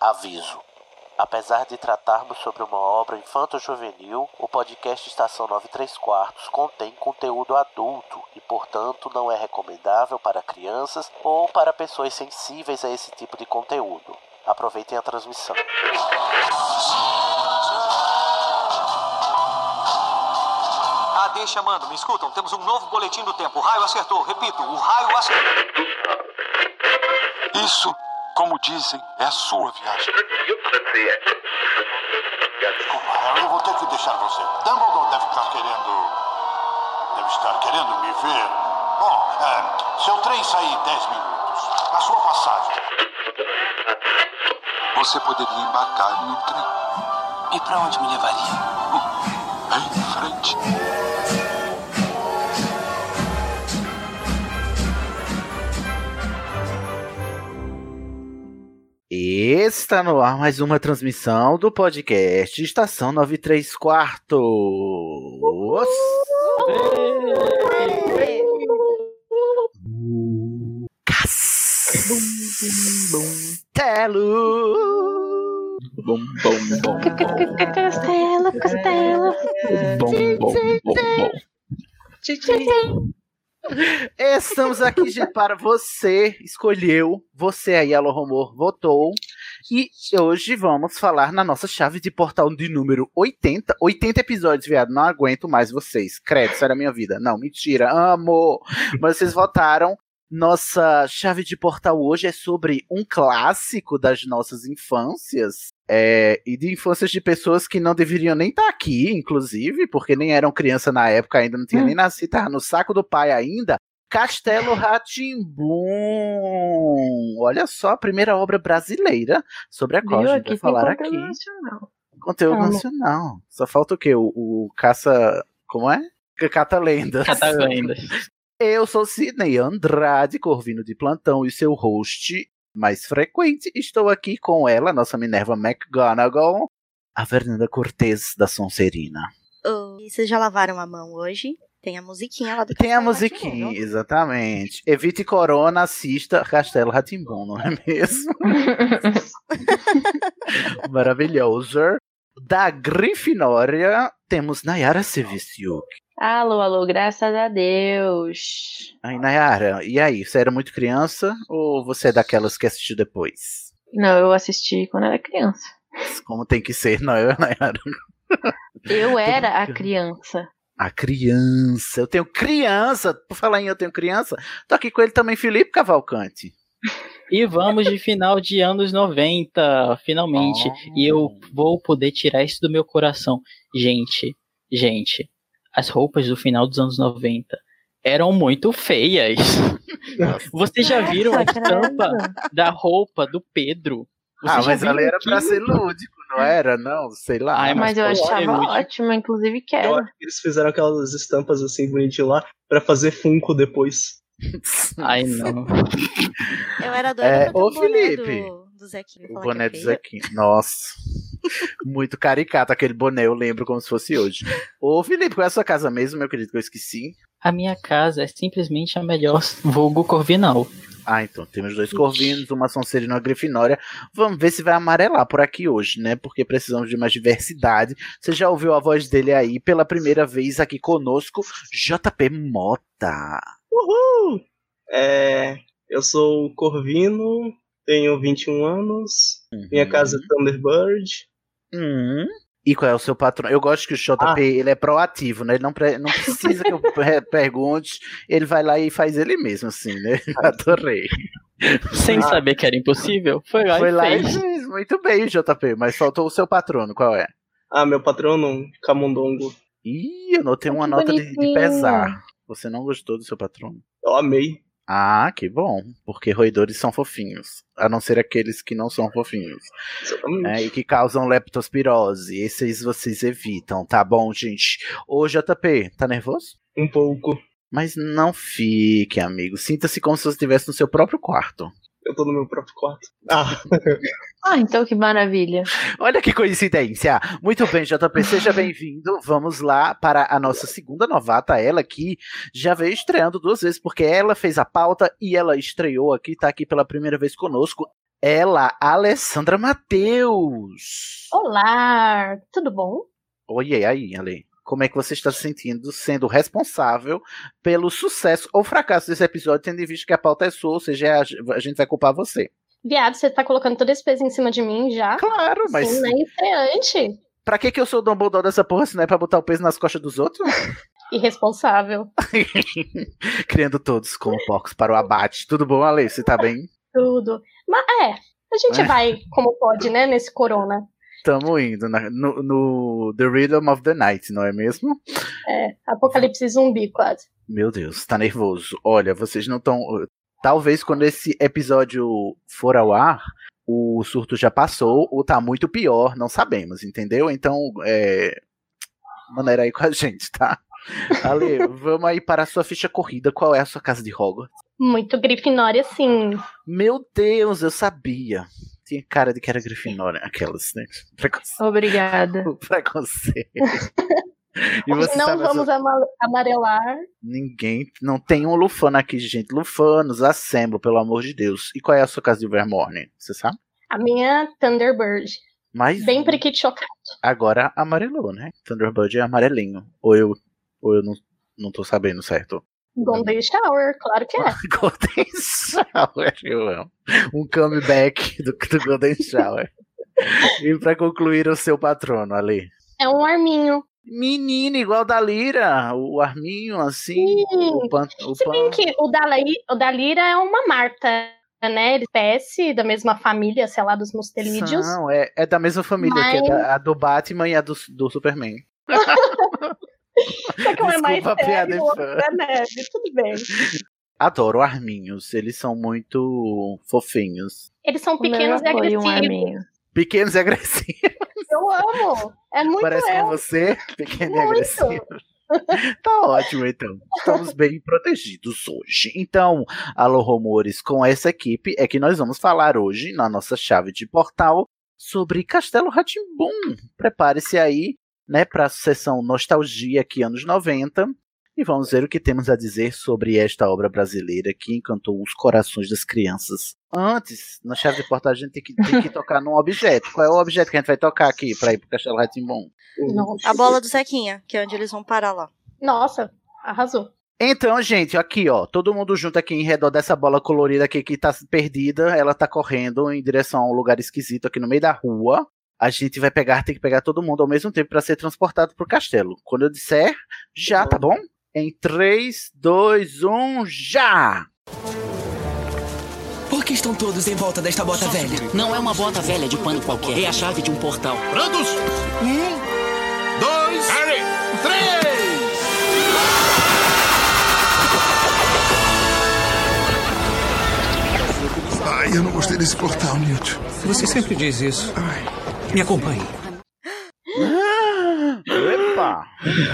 Aviso. Apesar de tratarmos sobre uma obra infanto-juvenil, o podcast Estação 9/3 contém conteúdo adulto e, portanto, não é recomendável para crianças ou para pessoas sensíveis a esse tipo de conteúdo. Aproveitem a transmissão. AD chamando, me escutam? Temos um novo boletim do tempo. O raio acertou. Repito, o raio acertou. Isso, como dizem, é a sua viagem. Desculpa, Harry, eu vou ter que deixar você. Dumbledore deve estar querendo me ver. Bom, seu trem sai em 10 minutos. A sua passagem. Você poderia embarcar no trem. E pra onde me levaria? Em frente. Está no ar mais uma transmissão do podcast Estação 9/3. Castelo. Castelo. Estamos aqui, gente, para você escolheu, você aí, Alô Rumor, votou. E hoje vamos falar na nossa chave de portal de número 80. 80 episódios, viado, não aguento mais vocês. Credo, isso era a minha vida. Não, mentira, amo. Mas vocês votaram. Nossa chave de portal hoje é sobre um clássico das nossas infâncias. E de infâncias de pessoas que não deveriam nem estar aqui, inclusive, porque nem eram criança na época, ainda não tinha nem nascido, tava no saco do pai ainda. Castelo Rá-Tim-Bum! Olha só, a primeira obra brasileira sobre a qual a gente vai falar aqui. Conteúdo nacional. Só falta o quê? O caça... Como é? Cata-lendas. Cata-lendas. Eu sou Sidney Andrade, corvino de plantão e seu host mais frequente. Estou aqui com ela, nossa Minerva McGonagall, a Fernanda Cortez da Sonserina. Oi, vocês já lavaram a mão hoje? Tem a musiquinha lá do Tem a musiquinha, exatamente. Evite corona, assista Castelo Rá-Tim-Bum, não é mesmo? Maravilhoso. Da Grifinória, temos Nayara Seviciuk. Alô, graças a Deus. Ai, Nayara, e aí? Você era muito criança ou você é daquelas que assistiu depois? Não, eu assisti quando era criança. Como tem que ser, não é, Nayara? Eu era a criança. A criança. Eu tenho criança. Por falar em eu tenho criança, tô aqui com ele também, Felipe Cavalcante. E vamos de final de anos 90, finalmente. E eu vou poder tirar isso do meu coração. Gente, as roupas do final dos anos 90 eram muito feias. Vocês já viram a estampa da roupa do Pedro? Mas ela era pra ser lúdico, não era? Não, sei lá. Ai, mas eu achava ótimo, inclusive quero. Eu acho que eles fizeram aquelas estampas assim bonitinhas lá pra fazer Funko depois. Ai, não. Eu era doida pra ter Ô, o boné Felipe. do Zequinho. O boné do Zequinho. Nossa. Muito caricato aquele boné, eu lembro como se fosse hoje. Ô, Felipe, qual é a sua casa mesmo, meu querido, que eu esqueci? A minha casa é simplesmente a melhor, vulgo Corvinal. Então, temos 2 corvinos, uma Sonserina e uma Grifinória. Vamos ver se vai amarelar por aqui hoje, né? Porque precisamos de mais diversidade. Você já ouviu a voz dele aí pela primeira vez aqui conosco, JP Mota. Uhul! Eu sou corvino, tenho 21 anos, minha casa é Thunderbird. E qual é o seu patrão? Eu gosto que o JP ele é proativo, né? Ele não precisa que eu pergunte, ele vai lá e faz ele mesmo, assim, né? Adorei. Sem saber que era impossível, foi lá e fez. Muito bem, JP, mas faltou o seu patrono, qual é? Meu patrono, Camundongo. Ih, eu notei uma nota de pesar. Você não gostou do seu patrono? Eu amei. Que bom, porque roedores são fofinhos, a não ser aqueles que não são fofinhos. E que causam leptospirose. Esses vocês evitam, tá bom, gente? Ô, JP, tá nervoso? Um pouco. Mas não fique, amigo. Sinta-se como se você estivesse no seu próprio quarto. Eu tô no meu próprio quarto. Então que maravilha. Olha que coincidência. Muito bem, JP, seja bem-vindo. Vamos lá para a nossa segunda novata, ela que já veio estreando 2 vezes, porque ela fez a pauta e ela estreou aqui, tá aqui pela primeira vez conosco. ela, Alessandra Matheus. Olá, tudo bom? Oi, e aí, Ale? Como é que você está se sentindo sendo responsável pelo sucesso ou fracasso desse episódio, tendo em vista que a pauta é sua, ou seja, a gente vai culpar você? Viado, você tá colocando todo esse peso em cima de mim já? Claro, mas... Sim, né? Estreante. Pra que eu sou o Dumbledore dessa porra, se não é pra botar o peso nas costas dos outros? Irresponsável. Criando todos como porcos para o abate. Tudo bom, Ale? Você tá bem? Tudo. Mas a gente vai como pode, né, nesse corona. Tamo indo no The Rhythm of the Night, não é mesmo? Apocalipse zumbi, quase. Meu Deus, tá nervoso. Olha, vocês não estão... Talvez quando esse episódio for ao ar, o surto já passou, ou tá muito pior, não sabemos, entendeu? Então, maneira aí com a gente, tá? Ale, vamos aí para a sua ficha corrida. Qual é a sua casa de Hogwarts? Muito Grifinória, sim. Meu Deus, eu sabia. Tinha cara de que era Grifinória. Aquelas, né? Obrigada. O preconceito. E Hoje você não sabe vamos amarelar. Ninguém, não tem um Lufano aqui, gente. Lufanos, assemble, pelo amor de Deus. E qual é a sua casa de Vermorne? Você sabe? A minha Thunderbird. Mas bem periquito chocado. Agora amarelou, né? Thunderbird é amarelinho. Ou eu não tô sabendo certo. Golden Shower, claro que é. Golden Shower, eu amo. Um comeback do Golden Shower. E pra concluir, o seu patrono, Ale? É um arminho. Menina, igual da Lira. O arminho, assim. Se bem que o da Lira é uma Marta, né? Espécie da mesma família, sei lá, dos mustelídeos. Não, é da mesma família, mas... que é a do Batman e a do Superman. Só que um é mais sério, o outro fã. é neve, tudo bem. Adoro arminhos, eles são muito fofinhos. Eles são pequenos e agressivos. Pequenos e agressivos. Eu amo. É muito Parece com você, pequeno e agressivo. Tá ótimo, então. Estamos bem protegidos hoje. Então, alô, rumores, com essa equipe é que nós vamos falar hoje, na nossa chave de portal, sobre Castelo Rá-Tim-Bum. Prepare-se aí, né, para a sessão Nostalgia aqui, anos 90. E vamos ver o que temos a dizer sobre esta obra brasileira que encantou os corações das crianças. Antes, na chave de portal, a gente tem que tocar num objeto. Qual é o objeto que a gente vai tocar aqui para ir pro Castelo Rá-Tim-Bum? A bola do Zequinha, que é onde eles vão parar lá. Nossa, arrasou. Então, gente, aqui, ó, todo mundo junto aqui em redor dessa bola colorida aqui que tá perdida. Ela tá correndo em direção a um lugar esquisito aqui no meio da rua. A gente vai tem que pegar todo mundo ao mesmo tempo para ser transportado pro castelo. Quando eu disser, já, tá bom? Em 3, 2, 1, já! Por que estão todos em volta desta bota velha? Não é uma bota velha de pano qualquer, é a chave de um portal. Prontos? 1, 2, 3! Ai, eu não gostei desse portal, Newt. Você sempre diz isso. Me acompanhe. Epa!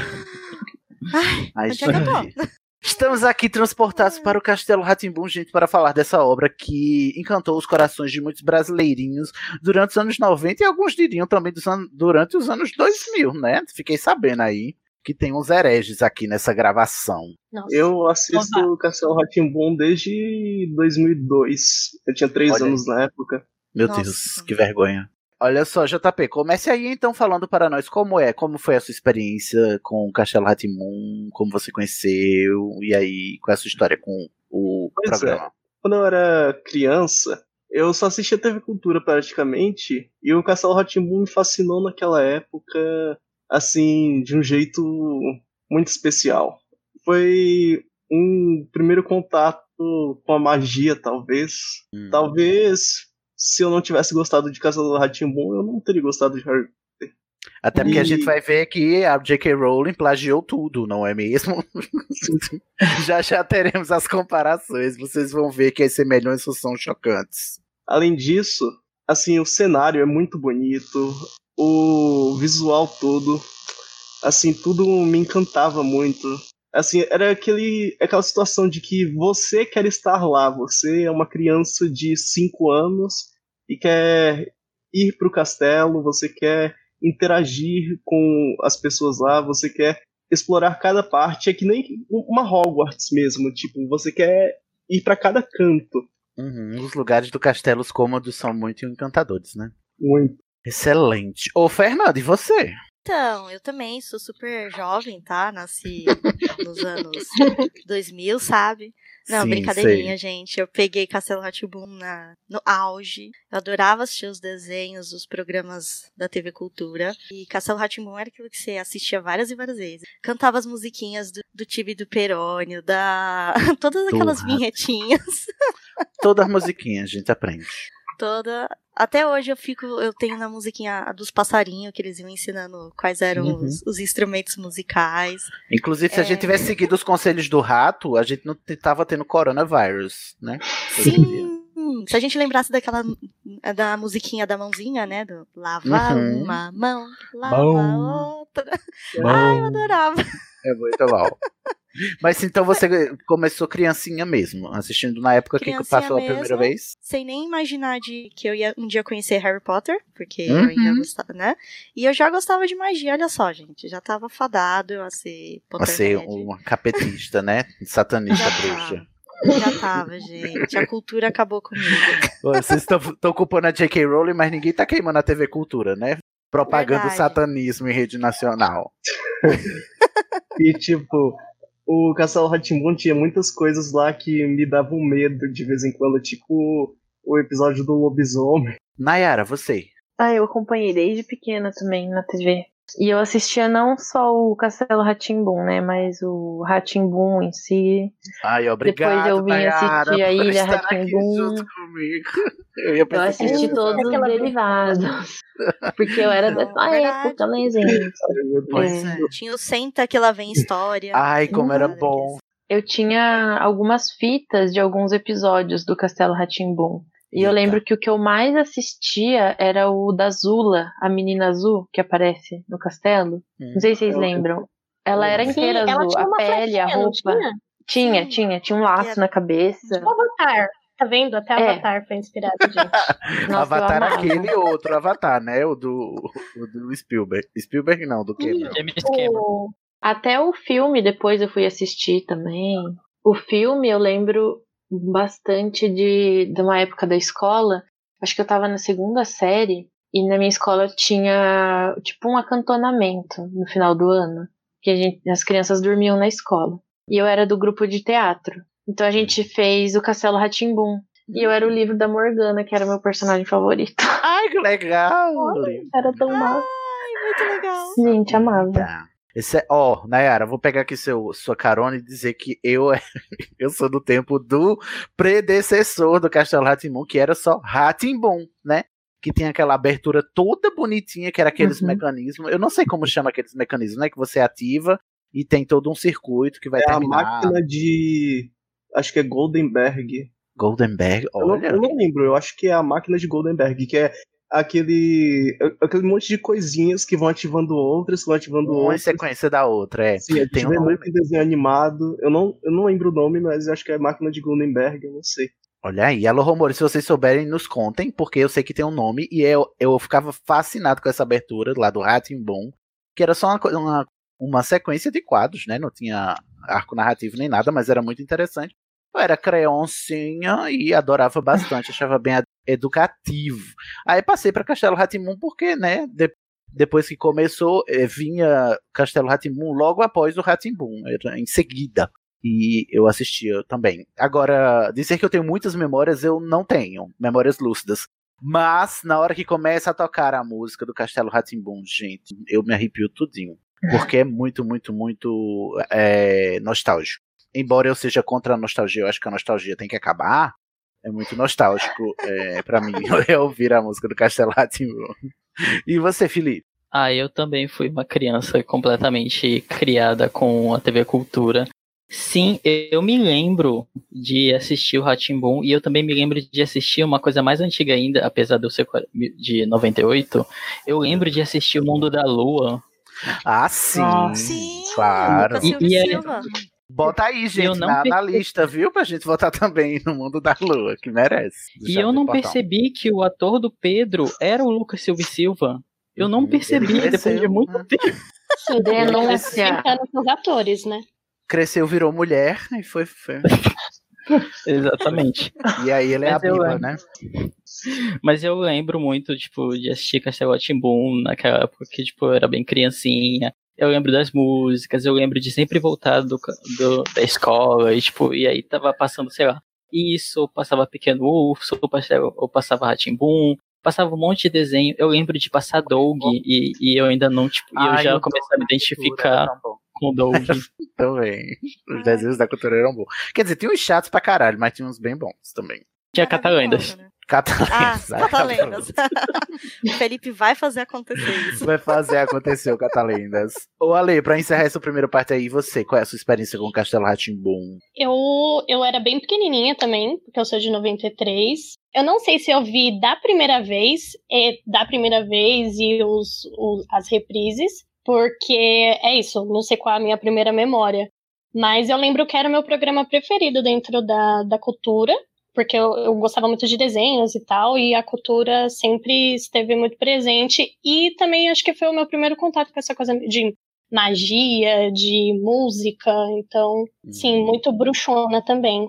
Ai, onde acabou? Estamos aqui transportados para o Castelo Rá-Tim-Bum, gente, para falar dessa obra que encantou os corações de muitos brasileirinhos durante os anos 90 e alguns diriam também durante os anos 2000, né? Fiquei sabendo aí que tem uns hereges aqui nessa gravação. Nossa. Eu assisto o Castelo Rá-Tim-Bum desde 2002. Eu tinha 3 anos na época. Meu Deus, que vergonha. Olha só, JP, comece aí então falando para nós como foi a sua experiência com o Castelo Rá-Tim-Bum, como você conheceu, e aí, qual é a sua história com o programa? Quando eu era criança, eu só assistia TV Cultura praticamente, e o Castelo Rá-Tim-Bum me fascinou naquela época, assim, de um jeito muito especial. Foi um primeiro contato com a magia, talvez. Talvez... Se eu não tivesse gostado de Castelo Rá-Tim-Bum, eu não teria gostado de Harry Potter. Até porque a gente vai ver que a J.K. Rowling plagiou tudo, não é mesmo? já teremos as comparações. Vocês vão ver que as semelhanças são chocantes. Além disso, assim, o cenário é muito bonito. O visual todo, assim, tudo me encantava muito. Assim, era aquela situação de que você quer estar lá. Você é uma criança de 5 anos e quer ir pro castelo, você quer interagir com as pessoas lá, você quer explorar cada parte. É que nem uma Hogwarts mesmo, tipo, você quer ir para cada canto. Os lugares do Castelo, os cômodos são muito encantadores, né? Muito. Excelente. Ô, Fernanda, e você? Então, eu também sou super jovem, tá? Nasci nos anos 2000, sabe? Não, Sim, brincadeirinha, sei. gente. Eu peguei Castelo Rá-Tim-Bum no auge. Eu adorava assistir os desenhos, os programas da TV Cultura. E Castelo Rá-Tim-Bum era aquilo que você assistia várias e várias vezes. Cantava as musiquinhas do Tibi e do Perônio, todas aquelas vinhetinhas. Toda a musiquinha a gente aprende. Até hoje eu tenho na musiquinha dos passarinhos, que eles iam ensinando quais eram os instrumentos musicais. Inclusive, se a gente tivesse seguido os conselhos do rato, a gente não tava tendo coronavírus, né? Sim! Se a gente lembrasse da musiquinha da mãozinha, né? Do lava uma mão, lava outra. Ai, eu adorava. É muito bom. Mas então você começou criancinha mesmo, assistindo na época que passou a primeira vez? Sem nem imaginar que eu ia um dia conhecer Harry Potter, porque eu ainda gostava, né? E eu já gostava de magia, olha só, gente. Já tava fadado a ser Potterhead. A ser uma capetista, né? Satanista bruxa. Já tava, gente. A cultura acabou comigo. Vocês estão culpando a J.K. Rowling, mas ninguém tá queimando a TV Cultura, né? Propagando o satanismo em rede nacional. E tipo, o Castelo Rá-Tim-Bum tinha muitas coisas lá que me davam medo de vez em quando, tipo o episódio do lobisomem. Nayara, você? Eu acompanhei desde pequena também na TV. E eu assistia não só o Castelo Rá-Tim-Bum, né, mas o Rá-Tim-Bum em si. Ai, obrigado, Depois eu vim Nayara, assistir a Ilha estar aqui Rá-Tim-Bum. junto comigo. Eu assisti todos os derivados. Porque eu era dessa época, né, gente? Pois é. Tinha o Senta que lá vem história. Ai, como era bom. Eu tinha algumas fitas de alguns episódios do Castelo Rá-Tim-Bum. E eu lembro que o que eu mais assistia era o da Zula, a menina azul que aparece no castelo. Não sei se vocês lembram. Ela era inteira azul, a pele, a roupa. Tinha um laço na cabeça. Tipo Avatar. Tá vendo? Até Avatar foi inspirado, gente. Nossa, Avatar aquele outro Avatar, né? O do Spielberg. Spielberg não, do Cameron. Até o filme depois eu fui assistir também. O filme eu lembro bastante de uma época da escola. Acho que eu tava na 2ª série e na minha escola tinha tipo um acantonamento no final do ano, que as crianças dormiam na escola. E eu era do grupo de teatro. Então a gente fez o Castelo Rá-Tim-Bum. E eu era o livro da Morgana, que era o meu personagem favorito. Ai, que legal! Era tão mal. Ai, muito legal. Gente, amava. Tá. Nayara, vou pegar aqui sua carona e dizer que eu sou do tempo do predecessor do Castelo Rá-Tim-Bum, que era só Rá-Tim-Bum, né? Que tinha aquela abertura toda bonitinha, que era aqueles mecanismos. Eu não sei como chama aqueles mecanismos, né? Que você ativa e tem todo um circuito que vai terminar. A máquina de... Acho que é Goldenberg. Goldenberg? Olha. Eu não lembro, eu acho que é a máquina de Goldenberg, que é aquele monte de coisinhas que vão ativando outras, Uma em sequência da outra, é. Sim, tem muito desenho animado. Eu não lembro o nome, mas acho que é a máquina de Goldenberg, eu não sei. Olha aí, alô rumores, se vocês souberem, nos contem, porque eu sei que tem um nome, e eu ficava fascinado com essa abertura lá do Rá-Tim-Bum, que era só uma sequência de quadros, né? Não tinha arco narrativo nem nada, mas era muito interessante. Eu era creoncinha e adorava bastante, achava bem educativo. Aí passei para Castelo Rá-Tim-Bum porque, né, depois que começou, vinha Castelo Rá-Tim-Bum logo após o Rá-Tim-Bum, em seguida. E eu assistia também. Agora, dizer que eu tenho muitas memórias, eu não tenho, memórias lúcidas. Mas, na hora que começa a tocar a música do Castelo Rá-Tim-Bum, gente, eu me arrepio tudinho. Porque é muito, muito, muito nostálgico. Embora eu seja contra a nostalgia, eu acho que a nostalgia tem que acabar. É muito nostálgico pra mim eu ouvir a música do Castelo Rá-Tim-Bum. E você, Felipe? Eu também fui uma criança completamente criada com a TV Cultura. Sim, eu me lembro de assistir o Rá-Tim-Bum e eu também me lembro de assistir uma coisa mais antiga ainda, apesar de eu ser de 98. Eu lembro de assistir o Mundo da Lua. Ah, sim, sim, claro. Silva. Bota aí, gente, na lista, viu? Pra gente votar também no Mundo da Lua, que merece. E eu não percebi que o ator do Pedro era o Lucas Silva e Silva. Eu não percebi depois de muito tempo. Denúncia. Com os atores, né? Cresceu, virou mulher e foi. Exatamente. E aí ele é Mas a eu Biba, lembro. né? Mas eu lembro muito, tipo, de assistir Castelo Rá-Tim-Bum naquela época que, tipo, eu era bem criancinha. Eu lembro das músicas, eu lembro de sempre voltar da escola e, tipo, e aí tava passando, sei lá, isso, ou passava Pequeno Urso, ou passava Rá-Tim-Bum, passava um monte de desenho. Eu lembro de passar Doug e eu ainda não, tipo, e eu já comecei a me identificar com o Doug. Também. Os desenhos da cultura eram bons. Quer dizer, tinha uns chatos pra caralho, mas tinha uns bem bons também. Tinha Catalendas. Catalendas. O Felipe vai fazer acontecer isso. Vai fazer acontecer o Catalendas. Ô Ale, pra encerrar essa primeira parte aí, você, qual é a sua experiência com o Castelo Rá-Tim-Bum? Eu era bem pequenininha também, porque eu sou de 93. Eu não sei se eu vi da primeira vez e as reprises, porque é isso, não sei qual é a minha primeira memória. Mas eu lembro que era o meu programa preferido dentro da cultura, porque eu gostava muito de desenhos e tal, e a cultura sempre esteve muito presente, e também acho que foi o meu primeiro contato com essa coisa de magia, de música, então, sim, muito bruxona também.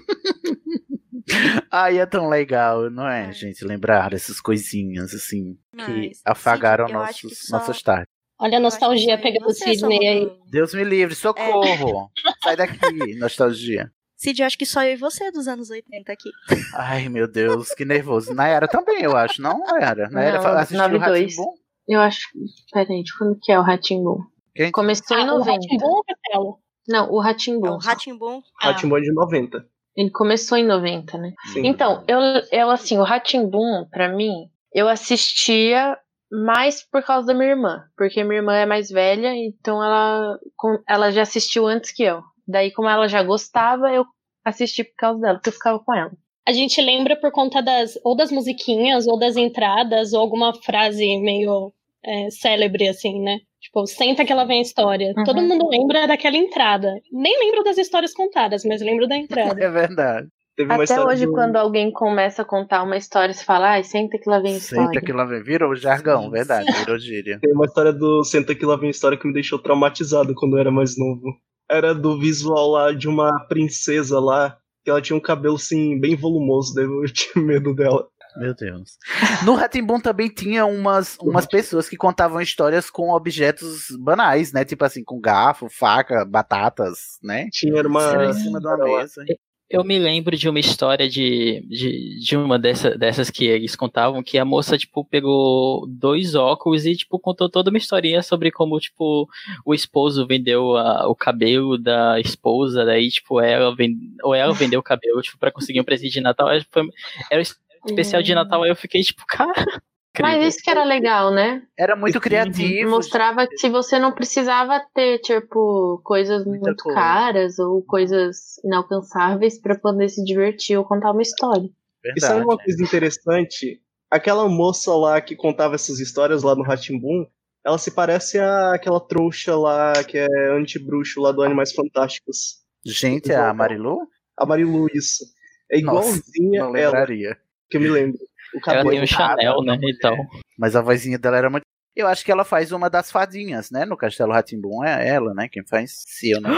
Ai, é tão legal, não é, gente? Lembrar dessas coisinhas, assim, que afagaram nossas tardes. Olha a nostalgia pegando o Sidney aí. Deus me livre, socorro! Sai daqui, nostalgia. Cid, eu acho que só eu e você dos anos 80 aqui. Ai, meu Deus, que nervoso. Nayara também, eu acho, não, Nayara? Nayara assistiu o Rá-Tim-Bum? Eu acho... Peraí, de quando que é o Rá-Tim-Bum? Começou em 90. O Rá-Tim-Bum ou o Castelo? Não, o Rá-Tim-Bum. O Rá-Tim-Bum. Rá-Tim-Bum é de 90. Ele começou em 90, né? Sim. Então, eu assim, o Rá-Tim-Bum, pra mim, eu assistia mais por causa da minha irmã. Porque minha irmã é mais velha, então ela já assistiu antes que eu. Daí, como ela já gostava, eu assisti por causa dela, porque eu ficava com ela. A gente lembra por conta das musiquinhas, ou das entradas, ou alguma frase meio célebre, assim, né? Tipo, senta que lá vem a história. Uhum. Todo mundo lembra daquela entrada. Nem lembro das histórias contadas, mas lembro da entrada. É verdade. Até hoje, quando alguém começa a contar uma história, você fala, ai, senta que lá vem a história. Senta que lá vem, virou jargão, verdade, virou gíria. Tem uma história do Senta que lá vem a história que me deixou traumatizado quando eu era mais novo. Era do visual lá de uma princesa lá, que ela tinha um cabelo, assim, bem volumoso, daí eu tinha medo dela. Meu Deus. No Rá-Tim-Bum também tinha umas pessoas que contavam histórias com objetos banais, né? Tipo assim, com garfo, faca, batatas, né? Tinha era em cima de uma mesa. Eu me lembro de uma história de uma dessas que eles contavam, que a moça, tipo, pegou 2 óculos e, tipo, contou toda uma historinha sobre como, tipo, o esposo vendeu o cabelo da esposa, daí, tipo, ela vendeu o cabelo, tipo, pra conseguir um presente de Natal. Era especial de Natal, aí eu fiquei, tipo, cara... Mas isso que era legal, né? Era muito criativo. Mostrava que você não precisava ter, tipo, coisas muito caras ou coisas inalcançáveis pra poder se divertir ou contar uma história. Verdade, e sabe uma coisa interessante? Aquela moça lá que contava essas histórias lá no Rá-Tim-Bum, ela se parece àquela trouxa lá que é anti-bruxo lá do Animais Fantásticos. Gente, a Marilu? A Marilu, isso. É igualzinha não lembraria. ela, que eu me lembro. Ela tem um Chanel, né, e tal. Mas a vozinha dela era muito... Eu acho que ela faz uma das fadinhas, né, no Castelo Rá-Tim-Bum. É ela, né, quem faz. Se eu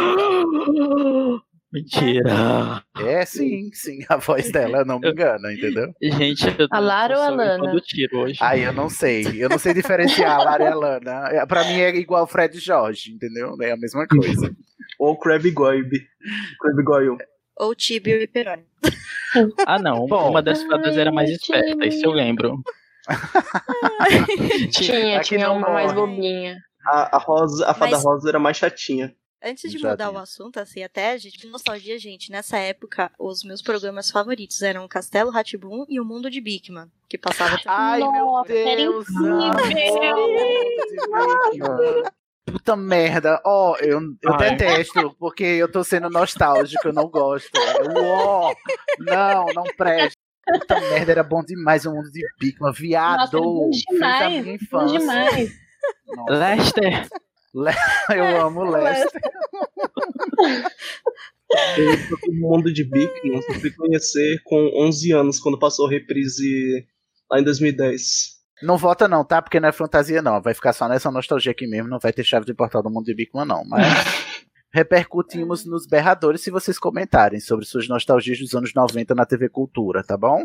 não... Mentira. É, sim, a voz dela, não me engana, entendeu? Gente, a Lara ou a Lana? Hoje. Ai, eu não sei diferenciar a Lara e a Lana. Pra mim é igual o Fred e Jorge, entendeu? É a mesma coisa. Ou Crabbe Goyle. Ou Tibio e Peroni. Ah, não. Bom, uma das fadas era mais esperta, isso eu lembro. tinha uma mais bobinha. A fada rosa era mais chatinha. Antes de mudar o assunto, assim, até, gente, de nostalgia, gente, nessa época, os meus programas favoritos eram o Castelo Rá-Tim-Bum e o Mundo de Big-Man, que passava... Ai, meu Deus! Puta merda, eu detesto, porque eu tô sendo nostálgico, eu não gosto. Não presta. Puta merda, era bom demais o Mundo de Big-Man, viado. Nossa, bom demais, fez a minha infância. Bom demais. Lester. Eu amo Lester. O Mundo de Big-Man eu fui conhecer com 11 anos, quando passou a reprise lá em 2010. Não vota não, tá? Porque não é fantasia não. Vai ficar só nessa nostalgia aqui mesmo. Não vai ter chave de portal do Mundo de Big-Man não. Mas repercutimos nos berradores se vocês comentarem sobre suas nostalgias dos anos 90 na TV Cultura, tá bom?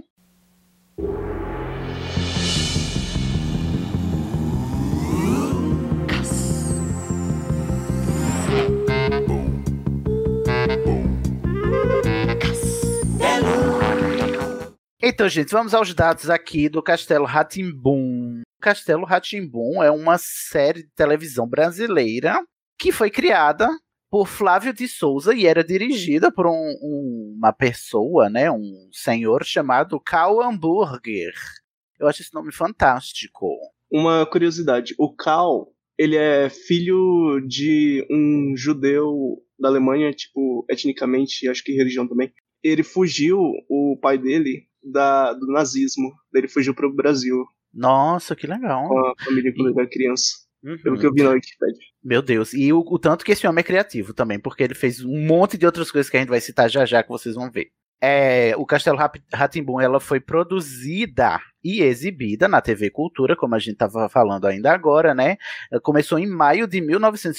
Então, gente, vamos aos dados aqui do Castelo Rá-Tim-Bum. Castelo Rá-Tim-Bum é uma série de televisão brasileira que foi criada por Flávio de Souza e era dirigida por uma pessoa, né, um senhor chamado Karl Hamburger. Eu acho esse nome fantástico. Uma curiosidade, o Karl, ele é filho de um judeu da Alemanha, tipo, etnicamente, acho que religião também. Ele fugiu, o pai dele, do nazismo. Ele fugiu para o Brasil. Nossa, que legal. Com a família quando ele era criança. Pelo que eu vi na Wikipedia. Meu Deus, e o tanto que esse homem é criativo também, porque ele fez um monte de outras coisas que a gente vai citar já já, que vocês vão ver. O Castelo Rá-Tim-Bum, ela foi produzida e exibida na TV Cultura, como a gente estava falando ainda agora, né? Ela começou em maio de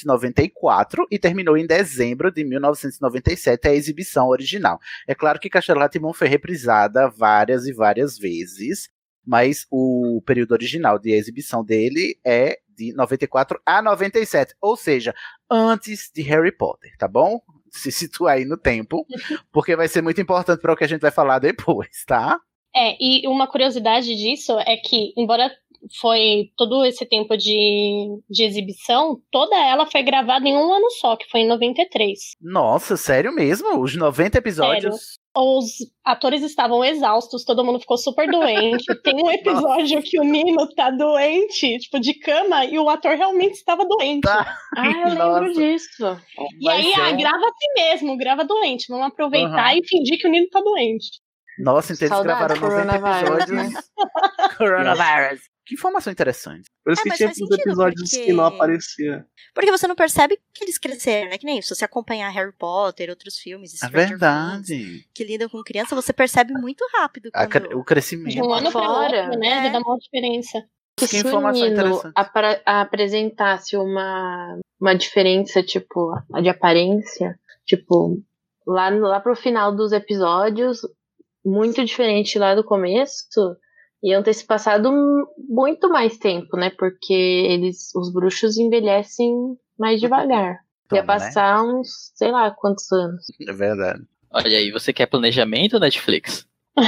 1994 e terminou em dezembro de 1997 a exibição original. É claro que Castelo Rá-Tim-Bum foi reprisada várias e várias vezes, mas o período original de exibição dele é de 94 a 97, ou seja, antes de Harry Potter, tá bom? Se situa aí no tempo, porque vai ser muito importante para o que a gente vai falar depois, tá? E uma curiosidade disso é que, embora foi todo esse tempo de exibição, toda ela foi gravada em um ano só, que foi em 93. Nossa, sério mesmo? Os 90 episódios? Sério. Os atores estavam exaustos, todo mundo ficou super doente. Tem um episódio que o Nino tá doente, tipo, de cama, e o ator realmente estava doente. Eu lembro disso. E aí, grava assim mesmo, grava doente. Vamos aproveitar e fingir que o Nino tá doente. Nossa, então eles gravaram 90 episódios. Né? Coronavirus. Que informação interessante. Por isso que tinha uns episódios que não aparecia. Porque você não percebe que eles cresceram, né? Que nem isso. Se você acompanhar Harry Potter, outros filmes, verdade. Que lidam com criança, você percebe muito rápido. O crescimento. De um ano para outro, né? Dá uma diferença. Se o Nino apresentasse uma diferença, tipo, de aparência, tipo, lá pro final dos episódios, muito diferente lá do começo, iam ter se passado muito mais tempo, né? Porque os bruxos envelhecem mais devagar. Ia passar uns, sei lá, quantos anos. É verdade. Olha aí, você quer planejamento, Netflix?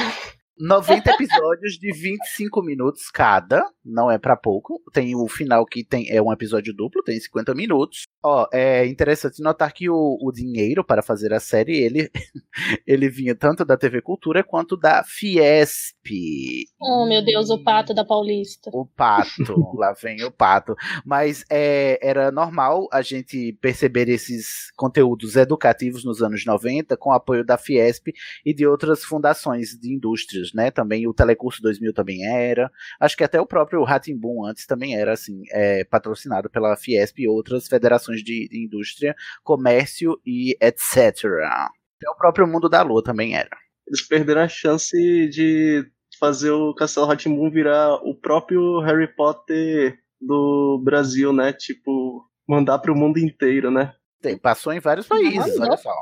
90 episódios de 25 minutos cada, não é pra pouco. Tem o final que é um episódio duplo, tem 50 minutos. É interessante notar que o dinheiro para fazer a série, ele vinha tanto da TV Cultura quanto da Fiesp. Oh, meu Deus, o pato da Paulista. O pato, lá vem o pato. Mas era normal a gente perceber esses conteúdos educativos nos anos 90 com o apoio da Fiesp e de outras fundações de indústrias, né? Também o Telecurso 2000 também era. Acho que até o próprio Rá-Tim-Bum antes também era assim, patrocinado pela Fiesp e outras federações de indústria, comércio e etc. Até o próprio Mundo da Lua também era. Eles perderam a chance de fazer o Castelo Rá-Tim-Bum virar o próprio Harry Potter do Brasil, né? Tipo, mandar pro mundo inteiro, né? Passou em vários países, olha só.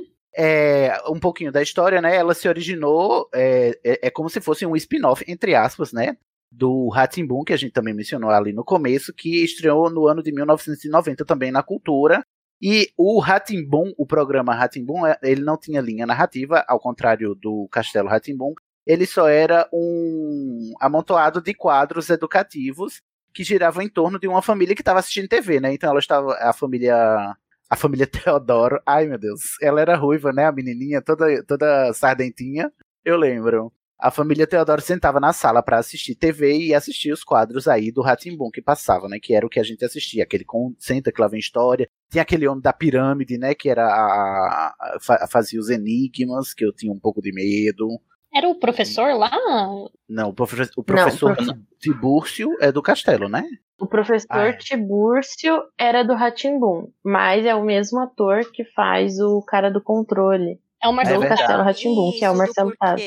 Um pouquinho da história, né? Ela se originou, como se fosse um spin-off, entre aspas, né? Do Rá-Tim-Bum, que a gente também mencionou ali no começo, que estreou no ano de 1990 também na Cultura. E o Rá-Tim-Bum, o programa Rá-Tim-Bum, ele não tinha linha narrativa, ao contrário do Castelo Rá-Tim-Bum. Ele só era um amontoado de quadros educativos que giravam em torno de uma família que estava assistindo TV, né? Então a família Teodoro, ai meu Deus, ela era ruiva, né? A menininha toda sardentinha, eu lembro. A família Teodoro sentava na sala para assistir TV e assistir os quadros aí do Rá-Tim-Bum que passava, né? Que era o que a gente assistia, aquele Senta que lá vem história. Tinha aquele homem da pirâmide, né? Que era fazia os enigmas, que eu tinha um pouco de medo. Era o professor lá? Não, o professor Tibúrcio é do Castelo, né? O professor Tibúrcio era do Rá-Tim-Bum, mas é o mesmo ator que faz o cara do controle. É o Marcelo do Castelo Rá-Tim-Bum, que é o Marcelo Taz.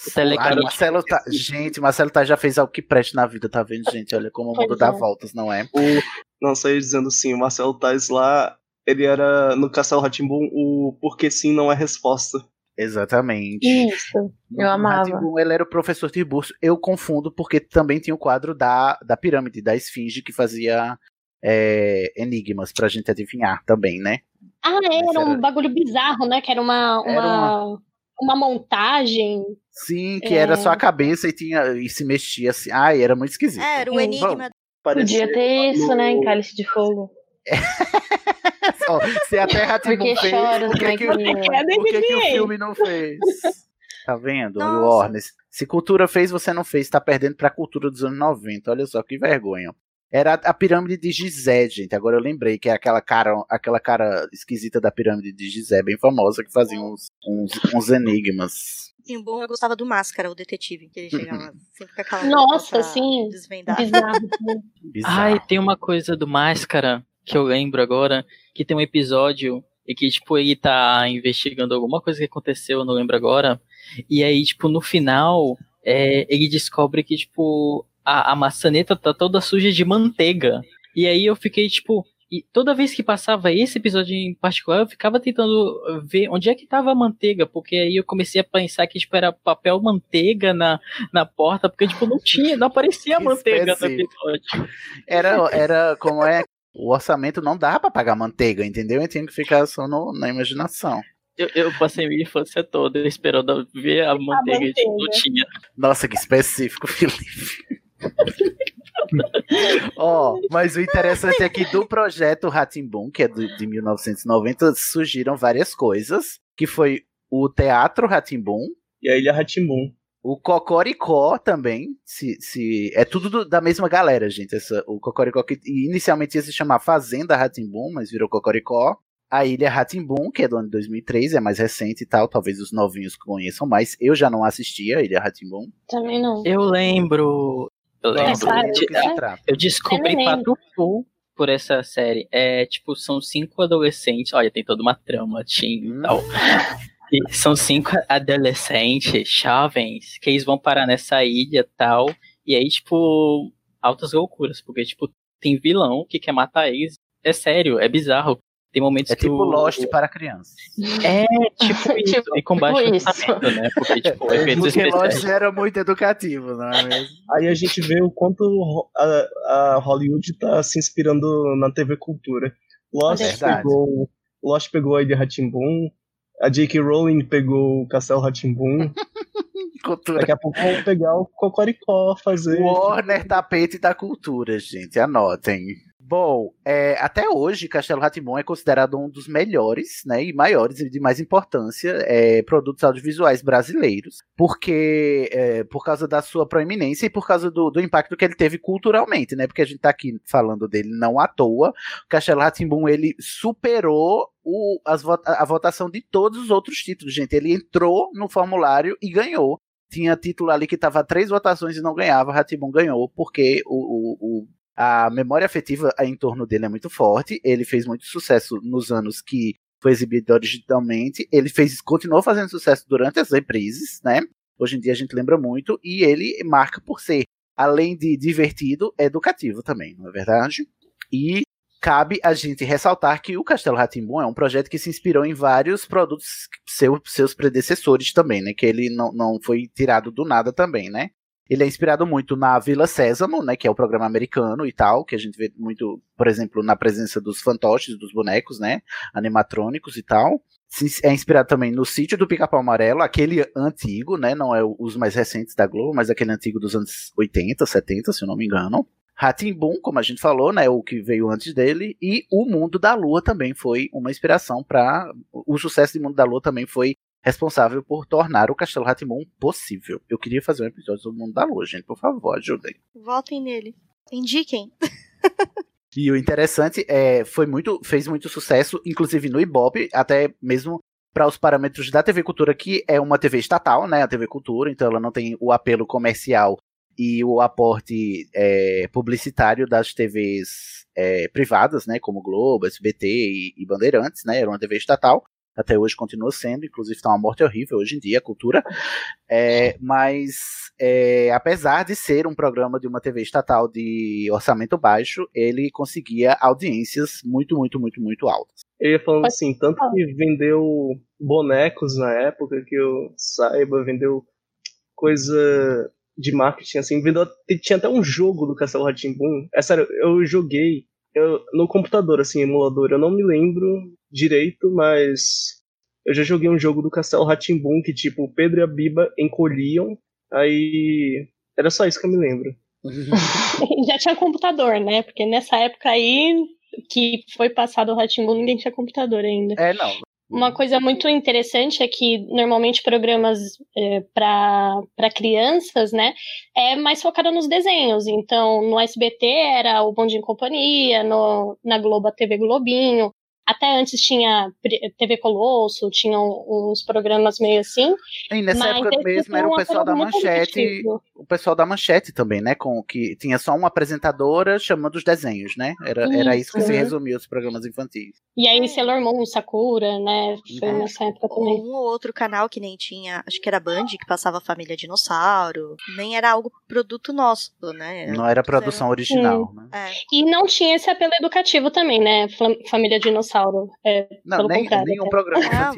Marcelo Taz já fez algo que preste na vida, tá vendo, gente? Olha como o mundo dá voltas, não é? Não, só ia dizendo assim, o Marcelo Taz lá ele era no Castelo Rá-Tim-Bum o porque sim não é resposta. Exatamente. Isso, eu amava. Rá-Tim-Bum, ele era o professor Tiburcio. Eu confundo porque também tinha o quadro da pirâmide, da esfinge, que fazia enigmas pra gente adivinhar também, né? Ah, era um bagulho bizarro, né? Que era uma montagem. Sim, que era só a cabeça e se mexia assim. Ai, era muito esquisito. Era o enigma. Podia ter isso, né? Em Cálice de Fogo. Se a Terra Porque fez, chora, por que o filme não fez? Tá vendo, Warner? Se cultura fez, você não fez. Tá perdendo pra cultura dos anos 90. Olha só, que vergonha. Era a pirâmide de Gizé, gente. Agora eu lembrei que é aquela cara esquisita da pirâmide de Gizé, bem famosa, que fazia uns enigmas. Em bom, eu gostava do Máscara, o detetive, que ele chegava sempre com aquela Nossa, sim. Desvendar. Bizarro. Ai, tem uma coisa do Máscara que eu lembro agora, que tem um episódio e que, tipo, ele tá investigando alguma coisa que aconteceu, eu não lembro agora, e aí, tipo, no final, ele descobre que, tipo, a maçaneta tá toda suja de manteiga. E aí eu fiquei, tipo... E toda vez que passava esse episódio em particular, eu ficava tentando ver onde é que tava a manteiga, porque aí eu comecei a pensar que, tipo, era papel manteiga na porta, porque, tipo, não aparecia a manteiga no episódio. Era como o orçamento não dava pra pagar manteiga, entendeu? E tinha que ficar só na imaginação. Eu passei minha infância toda esperando ver a manteiga e não tinha. Nossa, que específico, Felipe. Mas o interessante é que do projeto Rá-Tim-Bum, que é de 1990, surgiram várias coisas, que foi o Teatro Rá-Tim-Bum e a Ilha Rá-Tim-Bum. O Cocoricó também, é tudo da mesma galera, gente. O Cocoricó que inicialmente ia se chamar Fazenda Rá-Tim-Bum, mas virou Cocoricó. A Ilha Rá-Tim-Bum, que é do ano de 2003, é mais recente e tal, talvez os novinhos conheçam mais. Eu já não assistia a Ilha Rá-Tim-Bum. Também não. Eu lembro. Eu descobri Patufu por essa série. Tipo, são 5 adolescentes. Olha, tem toda uma trama, e tal. E são 5 adolescentes, jovens, que eles vão parar nessa ilha e tal. E aí, tipo, altas loucuras. Porque, tipo, tem vilão que quer matar eles. É sério, é bizarro. Tem momentos que tipo Lost para crianças. Tipo isso. E com baixo orçamento, né? Porque, tipo, efeitos especiais. Lost era muito educativo, não é mesmo? Aí a gente vê o quanto a Hollywood tá se inspirando na TV Cultura. Lost pegou a Ilha Rá-Tim-Bum, a J.K. Rowling pegou o Castelo Rá-Tim-Bum. Daqui a pouco vão pegar o Cocoricó, fazer... Warner Tapete da Cultura, gente, anotem. Bom, até hoje Castelo Rá-Tim-Bum é considerado um dos melhores, né, e maiores e de mais importância produtos audiovisuais brasileiros, porque por causa da sua proeminência e por causa do impacto que ele teve culturalmente, né, porque a gente tá aqui falando dele não à toa. O Castelo Rá-Tim-Bum, ele superou a votação de todos os outros títulos, gente. Ele entrou no formulário e ganhou. Tinha título ali que tava 3 votações e não ganhava, Rá-Tim-Bum ganhou, porque a memória afetiva em torno dele é muito forte. Ele fez muito sucesso nos anos que foi exibido originalmente. Ele continuou fazendo sucesso durante as reprises, né? Hoje em dia a gente lembra muito. E ele marca por ser, além de divertido, educativo também, não é verdade? E cabe a gente ressaltar que o Castelo Rá-Tim-Bum é um projeto que se inspirou em vários produtos seus predecessores também, né? Que ele não foi tirado do nada também, né? Ele é inspirado muito na Vila Sésamo, né, que é o programa americano e tal, que a gente vê muito, por exemplo, na presença dos fantoches, dos bonecos, né, animatrônicos e tal. É inspirado também no Sítio do Pica-Pau Amarelo, aquele antigo, né, não é os mais recentes da Globo, mas aquele antigo dos anos 80, 70, se eu não me engano. Rá-Tim-Bum, como a gente falou, né, o que veio antes dele, e O Mundo da Lua também foi uma inspiração para... O sucesso de Mundo da Lua também foi responsável por tornar o Castelo Rá-Tim-Bum possível. Eu queria fazer um episódio do Mundo da Lua, gente, por favor, ajudem. Votem nele. Indiquem. E o interessante fez muito sucesso, inclusive no Ibope, até mesmo para os parâmetros da TV Cultura, que é uma TV estatal, né, a TV Cultura, então ela não tem o apelo comercial e o aporte publicitário das TVs privadas, né, como Globo, SBT e Bandeirantes, né, era uma TV estatal. Até hoje continua sendo, inclusive está uma morte horrível hoje em dia, a cultura. Mas, apesar de ser um programa de uma TV estatal de orçamento baixo, ele conseguia audiências muito, muito, muito, muito altas. Eu ia falando assim, tanto que vendeu bonecos na época, que eu saiba, vendeu coisa de marketing, assim, tinha até um jogo do Castelo Rá-Tim-Bum. É sério, eu joguei no computador, assim, emulador, eu não me lembro direito, mas eu já joguei um jogo do Castelo Rá-Tim-Bum que, tipo, o Pedro e a Biba encolhiam, aí era só isso que eu me lembro. Já tinha computador, né? Porque nessa época aí que foi passado o Rá-Tim-Bum, ninguém tinha computador ainda. Não. Uma coisa muito interessante é que normalmente programas para crianças, né, é mais focado nos desenhos. Então, no SBT era o Bom Dia e Companhia, na Globo a TV Globinho. Até antes tinha TV Colosso, tinham uns programas meio assim. E nessa época mesmo era o pessoal da Manchete, o pessoal da Manchete também, né? Que tinha só uma apresentadora chamando os desenhos, né? Era isso que se resumia os programas infantis. E aí Sailor Moon, Sakura, né? Foi nessa época também. Um ou outro canal que nem tinha, acho que era Band, que passava Família Dinossauro. Nem era algo produto nosso, né? Não era produção original, né? E não tinha esse apelo educativo também, né? Família Dinossauro. Não, nenhum programa infantil.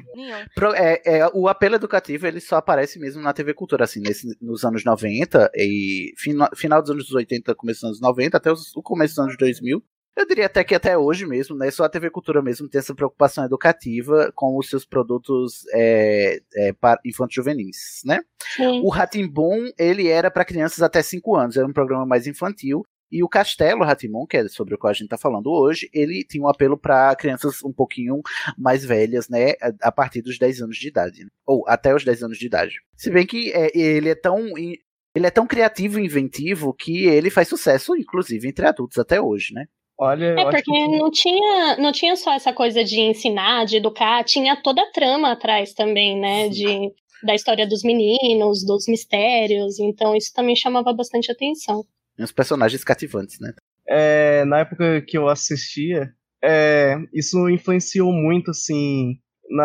O apelo educativo ele só aparece mesmo na TV Cultura, assim, nos anos 90 e final dos anos 80, começo dos anos 90, até o começo dos anos 2000. Eu diria até que até hoje mesmo, né? Só a TV Cultura mesmo tem essa preocupação educativa com os seus produtos infanto-juvenis, né? Sim. O Rá-Tim-Bum, ele era para crianças até 5 anos, era um programa mais infantil. E o Castelo Rá-Tim-Bum, que é sobre o qual a gente está falando hoje, ele tinha um apelo para crianças um pouquinho mais velhas, né, a partir dos 10 anos de idade, né? Ou até os 10 anos de idade. Se bem que ele é tão criativo e inventivo que ele faz sucesso, inclusive, entre adultos até hoje, né? Olha, porque não tinha só essa coisa de ensinar, de educar, tinha toda a trama atrás também, né, da história dos meninos, dos mistérios, então isso também chamava bastante atenção. E uns personagens cativantes, né? Na época que eu assistia, isso influenciou muito, assim,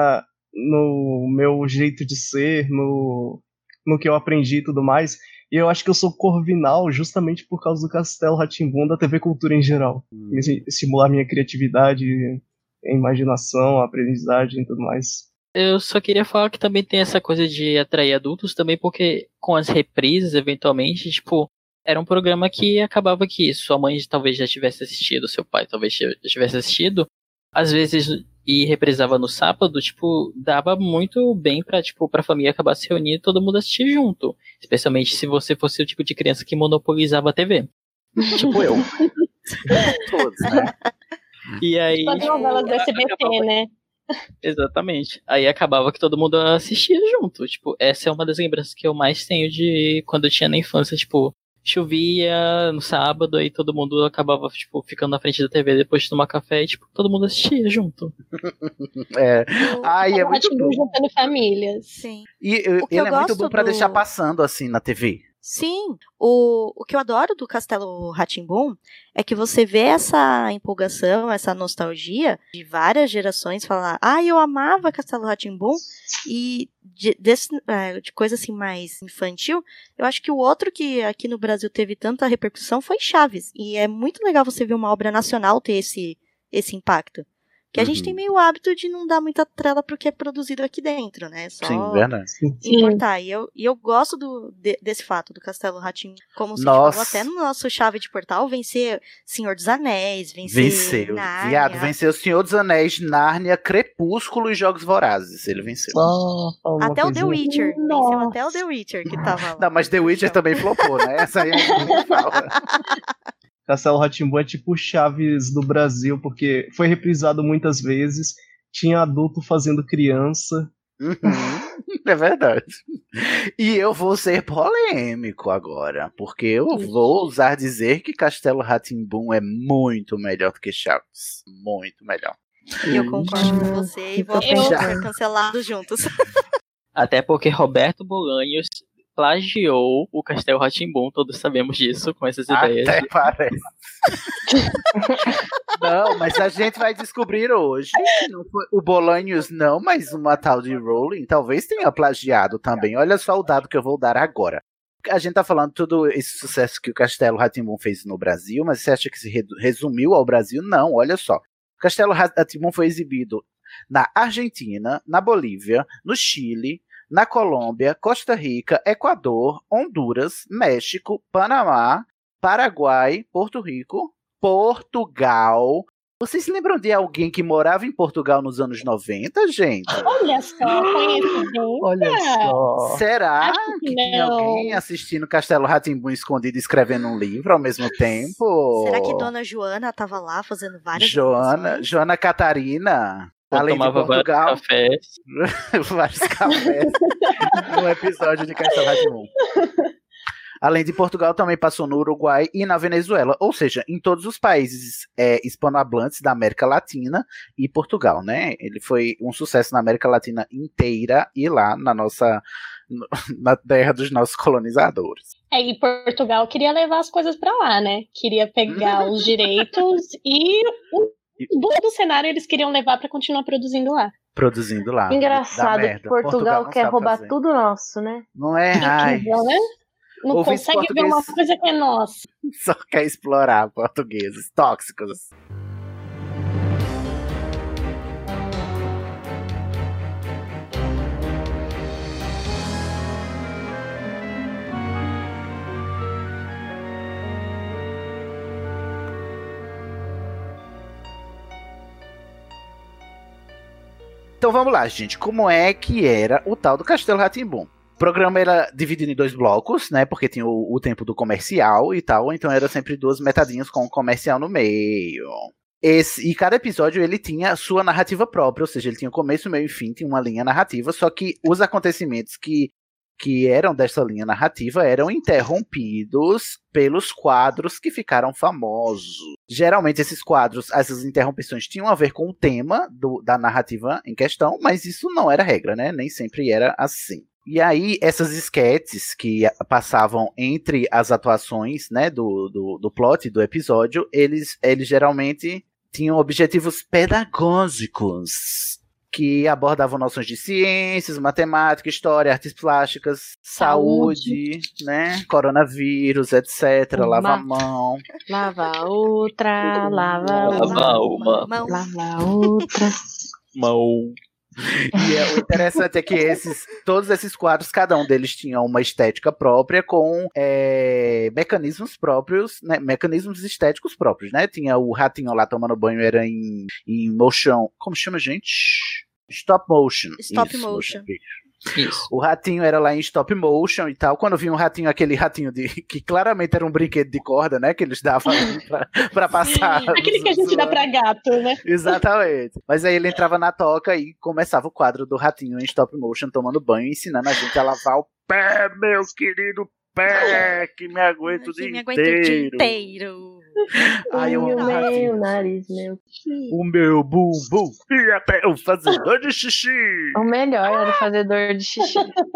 no meu jeito de ser, no que eu aprendi e tudo mais. E eu acho que eu sou corvinal justamente por causa do Castelo Rá-Tim-Bum, da TV Cultura em geral. Estimular minha criatividade, a imaginação, a aprendizagem e tudo mais. Eu só queria falar que também tem essa coisa de atrair adultos também, porque com as reprises, eventualmente, tipo, era um programa que acabava que sua mãe talvez já tivesse assistido, seu pai talvez já tivesse assistido, às vezes, e reprisava no sábado, tipo, dava muito bem pra família acabar se reunindo e todo mundo assistir junto. Especialmente se você fosse o tipo de criança que monopolizava a TV. Tipo eu. Todos, né? E aí... As novelas do SBT, né? Exatamente. Aí acabava que todo mundo assistia junto. Tipo, essa é uma das lembranças que eu mais tenho de quando eu tinha na infância, tipo... Chovia no sábado, aí todo mundo acabava, tipo, ficando na frente da TV depois de tomar café e, tipo, todo mundo assistia junto. É muito bom. Juntando famílias. Sim. E ele é muito bom pra deixar passando, assim, na TV. Sim, o que eu adoro do Castelo Rá-Tim-Bum é que você vê essa empolgação, essa nostalgia de várias gerações falar, eu amava Castelo Rá-Tim-Bum, e de coisa assim mais infantil, eu acho que o outro que aqui no Brasil teve tanta repercussão foi Chaves, e é muito legal você ver uma obra nacional ter esse impacto. Que a gente tem meio hábito de não dar muita trela pro que é produzido aqui dentro, né? Só Sim, verdade. importar. E eu gosto desse fato do Castelo Rá-Tim, como você falou, até no nosso chave de portal, vencer Senhor dos Anéis, venceu Nárnia. Viado, venceu Senhor dos Anéis, Nárnia, Crepúsculo e Jogos Vorazes. Ele venceu. Até o The Witcher. Venceu até o The Witcher que tava lá. Não, mas The Witcher também flopou, né? Essa aí nem fala. Castelo Rá-Tim-Bum é tipo Chaves do Brasil, porque foi reprisado muitas vezes, tinha adulto fazendo criança. É verdade. E eu vou ser polêmico agora, porque eu vou ousar dizer que Castelo Rá-Tim-Bum é muito melhor do que Chaves. Muito melhor. Eu concordo com você e vamos ser cancelados juntos. Até porque Roberto Bolanhos plagiou o Castelo Rá-Tim-Bum, todos sabemos disso, com essas ideias. Até parece. Não, mas a gente vai descobrir hoje que não foi o Bolanhos não, mas uma tal de Rowling talvez tenha plagiado também. Olha só o dado que eu vou dar agora. A gente tá falando todo esse sucesso que o Castelo Rá-Tim-Bum fez no Brasil, mas você acha que se resumiu ao Brasil? Não, olha só. Castelo Rá-Tim-Bum foi exibido na Argentina, na Bolívia, no Chile, na Colômbia, Costa Rica, Equador, Honduras, México, Panamá, Paraguai, Porto Rico, Portugal. Vocês lembram de alguém que morava em Portugal nos anos 90, gente? Olha só, coincidência. Olha só. Será Acho que que tinha não. alguém assistindo Castelo Rá-Tim-Bum escondido e escrevendo um livro ao mesmo tempo? Será que Dona Joana tava lá fazendo várias Joana Catarina? Eu Além de tomava Portugal, vários cafés. vários cafés no episódio de Castelo Rá-Tim-Bum. Além de Portugal, também passou no Uruguai e na Venezuela, ou seja, em todos os países hispanohablantes da América Latina e Portugal, né? Ele foi um sucesso na América Latina inteira e lá na terra dos nossos colonizadores. E Portugal queria levar as coisas pra lá, né? Queria pegar os direitos e o bom do cenário eles queriam levar pra continuar produzindo lá. Produzindo lá. Engraçado Dá que merda. Portugal não quer sabe roubar fazer. tudo nosso, né? Não é? Ai, Incrível, né? Não Ouvintes consegue ver uma portugueses. coisa que é nossa. só quer explorar portugueses tóxicos. Então vamos lá, gente. Como é que era o tal do Castelo Rá-Tim-Bum? O programa era dividido em 2 blocos, né? Porque tinha o tempo do comercial e tal. Então era sempre 2 metadinhas com um comercial no meio. E cada episódio ele tinha sua narrativa própria. Ou seja, ele tinha começo, meio e fim. Tinha uma linha narrativa. Só que os acontecimentos que eram dessa linha narrativa eram interrompidos pelos quadros que ficaram famosos. Geralmente esses quadros, essas interrupções tinham a ver com o tema da narrativa em questão, mas isso não era regra, né? Nem sempre era assim. E aí, essas esquetes que passavam entre as atuações, né, do plot do episódio, eles geralmente tinham objetivos pedagógicos, que abordavam noções de ciências, matemática, história, artes plásticas, saúde, né? Coronavírus, etc. Lava a mão. Lava outra, lava uma. Lava outra. Mão. E o interessante é que todos esses quadros, cada um deles tinha uma estética própria com mecanismos próprios, né, mecanismos estéticos próprios, né? Tinha o ratinho lá tomando banho, era em motion, como chama, gente? Stop motion. Stop motion. Isso. O ratinho era lá em stop motion e tal. Quando vinha um ratinho, aquele ratinho que claramente era um brinquedo de corda, né? Que eles davam pra passar. Aquele que a gente dá pra gato, né? Exatamente. Mas aí ele entrava na toca e começava o quadro do ratinho em stop motion tomando banho, ensinando a gente a lavar o pé, meu querido pé, que me aguenta o dia inteiro. Ai, eu amo meu nariz, meu. O meu bumbum e até o fazedor de xixi. O melhor era o fazedor de xixi.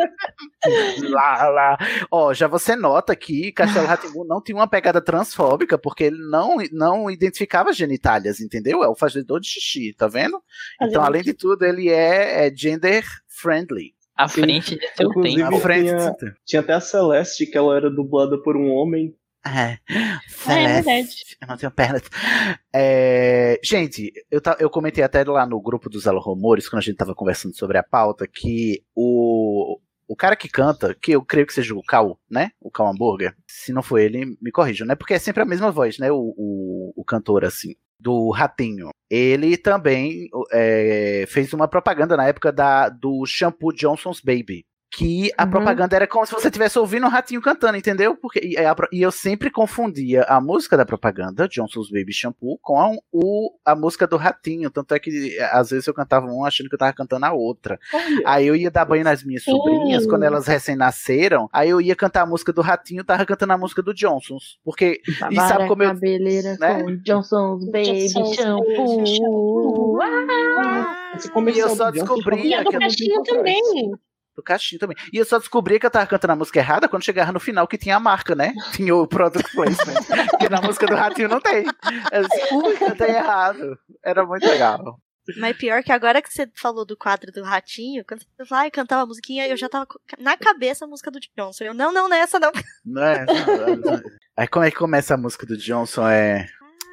Lá. Ó, já você nota que Castelo Rá-Tim-Bum não tinha uma pegada transfóbica, porque ele não identificava genitálias, entendeu? É o fazedor de xixi, tá vendo? Então, além de tudo, ele é gender friendly. À frente de seu Inclusive, tempo. tinha até a Celeste, que ela era dublada por um homem. Celeste. Eu não tenho pernas. Gente, eu comentei até lá no grupo dos Alô Rumores, quando a gente tava conversando sobre a pauta, que o cara que canta, que eu creio que seja o Cal, né? O Cal Hambúrguer. Se não for ele, me corrijam, né? Porque é sempre a mesma voz, né? O cantor, assim, do Ratinho. Ele também fez uma propaganda na época do shampoo Johnson's Baby. Que a propaganda era como se você estivesse ouvindo um ratinho cantando, entendeu? E eu sempre confundia a música da propaganda, Johnson's Baby Shampoo, com a música do ratinho. Tanto é que às vezes eu cantava uma achando que eu tava cantando a outra. Aí eu ia dar banho nas minhas sobrinhas, quando elas recém-nasceram. Aí eu ia cantar a música do ratinho, tava cantando a música do Johnson's. Porque. E sabe como eu. Cabeleira, né? com Johnson's Baby Shampoo. E eu só descobria que do Caixinho também. Do Caixinho também. E eu só descobri que eu tava cantando a música errada quando chegava no final, que tinha a marca, né? Tinha o product placement. Que na música do Ratinho não tem. Eu disse, cantei errado. Era muito legal. Mas pior que agora que você falou do quadro do Ratinho, quando você vai cantar a musiquinha, eu já tava na cabeça a música do Johnson. Não é essa não. Não é? Aí como é que começa a música do Johnson?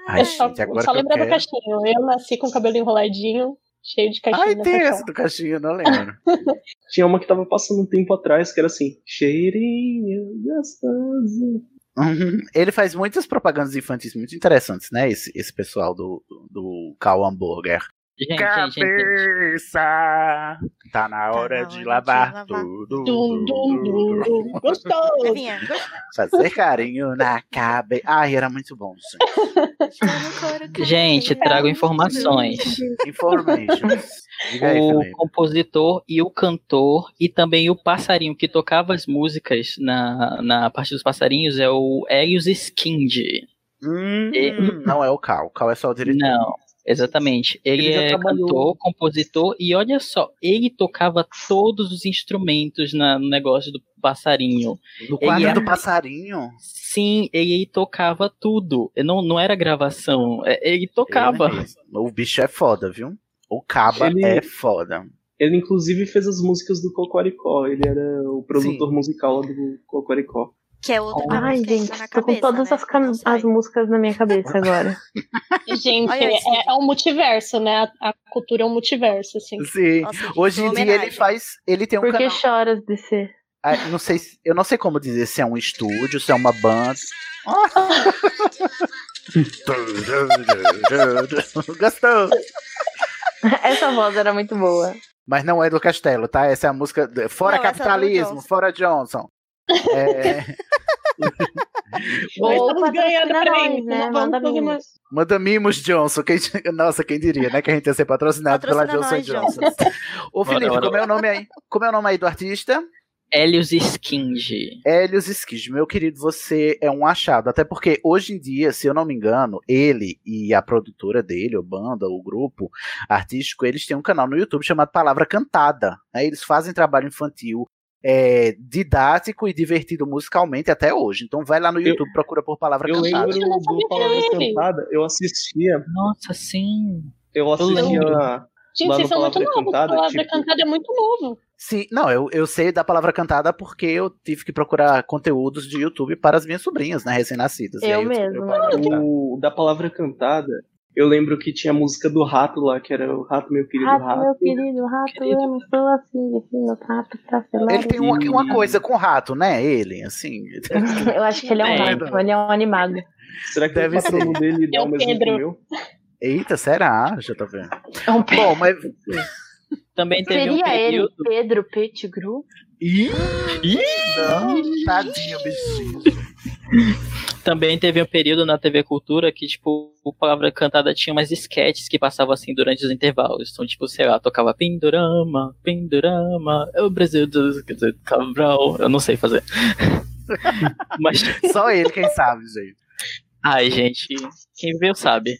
Ai, Eu só, gente, agora só que eu lembro do quero... cachinho. Eu nasci com o cabelo enroladinho, cheio de cachinho. Ai, na tem cachola. essa do cachinho, não lembro. Tinha uma que tava passando um tempo atrás, que era assim, cheirinho gostoso. Ele faz muitas propagandas infantis muito interessantes, né? Esse pessoal do Cal Hambúrguer. Gente. Cabeça, tá na hora de lavar tudo. Gostoso. Gavinha. Fazer carinho na cabeça. Ai, era muito bom, gente. Gente, trago informações. Informations. Diga aí, O Felipe. compositor e o cantor e também o passarinho que tocava as músicas na parte dos passarinhos é o Helios Skind. Não é o Cal. O Cal é só o diretor. Não, exatamente. Ele Ele já é trabalhou- cantor, compositor e olha só, ele tocava todos os instrumentos no negócio do passarinho. No quadro Ele do é- passarinho. Sim, ele tocava tudo. Não era gravação, ele tocava. Ele mesmo. O bicho é foda, viu? O Caba Ele- é foda. Ele, inclusive, fez as músicas do Cocoricó. Ele era o produtor musical lá do Cocoricó. Que é outra que Ai, música que gente, entra na tô com cabeça, todas né? as músicas na minha cabeça agora. Gente, Olha isso, é um multiverso, né? A cultura é um multiverso, assim. Sim. Nossa, Hoje em dia homenagem. ele tem um Por que canal. choras, DC? Ah, eu não sei como dizer se é um estúdio, se é uma banda. Gostou? Essa voz era muito boa. Mas não é do Castelo, tá? Essa é a música. Fora Não, essa é do capitalismo, Johnson. fora Johnson. Nós Ou estamos ganhando patrocina prêmio, nós, né? vamos Manda fazer uma- mimos. Manda mimos, Johnson. Nossa, quem diria, né? Que a gente ia ser patrocinado pela Patrocina Johnson nós, Johnson. Ô, Felipe, Bora. como é o nome aí? Como é o nome aí do artista? Helios Skind. Helios Skid, meu querido, você é um achado. Até porque hoje em dia, se eu não me engano, ele e a produtora dele, a banda, o grupo artístico, eles têm um canal no YouTube chamado Palavra Cantada. Né? Eles fazem trabalho infantil didático e divertido musicalmente até hoje. Então vai lá no YouTube, procura por Palavra Eu Cantada. lembro do Palavra ele. Cantada, eu assistia. Nossa, sim. Eu assistia lembro. lá Gente, no vocês são muito Palavra novos. Cantada. Palavra Tipo, Cantada é muito novo. Sim, não, eu sei da Palavra Cantada porque eu tive que procurar conteúdos de YouTube para as minhas sobrinhas, né, recém-nascidas. E Eu aí mesma. descobri o Palavra Cantada. o da Palavra Cantada, eu lembro que tinha a música do rato lá, que era o rato, meu querido Rato, rato. meu querido, rato, eu não sou assim, no rato pra ser Ele tem uma coisa com rato, né? Ele, assim. Eu acho que ele é um rato, ele é um animado. Será que Deve o patrono dele É dá o o mesmo que Pedro. o meu? Eita, será? Já tô vendo. É um Bom, mas. Também teve um Seria ele, período. Pedro Pettigrew? Ih, não, tadinho, bichinho. Também teve um período na TV Cultura que, tipo, o Palavra Cantada tinha umas sketches que passavam assim durante os intervalos. Então, tipo, sei lá, tocava Pindorama, Pindorama, é o Brasil do Cabral. Eu não sei fazer. Mas, Só ele, quem sabe, gente. ai, gente, quem viu sabe.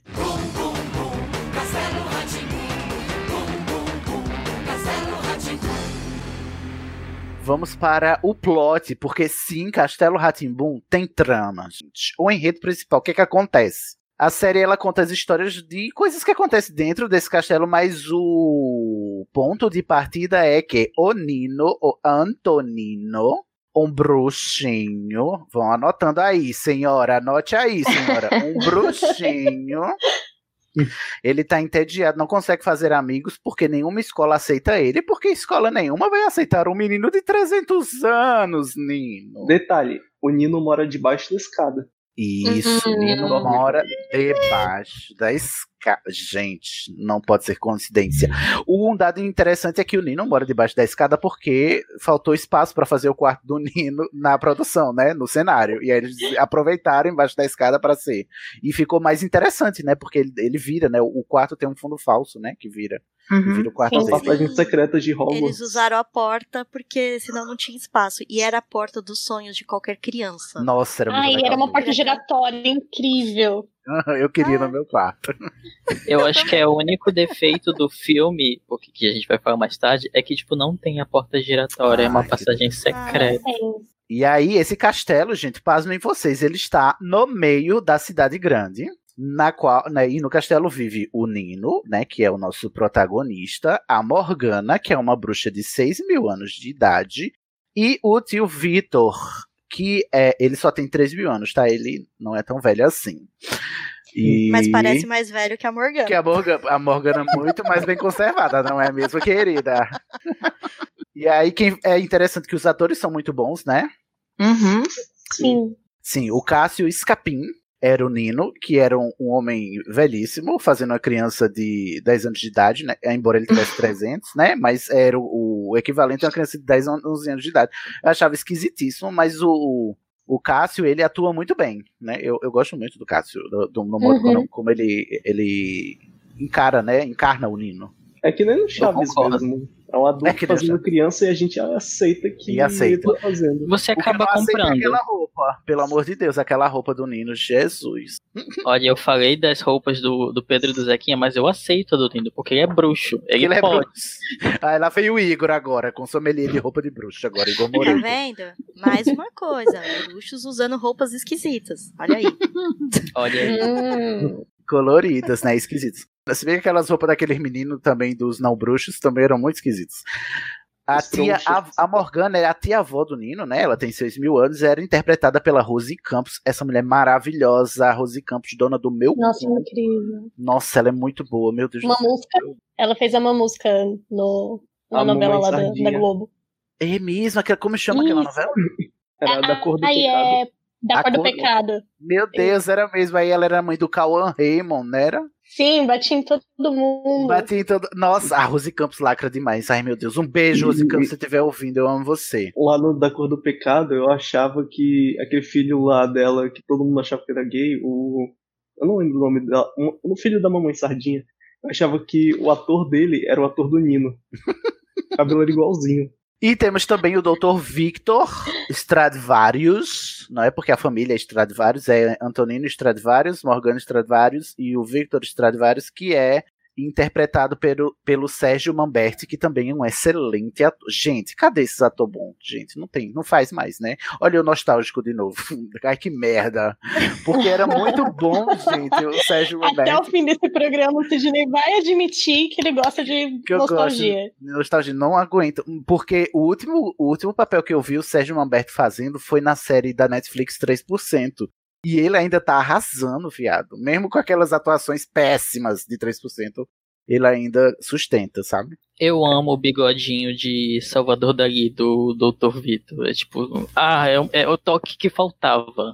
Vamos para o plot, porque sim, Castelo Rá-Tim-Bum tem trama, gente. O enredo principal, o que acontece? A série ela conta as histórias de coisas que acontecem dentro desse castelo, mas o ponto de partida é que o Nino, o Antonino, um bruxinho, vão anotando aí, senhora, anote aí, senhora, um bruxinho. Ele tá entediado, não consegue fazer amigos porque nenhuma escola aceita ele, porque escola nenhuma vai aceitar um menino de 300 anos, Nino. Detalhe, o Nino mora debaixo da escada. Isso, Nino mora debaixo da escada. Gente, não pode ser coincidência. Um dado interessante é que o Nino mora debaixo da escada porque faltou espaço para fazer o quarto do Nino na produção, né, no cenário. E aí eles aproveitaram embaixo da escada para ser. E ficou mais interessante, né, porque ele vira, né, o quarto tem um fundo falso, né, que vira o quarto As dele. passagens secretas de Hogwarts. Eles usaram a porta porque senão não tinha espaço. E era a porta dos sonhos de qualquer criança. Nossa, era muito Ai, legal. era uma porta giratória incrível. Eu queria no meu quarto. Eu acho que é o único defeito do filme, porque que a gente vai falar mais tarde, é que, tipo, não tem a porta giratória, é uma passagem secreta. E aí, esse castelo, gente, pasmem vocês, ele está no meio da cidade grande, na qual, né, e no castelo vive o Nino, né, que é o nosso protagonista, a Morgana, que é uma bruxa de 6.000 anos de idade, e o tio Vitor, que ele só tem 3.000 anos, tá? Ele não é tão velho assim. Mas parece mais velho que a Morgana. Que a Morgana muito mais bem conservada, não é mesmo, querida? E aí é interessante que os atores são muito bons, né? Uhum. Sim. Sim, o Cássio Scapin era o Nino, que era um homem velhíssimo, fazendo uma criança de 10 anos de idade, né? Embora ele tivesse 300, né? Mas era o equivalente a uma criança de 10, 11 anos de idade. Eu achava esquisitíssimo, mas o Cássio, ele atua muito bem, né? Eu gosto muito do Cássio, no modo como ele encarna o Nino. É que nem no Chaves mesmo. É um adulto fazendo criança e a gente aceita que ele tá fazendo. Você acaba comprando. Aquela roupa, pelo amor de Deus, aquela roupa do Nino, Jesus. Olha, eu falei das roupas do Pedro e do Zequinha, mas eu aceito a do Nino, porque ele é bruxo. Ele pode. Aí lá veio o Igor agora, com sommelier de roupa de bruxo agora, Igor Moreira. Tá vendo? Mais uma coisa, bruxos usando roupas esquisitas. Olha aí. Olha aí. Coloridas, né? Esquisitas. Se bem que aquelas roupas daqueles meninos também, dos não bruxos, também eram muito esquisitos. A Morgana é a tia-avó do Nino, né? Ela tem 6.000 anos e era interpretada pela Rose Campos. Essa mulher maravilhosa, a Rose Campos, dona do meu... Nossa, incrível. Nossa, ela é muito boa, meu Deus do céu. Mamusca. Ela fez a Mamusca na novela lá da Globo. É mesmo? Como chama aquela novela? Era da Cor do Pecado. É da Cor do Pecado. Meu Deus, era mesmo. Aí ela era mãe do Cauã Raymond, não era? Sim, batia em todo mundo. Nossa, a Rose Campos lacra demais. Ai, meu Deus. Um beijo, Rose Campos, se você estiver ouvindo. Eu amo você. Lá no Da Cor do Pecado, eu achava que aquele filho lá dela, que todo mundo achava que era gay, eu não lembro o nome dela, o filho da Mamãe Sardinha, eu achava que o ator dele era o ator do Nino. O cabelo era igualzinho. E temos também o Dr. Victor Stradivarius, não é porque a família é Stradivarius, é Antonino Stradivarius, Morgana Stradivarius e o Victor Stradivarius, que é interpretado pelo Sérgio Manberti, que também é um excelente ator. Gente, cadê esses atores bons? Gente, não faz mais, né? Olha o nostálgico de novo. Ai, que merda. Porque era muito bom, gente, o Sérgio Manberti. Até o fim desse programa, o Sidney vai admitir que ele gosta de nostalgia. Nostalgia, não aguento. Porque o último papel que eu vi o Sérgio Manberti fazendo foi na série da Netflix 3%. E ele ainda tá arrasando, viado. Mesmo com aquelas atuações péssimas de 3%, ele ainda sustenta, sabe? Eu amo o bigodinho de Salvador Dali, do Dr. Vitor. É tipo, é o toque que faltava.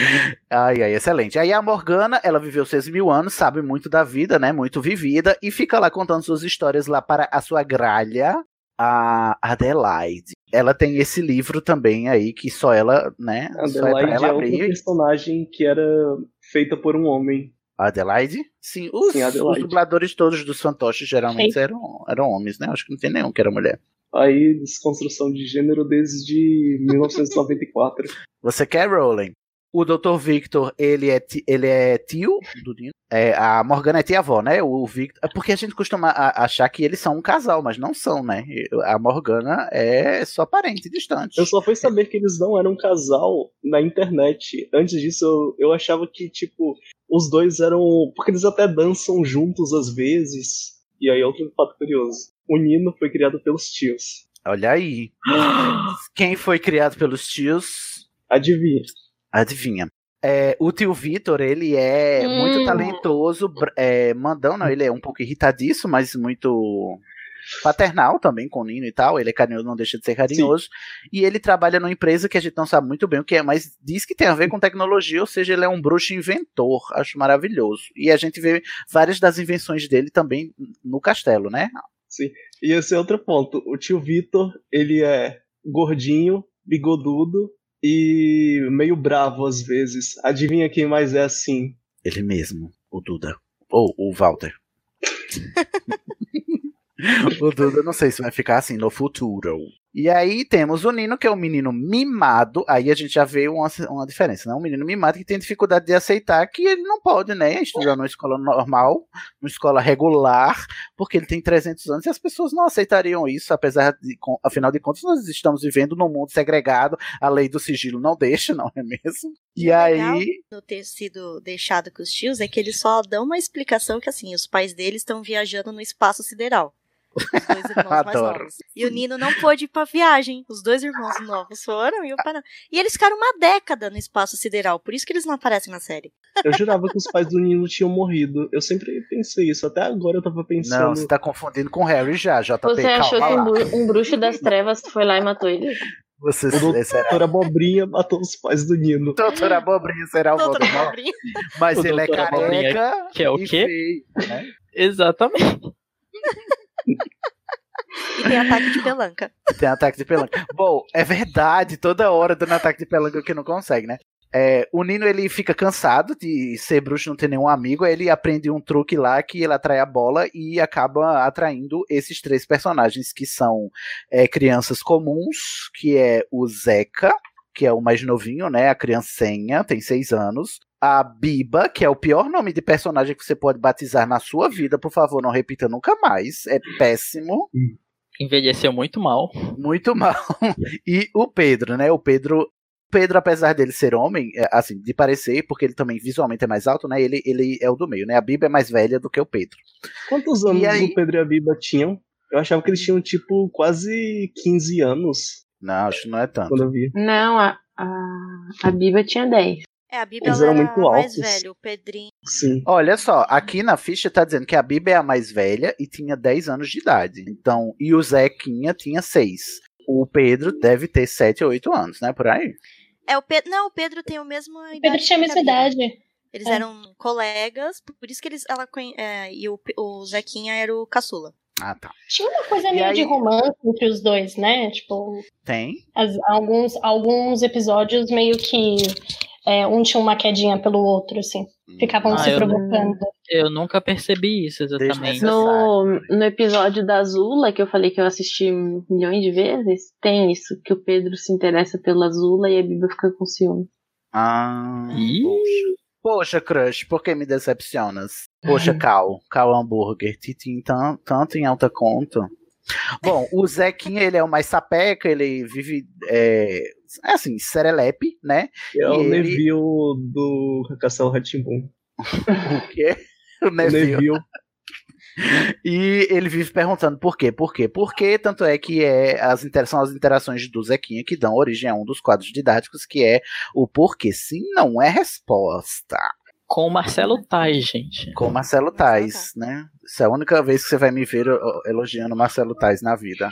Ai, excelente. Aí a Morgana, ela viveu 6.000 anos, sabe muito da vida, né? Muito vivida. E fica lá contando suas histórias lá para a sua gralha, a Adelaide. Ela tem esse livro também aí, que só ela, né? Adelaide é outra personagem que era feita por um homem. Adelaide? Sim, os dubladores todos dos fantoches geralmente eram homens, né? Acho que não tem nenhum que era mulher. Aí, desconstrução de gênero desde 1994. Você quer, Rowling? O Dr. Victor, ele é tio do Nino. A Morgana é tia-avó, né? O Victor, porque a gente costuma achar que eles são um casal, mas não são, né? A Morgana é só parente distante. Eu só fui saber que eles não eram um casal na internet. Antes disso, eu achava que, tipo, os dois eram... Porque eles até dançam juntos às vezes. E aí, outro fato curioso. O Nino foi criado pelos tios. Olha aí. Quem foi criado pelos tios? Adivinha. O tio Vitor, ele é muito talentoso, mandão, não, ele é um pouco irritadiço, mas muito paternal também com o Nino e tal, ele é carinhoso, não deixa de ser carinhoso. Sim. E ele trabalha numa empresa que a gente não sabe muito bem o que é, mas diz que tem a ver com tecnologia, ou seja, ele é um bruxo inventor, acho maravilhoso. E a gente vê várias das invenções dele também no castelo, né? Sim, e esse é outro ponto, o tio Vitor, ele é gordinho, bigodudo, e meio bravo às vezes. Adivinha quem mais é assim? Ele mesmo, o Duda. Ou o Walter. O Duda, não sei se vai ficar assim no futuro. E aí temos o Nino, que é um menino mimado. Aí a gente já vê uma diferença, né? Um menino mimado que tem dificuldade de aceitar que ele não pode, né? Estudar numa escola normal, numa escola regular, porque ele tem 300 anos e as pessoas não aceitariam isso, apesar de, afinal de contas, nós estamos vivendo num mundo segregado, a lei do sigilo não deixa, não é mesmo? E aí... Legal ter sido deixado com os tios é que eles só dão uma explicação que, assim, os pais deles estão viajando no espaço sideral. Os dois irmãos mais Adoro. novos. E o Nino não pôde ir pra viagem. Os dois irmãos novos foram e o pai não. E eles ficaram uma década no espaço sideral. Por isso que eles não aparecem na série. Eu jurava que os pais do Nino tinham morrido. Eu sempre pensei isso. Até agora eu tava pensando. Não, você tá confundindo com o Harry já, JP. Você achou calma que lá. um bruxo das trevas foi lá e matou ele? Você, O doutor Abobrinha matou os pais do Nino. Doutor Abobrinha será o Doutor Voldemort. Abobrinha. Mas O ele é Doutor Abobrinha, careca que é o e quê? feio, né? Exatamente. E tem ataque de pelanca. Tem ataque de pelanca. Bom, é verdade, toda hora dando ataque de pelanca que não consegue, né? O Nino, ele fica cansado de ser bruxo, não ter nenhum amigo, aí ele aprende um truque lá que ele atrai a bola e acaba atraindo esses 3 personagens que são crianças comuns, que é o Zeca, que é o mais novinho, né? A criancinha, tem 6 anos. A Biba, que é o pior nome de personagem que você pode batizar na sua vida, por favor, não repita nunca mais. É péssimo. Envelheceu muito mal. Muito mal. E o Pedro, né? O Pedro, apesar dele ser homem, assim, de parecer, porque ele também visualmente é mais alto, né? Ele é o do meio, né? A Biba é mais velha do que o Pedro. Quantos anos aí? o Pedro e a Biba tinham? Eu achava que eles tinham, tipo, quase 15 anos. Não, acho que não é tanto. Quando eu vi. Não, a Biba tinha 10. A Biba Eles ela eram era muito mais altos. velho. O Pedrinho. Sim. Olha só, aqui na ficha tá dizendo que a Biba é a mais velha e tinha 10 anos de idade. Então, e o Zequinha tinha 6. O Pedro deve ter 7 ou 8 anos, né? Por aí. Não, o Pedro tem a mesma idade. O Pedro tinha a mesma idade. Eles eram colegas, por isso que e o Zequinha era o caçula. Ah, tá. Tinha uma coisa E meio aí- de romance entre os dois, né? Tipo, Tem? alguns episódios meio que um tinha uma quedinha pelo outro, assim. Ficavam se eu- provocando. Eu nunca percebi isso exatamente. No episódio da Azula, que eu falei que eu assisti milhões de vezes, tem isso, que o Pedro se interessa pela Azula e a Biba fica com ciúme. Ah, poxa, crush, por que me decepcionas? Poxa, Cal hambúrguer, titim tanto em alta conta. Bom, o Zequinha, ele é o mais sapeca, ele vive, assim, serelepe, né? É o E ele- Neville do Castelo Rá-Tim-Bum. O quê? O Neville. E ele vive perguntando por quê, por quê, por quê, tanto é que são as interações do Zequinha que dão origem a um dos quadros didáticos, que é o porquê sim não é resposta. Com o Marcelo Tais, gente. Com o Marcelo Tais, né? Essa é a única vez que você vai me ver elogiando o Marcelo Tais na vida.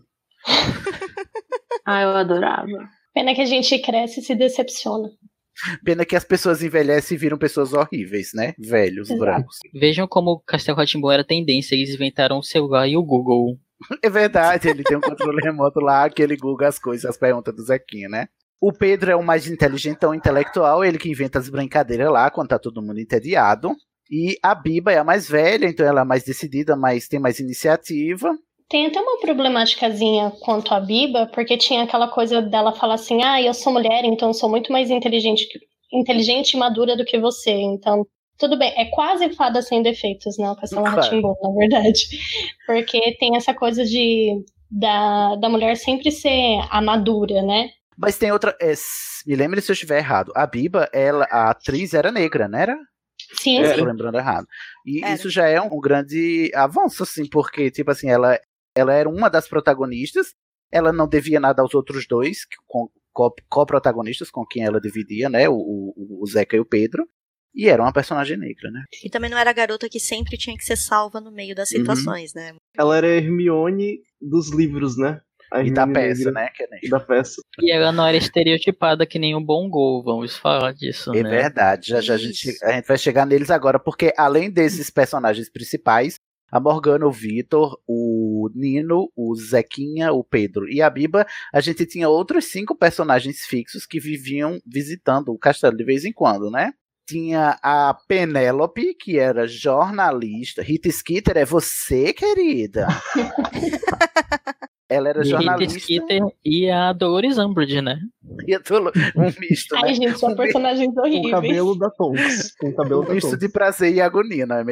Ah, eu adorava. Pena que a gente cresce e se decepciona. Pena que as pessoas envelhecem e viram pessoas horríveis, né? Velhos, Exato. brancos. Vejam como o Castelo Rá-Tim-Bum era tendência. Eles inventaram o celular e o Google. É verdade, ele tem um controle remoto lá que ele google as coisas, as perguntas do Zequinha, né? O Pedro é o mais inteligentão, intelectual, ele que inventa as brincadeiras lá quando tá todo mundo entediado. E a Biba é a mais velha, então ela é mais decidida, mas tem mais iniciativa. Tem até uma problemáticazinha quanto à Biba, porque tinha aquela coisa dela falar assim, eu sou mulher, então eu sou muito mais inteligente e madura do que você, então tudo bem, é quase fada sem defeitos, né, o Castelo Rá-Tim-Bum, na verdade, porque tem essa coisa da mulher sempre ser a madura, né? Mas tem outra, me lembre se eu estiver errado, a Biba, a atriz era negra, não era? Sim, Estou lembrando errado. E isso já é um grande avanço, assim, porque, tipo assim, ela era uma das protagonistas, ela não devia nada aos outros dois, co-protagonistas com quem ela dividia, né, o Zeca e o Pedro, e era uma personagem negra, né. E também não era a garota que sempre tinha que ser salva no meio das situações, né? Ela era a Hermione dos livros, né? E da peça, né? E da peça. E ela não era estereotipada que nem o Bongo, vamos falar disso, É né? verdade, já a gente vai chegar neles agora, porque além desses personagens principais, a Morgana, o Vitor, o Nino, o Zequinha, o Pedro e a Biba, a gente tinha outros 5 personagens fixos que viviam visitando o castelo de vez em quando, né? Tinha a Penélope, que era jornalista. Rita Skeeter, é você, querida? Ela era jornalista. Rita Skeeter e a Dolores Umbridge, né? E um misto, né? Ai, gente, são personagens Com o horríveis. cabelo da Tonks. Com o cabelo Um da misto Tonks. de prazer e agonia, não é mesmo?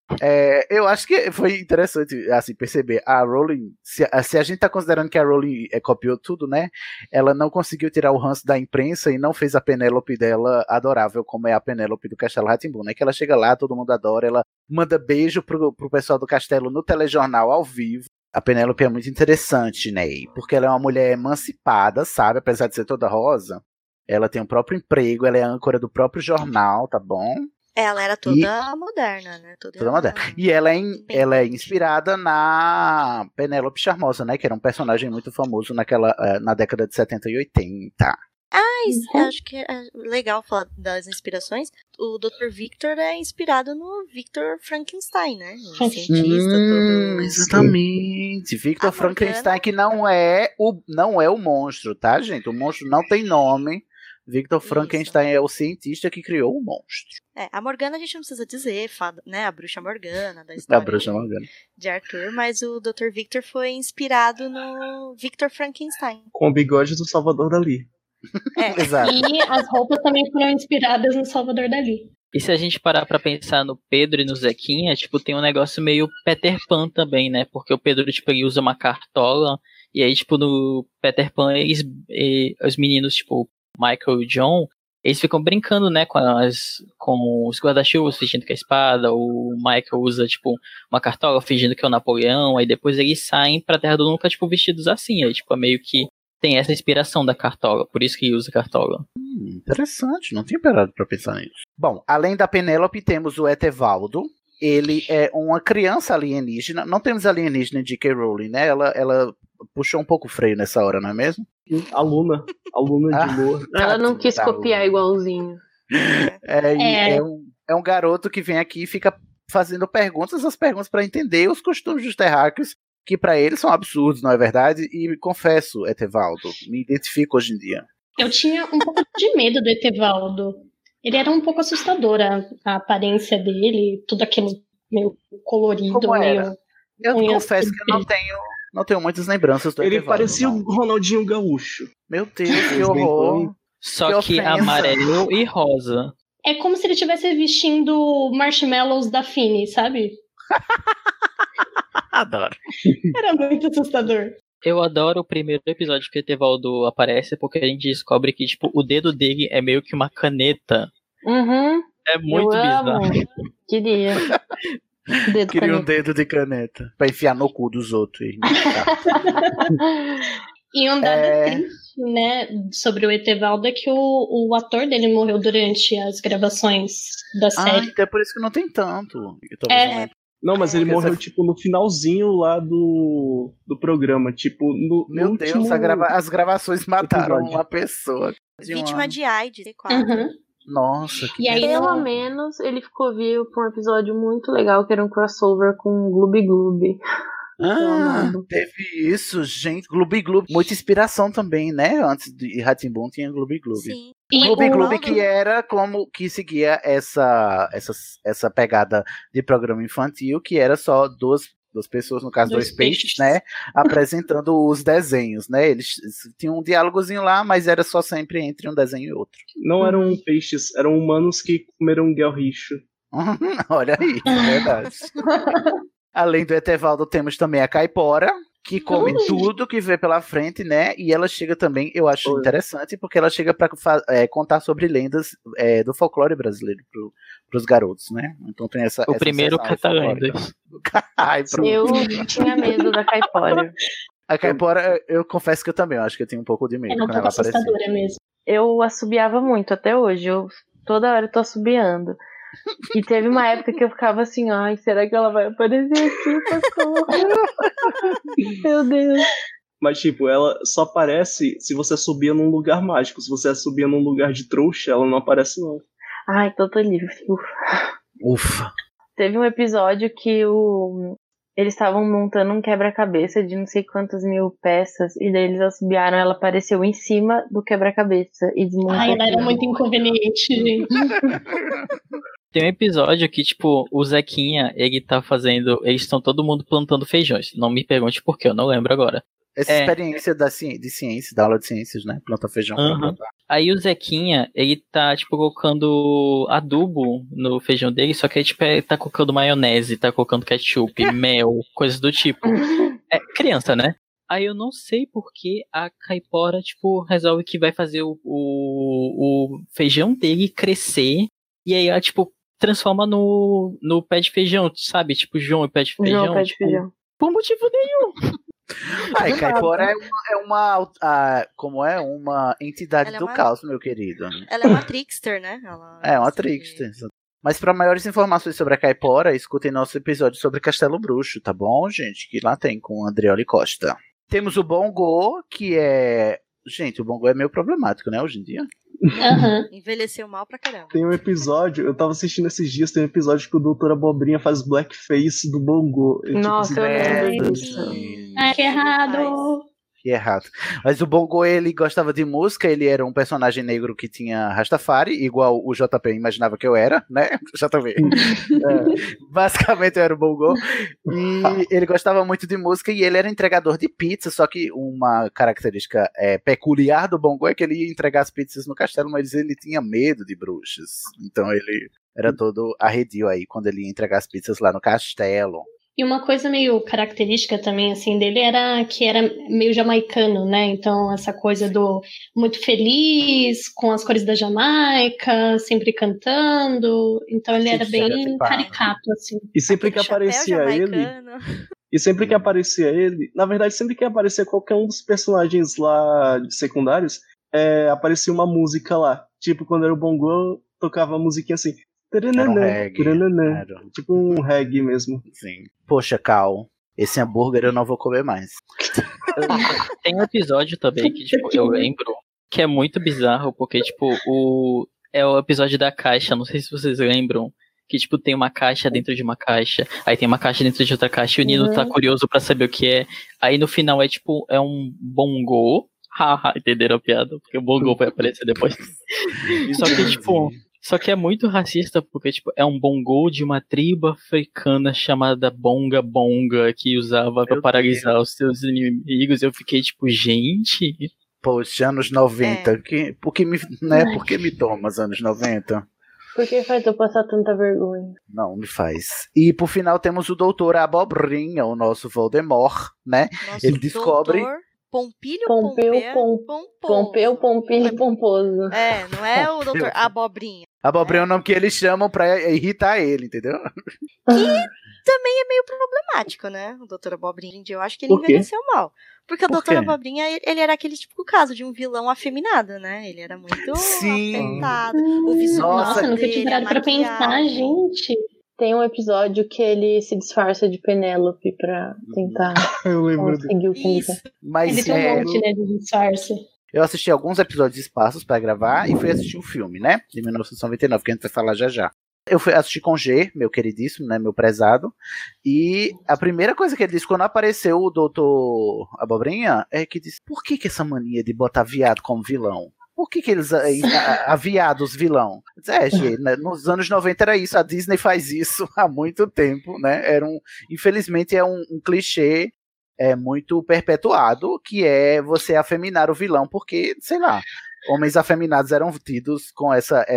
Eu acho que foi interessante assim, perceber a Rowling, se a gente tá considerando que a Rowling copiou tudo, né? Ela não conseguiu tirar o ranço da imprensa e não fez a Penélope dela adorável, como é a Penélope do Castelo Rá-Tim-Bum, né? Que ela chega lá, todo mundo adora, ela manda beijo pro pessoal do castelo no telejornal ao vivo. A Penélope é muito interessante, né? Porque ela é uma mulher emancipada, sabe? Apesar de ser toda rosa, ela tem o próprio emprego, ela é âncora do próprio jornal, tá bom? Ela era toda moderna, né? Toda moderna. E ela é inspirada na Penélope Charmosa, né? Que era um personagem muito famoso na década de 70 e 80. Acho que é legal falar das inspirações. O Dr. Victor é inspirado no Victor Frankenstein, né? O cientista, todo... Exatamente. Victor Frankenstein, que não é o monstro, tá, gente? O monstro não tem nome. Victor Frankenstein é o cientista que criou o monstro. A Morgana a gente não precisa dizer, né? A bruxa Morgana, da história de Arthur, mas o Dr. Victor foi inspirado no Victor Frankenstein. Com o bigode do Salvador Dalí. Exato. E as roupas também foram inspiradas no Salvador Dalí. E se a gente parar pra pensar no Pedro e no Zequinha, tipo, tem um negócio meio Peter Pan também, né? Porque o Pedro, tipo, ele usa uma cartola, e aí, tipo, no Peter Pan, os meninos, tipo, Michael e John, eles ficam brincando, né, com os guarda-chuvas, fingindo que é espada. O Michael usa, tipo, uma cartola, fingindo que é o Napoleão. Aí depois eles saem pra Terra do Nunca, tipo, vestidos assim. Aí, tipo, é meio que tem essa inspiração da cartola, por isso que ele usa cartola. Interessante, não tinha parado pra pensar nisso. Bom, além da Penélope, temos o Etevaldo. Ele é uma criança alienígena. Não temos alienígena de J.K. Rowling, né? Ela puxou um pouco o freio nessa hora, não é mesmo? Aluna de boa. Ela não quis copiar igualzinho. É um garoto que vem aqui e fica fazendo as perguntas para entender os costumes dos terráqueos, que para eles são absurdos, não é verdade? E confesso, Etevaldo, me identifico hoje em dia. Eu tinha um pouco de medo do Etevaldo. Ele era um pouco assustador, a aparência dele, tudo aquilo meio colorido. Como era? Eu confesso que eu não tenho muitas lembranças do Ele Etevaldo. parecia o Ronaldinho Gaúcho. Meu Deus, que horror. Só que amarelo e rosa. É como se ele estivesse vestindo marshmallows da Fini, sabe? Adoro. Era muito assustador. Eu adoro o primeiro episódio que o Etevaldo aparece, porque a gente descobre que, tipo, o dedo dele é meio que uma caneta. Uhum. É muito bizarro. Queria. Queria um dedo de caneta pra enfiar no cu dos outros. E um dado triste, né, sobre o Etevaldo é que o ator dele morreu durante as gravações da série. Então é por isso que não tem tanto. Não, mas ele morreu, tipo, no finalzinho lá do programa. Tipo, Meu Deus, as gravações mataram uma pessoa. Vítima de AIDS, C4. Uhum. Nossa, que E aí, pelo menos, ele ficou vivo por um episódio muito legal, que era um crossover com Gloob Gloob. Teve isso, gente. Gloob Gloob. Muita inspiração também, né? Antes de Rá-Tim-Bum tinha Gloob Gloob. Sim. Gloob Gloob que era como que seguia essa pegada de programa infantil, que era só duas pessoas, no caso dois peixes, né? Apresentando os desenhos, né? Eles tinham um diálogozinho lá, mas era só sempre entre um desenho e outro. Não eram peixes, eram humanos que comeram guelricho. Olha aí, é verdade. Além do Etevaldo, temos também a Caipora, que come tudo que vê pela frente, né? E ela chega também, eu acho interessante, porque ela chega para contar sobre lendas do folclore brasileiro pros garotos, né? Então tem essa. O primeiro Catalandas. Eu tinha medo da Caipora. A Caipora, eu confesso que eu também, eu acho que eu tenho um pouco de medo quando ela apareceu. Mesmo. Eu assobiava muito até hoje, toda hora eu tô assobiando. E teve uma época que eu ficava assim, ai, será que ela vai aparecer aqui? Meu Deus. Mas, tipo, ela só aparece se você subir num lugar mágico. Se você subir num lugar de trouxa, ela não aparece, não. Ai, então tô livre. Ufa. Teve um episódio que eles estavam montando um quebra-cabeça de não sei quantas mil peças, e daí eles assobiaram, ela apareceu em cima do quebra-cabeça e desmontou. Ai, ela era muito inconveniente, gente. Tem um episódio que, tipo, o Zequinha, ele tá fazendo... Eles estão todo mundo plantando feijões. Não me pergunte por quê, eu não lembro agora. Essa experiência de ciência, da aula de ciências, né? Planta feijão. Uhum. Aí o Zequinha, ele tá, tipo, colocando adubo no feijão dele, só que aí, tipo, ele tá colocando maionese, tá colocando ketchup, mel, coisas do tipo. É criança, né? Aí eu não sei por que a caipora, tipo, resolve que vai fazer o feijão dele crescer, e aí ela, tipo, transforma no pé de feijão, sabe? Tipo, João e pé de feijão. João, pé de feijão. Por motivo nenhum. A caipora é uma entidade Ela é do uma- caos, meu querido. Ela é uma trickster, né? Ela É uma trickster. Mas para maiores informações sobre a caipora, escutem nosso episódio sobre Castelo Bruxo, tá bom, gente? Que lá tem com Andreoli Costa. Temos o Bongo, que é... Gente, o Bongo é meio problemático, né, hoje em dia? Envelheceu mal pra caramba. Tem um episódio, eu tava assistindo esses dias, tem um episódio que o Doutor Abobrinha faz blackface do Bongo. Nossa, eu lembro disso. Ai, que errado. Que errado. Mas o Bongo, ele gostava de música, ele era um personagem negro que tinha Rastafari, igual o JP imaginava que eu era, né? JP. Basicamente eu era o Bongo. E ele gostava muito de música e ele era entregador de pizza, só que uma característica peculiar do Bongo é que ele ia entregar as pizzas no castelo, mas ele tinha medo de bruxas. Então ele era todo arredio aí quando ele ia entregar as pizzas lá no castelo. E uma coisa meio característica também, assim, dele era que era meio jamaicano, né? Então, essa coisa do muito feliz, com as cores da Jamaica, sempre cantando. Então, ele era bem caricato, assim. E sempre que aparecia ele... E sempre que aparecia ele... Na verdade, sempre que aparecia qualquer um dos personagens lá secundários, aparecia uma música lá. Tipo, quando era o Bongo, tocava a musiquinha assim... Era um reggae. Tipo um reggae mesmo. Sim. Poxa, Cal, esse hambúrguer eu não vou comer mais. Tem um episódio também que, tipo, eu lembro que é muito bizarro, porque, tipo, é o episódio da caixa, não sei se vocês lembram, que, tipo, tem uma caixa dentro de uma caixa, aí tem uma caixa dentro de outra caixa, e o Nino tá curioso pra saber o que é, aí no final é, tipo, é um bongo, haha, entenderam a piada? Porque o bongo vai aparecer depois. Só que, tipo... Só que é muito racista, porque, tipo, é um bongo de uma tribo africana chamada Bonga Bonga, que usava pra paralisar os seus inimigos. Eu fiquei, tipo, gente... Poxa, anos 90. Por que me tomas anos 90? Por que faz eu passar tanta vergonha? Não, me faz. E por final temos o Doutor Abobrinha, o nosso Voldemort, né? Nosso ele descobre... doutor Pompílio Pompeu, Pompílio Pomposo. Não é o doutor Abobrinha. Abobrinha é o nome que eles chamam pra irritar ele, entendeu? Que também é meio problemático, né? O doutor Abobrinha. Eu acho que ele envelheceu mal. Porque o doutor Abobrinha, ele era aquele típico caso de um vilão afeminado, né? Ele era muito afetado. O visual Nossa, nunca dele, tinha parado pra pensar, gente. Tem um episódio que ele se disfarça de Penélope pra tentar conseguir o que ele quer. Mas ele tem um monte, né, de disfarce. Eu assisti alguns episódios espaços pra gravar e fui assistir um filme, né? De 1999, que a gente vai falar já já. Eu fui assistir com G, meu queridíssimo, né? Meu prezado. E a primeira coisa que ele disse quando apareceu o Doutor Abobrinha é que disse: por que essa mania de botar viado como vilão? Por que eles aviados vilão? G, né? Nos anos 90 era isso, a Disney faz isso há muito tempo, né? Infelizmente é um clichê muito perpetuado, que é você afeminar o vilão, porque, sei lá, homens afeminados eram tidos com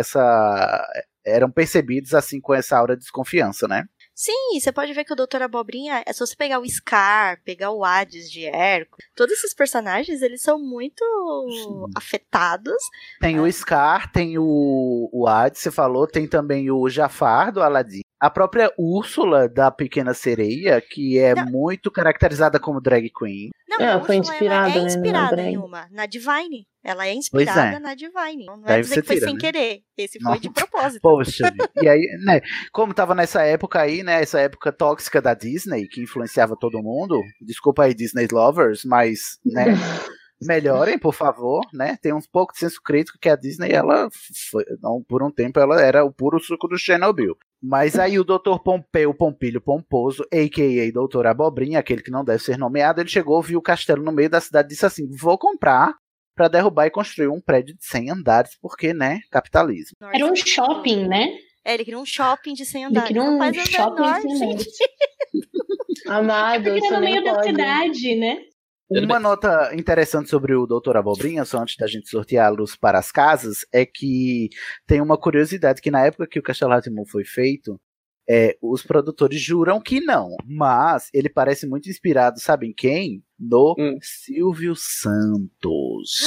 eram percebidos assim com essa aura de desconfiança, né? Sim, você pode ver que o Doutor Abobrinha, é só você pegar o Scar, pegar o Hades de Hércules, todos esses personagens, eles são muito afetados. Tem o Scar, tem o Hades, você falou, tem também o Jafar do Aladdin. A própria Úrsula da Pequena Sereia, que é muito caracterizada como drag queen. Não, foi inspirada, ela é inspirada em na Divine. Ela é inspirada na Divine. Não é dizer que foi sem querer. Esse foi de propósito. Poxa, e aí, né, como tava nessa época aí, né, essa época tóxica da Disney, que influenciava todo mundo, desculpa aí Disney lovers, mas, né, melhorem, por favor, né, tem um pouco de senso crítico que a Disney, ela, por um tempo, ela era o puro suco do Chernobyl. Mas aí o Dr. Pompílio Pomposo, a.k.a. Doutor Abobrinha, aquele que não deve ser nomeado, ele chegou, viu o castelo no meio da cidade e disse assim, vou comprar pra derrubar e construir um prédio de 100 andares, porque, né, capitalismo. Era um shopping, né? Ele queria um shopping de 100 andares. Ele queria um shopping de 100 andares. Amado, porque era no meio da cidade, né? Uma nota interessante sobre o Doutor Abobrinha, só antes da gente sorteá-los para as casas, é que tem uma curiosidade que na época que o Castelo Rá-Tim-Bum foi feito, os produtores juram que não, mas ele parece muito inspirado, sabe em quem? No Silvio Santos.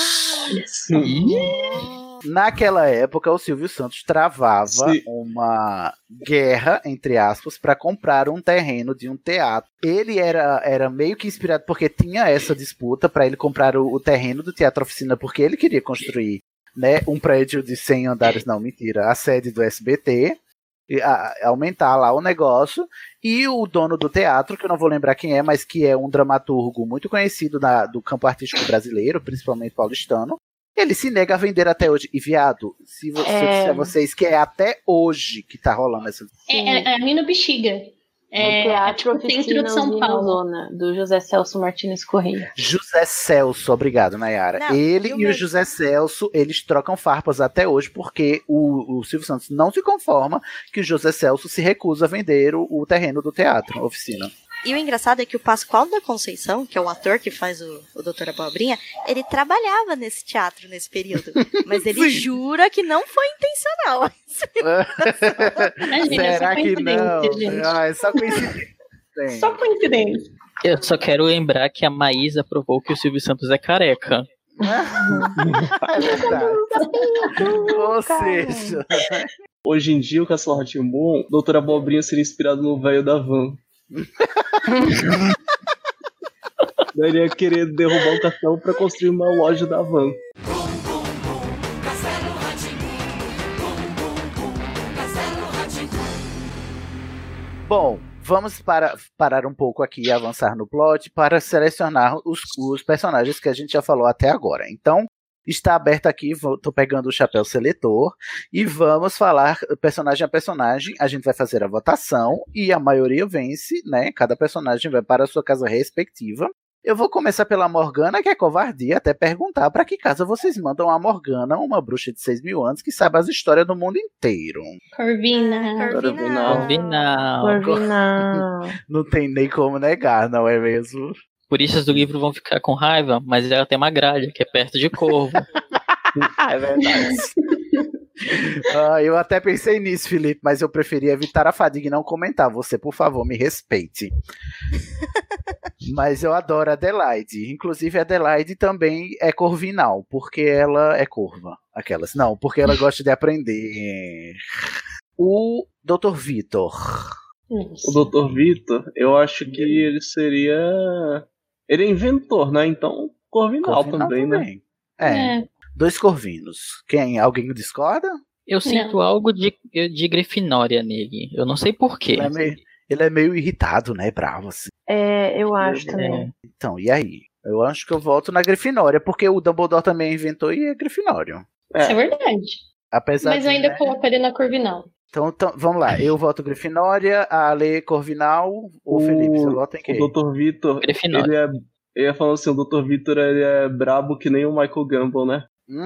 Naquela época, o Silvio Santos travava uma guerra, entre aspas, para comprar um terreno de um teatro. Ele era meio que inspirado porque tinha essa disputa para ele comprar o terreno do Teatro Oficina, porque ele queria construir, né, um prédio de 100 andares, não, mentira, a sede do SBT, aumentar lá o negócio, e o dono do teatro, que eu não vou lembrar quem é, mas que é um dramaturgo muito conhecido do campo artístico brasileiro, principalmente paulistano, ele se nega a vender até hoje. E, viado, se eu disser a vocês que é até hoje que tá rolando essa... É ali no Bexiga. Teatro tipo centro de São Paulo. Zona, do José Celso Martins Correia. José Celso, obrigado, Nayara. Não, ele e o José Celso, eles trocam farpas até hoje, porque o Silvio Santos não se conforma que o José Celso se recusa a vender o terreno do teatro, oficina. E o engraçado é que o Pascoal da Conceição, que é o ator que faz o Doutor Abobrinha, ele trabalhava nesse teatro nesse período. Mas ele jura que não foi intencional. Imagina, Será que não? Gente. É só coincidência. Só coincidência. Eu só quero lembrar que a Maísa provou que o Silvio Santos é careca. É verdade. Ou seja... Hoje em dia, o Castelo Rá-Tim-Bum, Doutor Abobrinha seria inspirado no velho da van. Daí ele ia querer derrubar o castelo pra construir uma loja da van. Bom, vamos parar um pouco aqui e avançar no plot para selecionar os personagens que a gente já falou até agora. Então, está aberto aqui, tô pegando o chapéu seletor e vamos falar personagem a personagem. A gente vai fazer a votação e a maioria vence, né? Cada personagem vai para a sua casa respectiva. Eu vou começar pela Morgana, que é covardia, até perguntar para que casa vocês mandam a Morgana, uma bruxa de 6.000 anos que sabe as histórias do mundo inteiro. Corvina. Não tem nem como negar, não é mesmo? Puristas do livro vão ficar com raiva, mas ela tem uma gralha, que é perto de Corvo. É verdade. Eu até pensei nisso, Felipe, mas eu preferi evitar a fadiga e não comentar. Você, por favor, me respeite. Mas eu adoro a Adelaide. Inclusive, a Adelaide também é corvinal, porque ela é corva. Aquelas. Não, porque ela gosta de aprender. O Dr. Vitor. O Dr. Vitor, eu acho que ele seria... Ele é inventor, né? Então, corvinal também, né? É. 2 corvinos. Alguém discorda? Eu sinto algo de Grifinória nele. Eu não sei porquê. Ele é meio irritado, né? Bravo, assim. Eu acho também. Então, e aí? Eu acho que eu voto na Grifinória, porque o Dumbledore também inventou e é Grifinório. Isso é verdade. Mas eu ainda coloco ele na Corvinal. Então, vamos lá. Eu voto Grifinória, a Ale Corvinal. O Felipe, você vota em quem? O Dr. Vitor, ele ia falando assim, o Dr. Vitor ele é brabo que nem o Michael Gambon, né?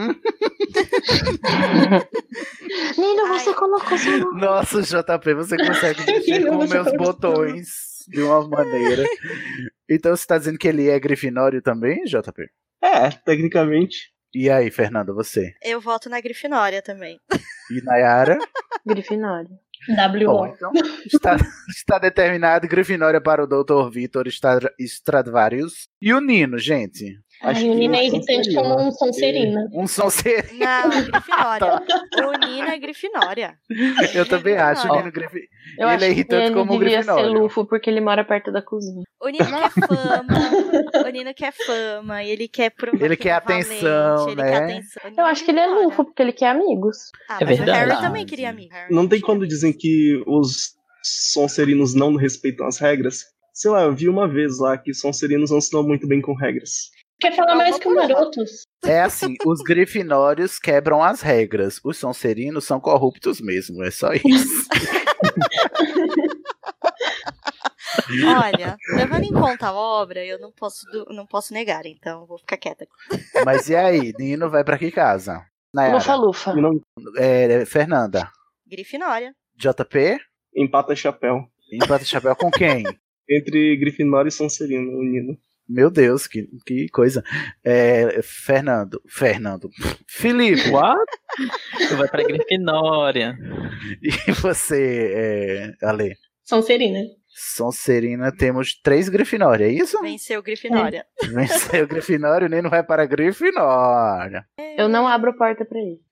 Nino, você colocou seu nome. Nossa, JP, você consegue mexer com meus botões de uma maneira. Então você tá dizendo que ele é Grifinório também, JP? Tecnicamente. E aí, Fernanda, você? Eu voto na Grifinória também. E Nayara? Grifinória. Bom, então está determinado Grifinória para o Dr. Vitor Stradivarius. E o Nino, gente? O Nino é irritante como um Sonserina. Um Sonserina. Não, Grifinória. O Nino é Grifinória. Eu também acho o Nino Grifinória. Ele é irritante como um Grifinória. Ele devia ser Lufo porque ele mora perto da cozinha. O Nino quer fama. O Nino quer fama. E ele quer provar ele quer atenção, valente, né? Ele quer atenção. Eu acho que ele é Lufo porque ele quer amigos. Mas verdade. o Harry também queria amigos. Não tem quando dizem que os Sonserinos não respeitam as regras? Sei lá, eu vi uma vez lá que Sonserinos não se dão muito bem com regras. Quer falar mais que o Marotos? É assim, os Grifinórios quebram as regras. Os Sonserinos são corruptos mesmo, é só isso. Olha, levando em conta a obra, eu não posso negar, então vou ficar quieta. Mas e aí, Nino vai pra que casa? Nayara? Lufa. Fernanda? Grifinória. JP? Empata chapéu. Empata chapéu com quem? Entre Grifinória e Sonserino, o Nino. Meu Deus, que coisa. Fernando. Felipe. What? Tu vai pra Grifinória. E você, Ale? Sonserina. Sonserina, temos 3 Grifinória, é isso? Venceu Grifinória. Venceu Grifinória, o Nino vai para Grifinória. Eu não abro porta pra ele.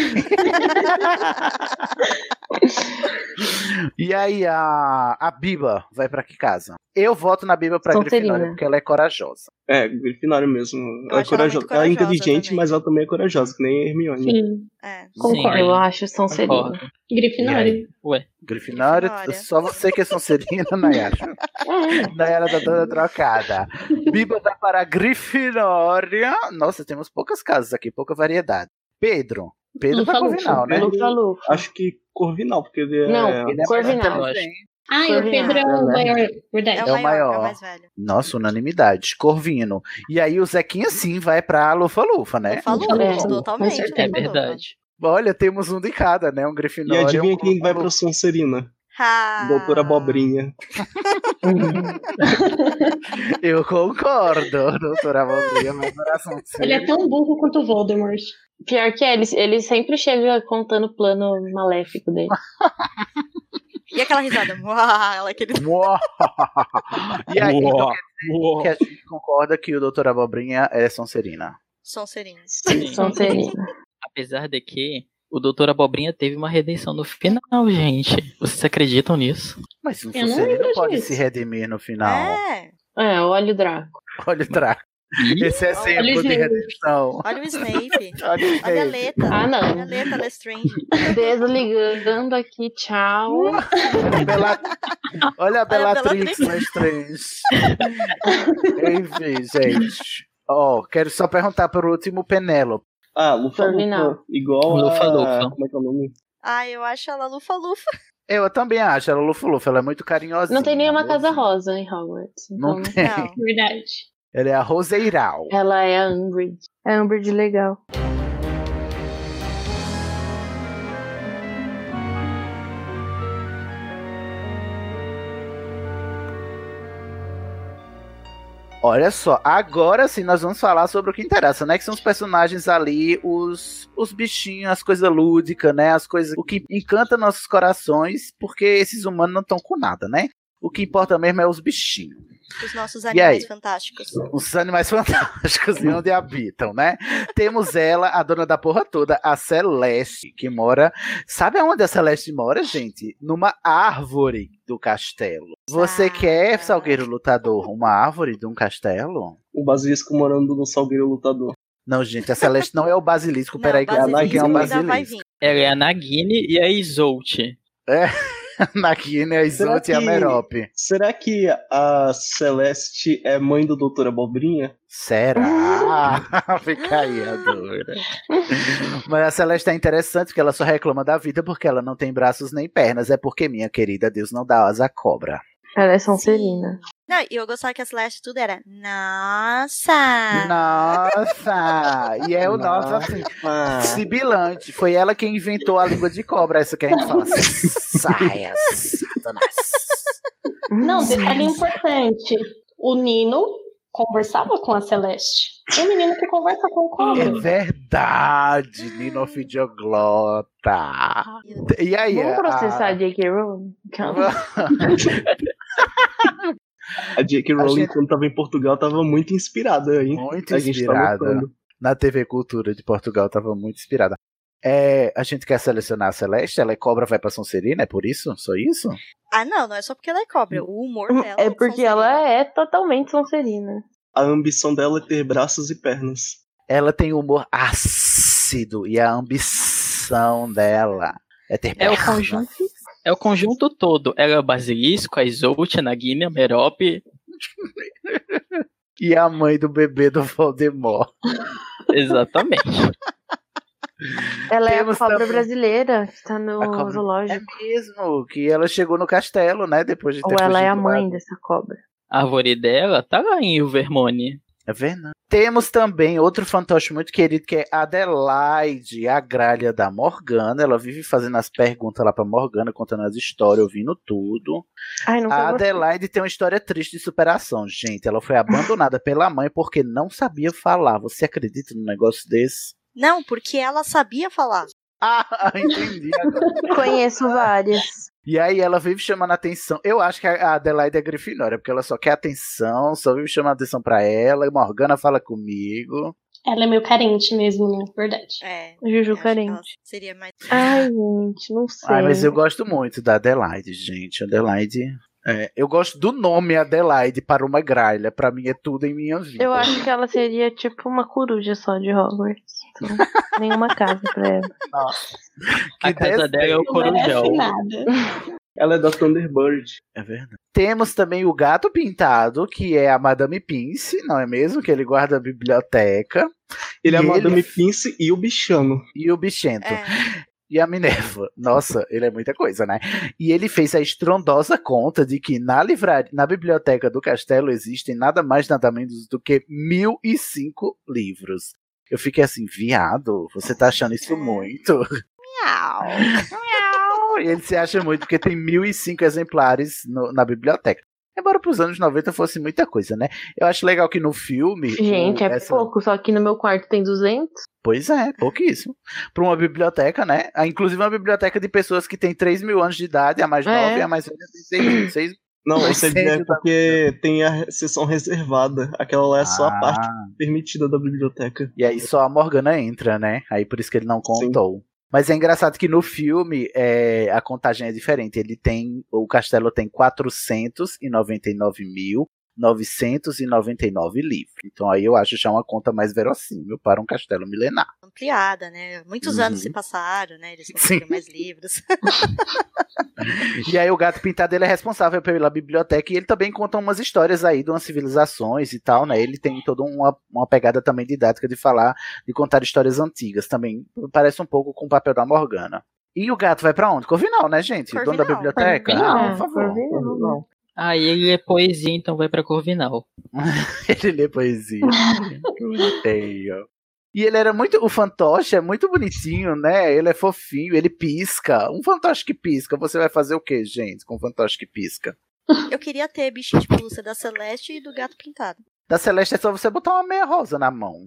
E aí, a Biba vai pra que casa? Eu voto na Biba pra Sonserina. Grifinória, porque ela é corajosa. Grifinória mesmo. Ela é acho ela corajosa. muito Ela é corajosa inteligente, também. mas ela também é corajosa, que nem a Hermione. Sim. Concordo, eu acho Sonserina. Concordo. Grifinória. Ué. Grifinória, só você que é Sonserina, Nayara. Nayara tá toda trocada. Biba vai para a Grifinória. Nossa, temos poucas casas aqui, pouca variedade. Pedro vai Corvinal, né? Lufa. Acho que Corvinal, porque ele é... Não, Ele é Corvinal. mais inteligente. Ah, e o Pedro é o maior, verdade. É É o maior. é o mais velho. Nossa, unanimidade. Corvino. E aí o Zequinha sim vai pra Lufa-Lufa, né? Lufa-Lufa, totalmente. É Lufa-Lufa. verdade. Olha, temos um de cada, né? Um E Grifinória. adivinha um quem vai Lufa-Lufa. pra Sonserina? Ah. Doutora Abobrinha. Eu concordo, doutora Abobrinha, mas coração Ele é tão burro quanto o Voldemort. Pior que é, ele sempre chega contando o plano maléfico dele. E aquela risada? Uau, aquele... E aí, então quer dizer que a gente concorda que o doutor Abobrinha é Sonserina. Sonserina. Sonserina. Apesar de que o Doutor Abobrinha teve uma redenção no final, gente. Vocês acreditam nisso? Mas um Eu não Sonserina lembro pode disso. se redimir no final. Olha o Draco. Olha o Draco. Esse é Olha exemplo o de Snape. redenção. Olha o Snape. Olha o Olha a Snape. Leta. Ah, não. Olha a Leta Lestrange. Desligando aqui, tchau. Olha a Bellatrix. Bellatrix Lestrange. Enfim, gente. Quero só perguntar por último, Penélope. Lufa-Lufa. Igual Lufa-Lufa. Como é que é o nome? Eu acho ela Lufa-Lufa. Eu também acho ela Lufa-Lufa, ela é muito carinhosa. Não tem nenhuma casa rosa em Hogwarts. Não então- tem. Verdade. Ela é a Roseiral. Ela é a Umbridge. É a Umbridge legal. Olha só, agora sim nós vamos falar sobre o que interessa, né? Que são os personagens ali, os bichinhos, as coisas lúdicas, né? As coisas, o que encanta nossos corações, porque esses humanos não estão com nada, né? O que importa mesmo é os bichinhos. Os nossos E animais aí? fantásticos. Os animais fantásticos e onde habitam, né? Temos ela, a dona da porra toda, a Celeste, que mora... Sabe aonde a Celeste mora, gente? Numa árvore do castelo. Você quer, Salgueiro Lutador, uma árvore de um castelo? O basilisco morando no Salgueiro Lutador. Não, gente, a Celeste não é o basilisco. Peraí, que eu sei quem é o basilisco. Ela é a Nagini e a Isolt. É, Nagini, a Isolt e a Merope. Será que a Celeste é mãe do Doutor Abobrinha? Será? Fica aí a dúvida. Mas a Celeste é interessante porque ela só reclama da vida porque ela não tem braços nem pernas. É porque, minha querida, Deus não dá asa à cobra. Ela é Sonserina. Não, e eu gostava que a Celeste tudo era nossa! Nossa! E é o nosso, assim, sibilante. Foi ela quem inventou a língua de cobra, essa que a gente fala. Saias, Satanás. Não, detalhe importante. O Nino conversava com a Celeste. O menino que conversa com o cobra. É verdade, Nino Fidioglota. E aí? Vamos processar J.K. Rowling? A J.K. Rowling, quando tava em Portugal, tava muito inspirada aí. Muito A gente tá inspirada. notando. Na TV Cultura de Portugal tava muito inspirada. A gente quer selecionar a Celeste, ela é cobra, vai pra Sonserina, é por isso? Só isso? Não é só porque ela é cobra. O humor dela. É porque ela é totalmente Sonserina. A ambição dela é ter braços e pernas. Ela tem humor ácido e a ambição dela é ter É o pernas. conjunto. É o conjunto todo. Ela é o Basilisco, a Isolt, a Nagini, a Merope. E a mãe do bebê do Voldemort. Exatamente. Ela é a Temos cobra também brasileira que tá no a cobra- zoológico. É mesmo, que ela chegou no castelo, né? Depois de ter Ou ela é a fugido mãe lá. dessa cobra. A árvore dela tá lá em Ilvermorny. É verdade. Temos também outro fantoche muito querido, que é Adelaide, a gralha da Morgana. Ela vive fazendo as perguntas lá pra Morgana, contando as histórias, ouvindo tudo. Ai, não A Adelaide tem uma história triste de superação, gente. Ela foi abandonada pela mãe porque não sabia falar. Você acredita num negócio desse? Não, porque ela sabia falar. Ah, entendi agora. Conheço várias. E aí ela vive chamando atenção. Eu acho que a Adelaide é Grifinória, porque ela só quer atenção, só vive chamando atenção pra ela. E Morgana fala comigo. Ela é meio carente mesmo, né? Verdade. É. Juju carente. Seria mais. Ai, gente, não sei. Ai, mas eu gosto muito da Adelaide, gente. Adelaide. Eu gosto do nome Adelaide para uma gralha. Pra mim é tudo em minha vida. Eu acho que ela seria tipo uma coruja só de Hogwarts. Então, nenhuma casa pra ela. Nossa. A casa dela é o corujão. Ela é da Thunderbird. É verdade. Temos também o Gato Pintado, que é a Madame Pince, não é mesmo? Que ele guarda a biblioteca. Ele é a Madame Pince e o Bichano. E o Bichento. E a Minerva. Nossa, ele é muita coisa, né? E ele fez a estrondosa conta de que na biblioteca do castelo existem nada mais, nada menos do que 1.005 livros. Eu fiquei assim, viado, você tá achando isso muito? Miau. Miau. E ele se acha muito porque tem 1.005 exemplares na biblioteca. Embora pros anos 90 fosse muita coisa, né? Eu acho legal que no filme... Gente, pouco, só que no meu quarto tem 200. Pois é, pouquíssimo. Pra uma biblioteca, né? Inclusive uma biblioteca de pessoas que tem 3.000 anos de idade, a mais nova e a mais velha tem 6 Não, você é porque tem a sessão reservada. Aquela lá é só a parte permitida da biblioteca. E aí só a Morgana entra, né? Aí por isso que ele não contou. Sim. Mas é engraçado que no filme a contagem é diferente. O castelo tem 499.999 livros. Então aí eu acho já uma conta mais verossímil para um castelo milenar. Ampliada, né? Muitos anos se passaram, né? Eles conseguiram mais livros. E aí o Gato Pintado ele é responsável pela biblioteca e ele também conta umas histórias aí de umas civilizações e tal, né? Ele tem toda uma pegada também didática de contar histórias antigas. Também parece um pouco com o papel da Morgana. E o gato vai pra onde? Corvinal, né, gente? Dono da biblioteca? Corvinal. Por favor. Corvinal. E ele lê poesia, então vai pra Corvinal. Ele lê poesia. E ele era muito... O fantoche é muito bonitinho, né? Ele é fofinho, ele pisca. Um fantoche que pisca, você vai fazer o quê, gente, com um fantoche que pisca? Eu queria ter bichinho de pelúcia da Celeste e do Gato Pintado. Da Celeste é só você botar uma meia rosa na mão.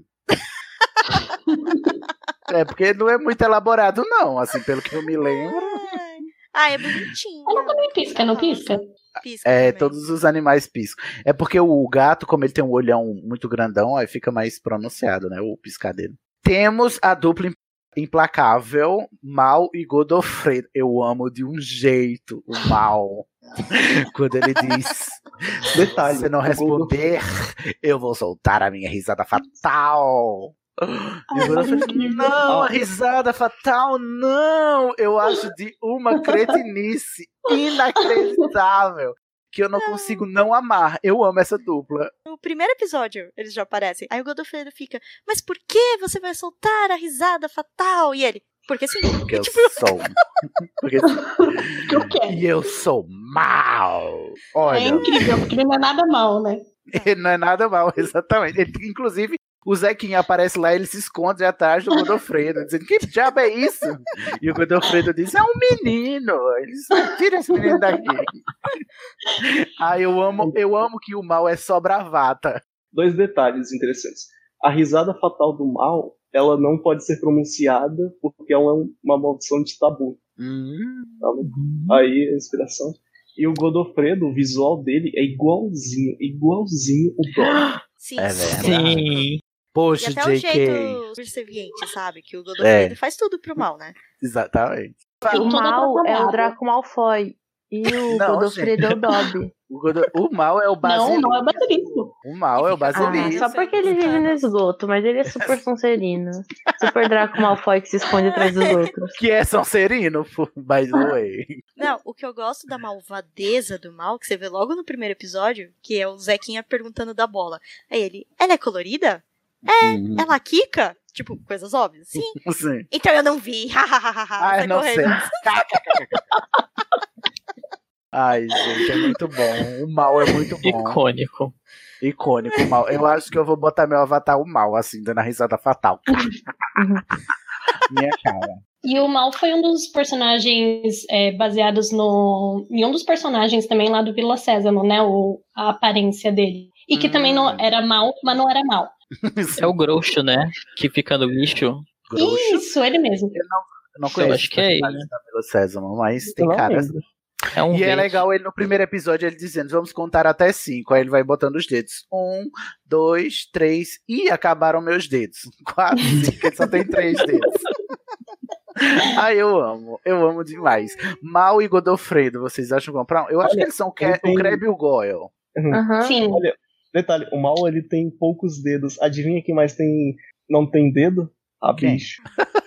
Porque não é muito elaborado, não, assim, pelo que eu me lembro. É bonitinho. Ela também pisca, não pisca? Pisca também. Todos os animais piscam. É porque o gato, como ele tem um olhão muito grandão, aí fica mais pronunciado, né? O piscar dele. Temos a dupla implacável, Mal e Godofredo. Eu amo de um jeito o Mal. Quando ele diz: detalhe, se você não responder, eu vou soltar a minha risada fatal. Não, a risada fatal, não! Eu acho de uma cretinice inacreditável que eu não consigo não amar. Eu amo essa dupla. No primeiro episódio, eles já aparecem. Aí o Godofredo fica: mas por que você vai soltar a risada fatal? E ele: porque sim. Porque eu sou. Porque e eu sou mal. Olha. É incrível, porque ele não é nada mal, né? Ele não é nada mal, exatamente. Inclusive, o Zequinha aparece lá, ele se esconde atrás do Godofredo, dizendo: que diabo é isso? E o Godofredo diz: é um menino. Eles tiram esse menino daqui. Eu amo que o Mal é só bravata. 2 detalhes interessantes. A risada fatal do Mal, ela não pode ser pronunciada porque ela é uma maldição de tabu. Aí a inspiração. E o Godofredo, o visual dele é igualzinho o Dobby. Sim, é verdade. Sim. Poxa, e até JK. o jeito perseviente, sabe? Que o Godofredo faz tudo pro mal, né? Exatamente. O Mal é o Draco Malfoy. E o Godofredo é o Dobby. O Mal é o Basilisco. Não é o Basilisco. O Mal é o Basilisco. Só porque ele vive no esgoto, mas ele é super Sonserino. Super Draco Malfoy que se esconde atrás dos outros. Que é Sonserino, by the way. Não, o que eu gosto da malvadeza do Mal, que você vê logo no primeiro episódio, que é o Zequinha perguntando da bola. Aí ele: ela é colorida? Ela quica? Tipo, coisas óbvias. Sim. Então eu não vi. Não sei. Ai, gente, é muito bom. O mal é muito bom. Icônico, o mal. Eu acho que eu vou botar meu avatar o mal, assim, dando a risada fatal. Minha cara. E o Mal foi um dos personagens baseados em um dos personagens também lá do Vila Sésamo, né? A aparência dele. E que também não era mal, mas não era mal. É o Groucho, né? Que fica no lixo. Groucho? Isso, ele mesmo. Eu não conheço. Eu acho que é ele. Da Vila Sésamo, mas tem cara. É um e verde. é legal ele no primeiro episódio, ele dizendo, vamos contar até 5. Aí ele vai botando os dedos. 1, 2, 3. Ih, acabaram meus dedos. 4, 5, ele só tem 3 dedos. Ai, eu amo demais. Mal e Godofredo, vocês acham que comprar? Eu acho que eles são o Crab e o Goyle. Sim. Olha, detalhe, o Mal ele tem poucos dedos. Adivinha quem mais não tem dedo? A bicho.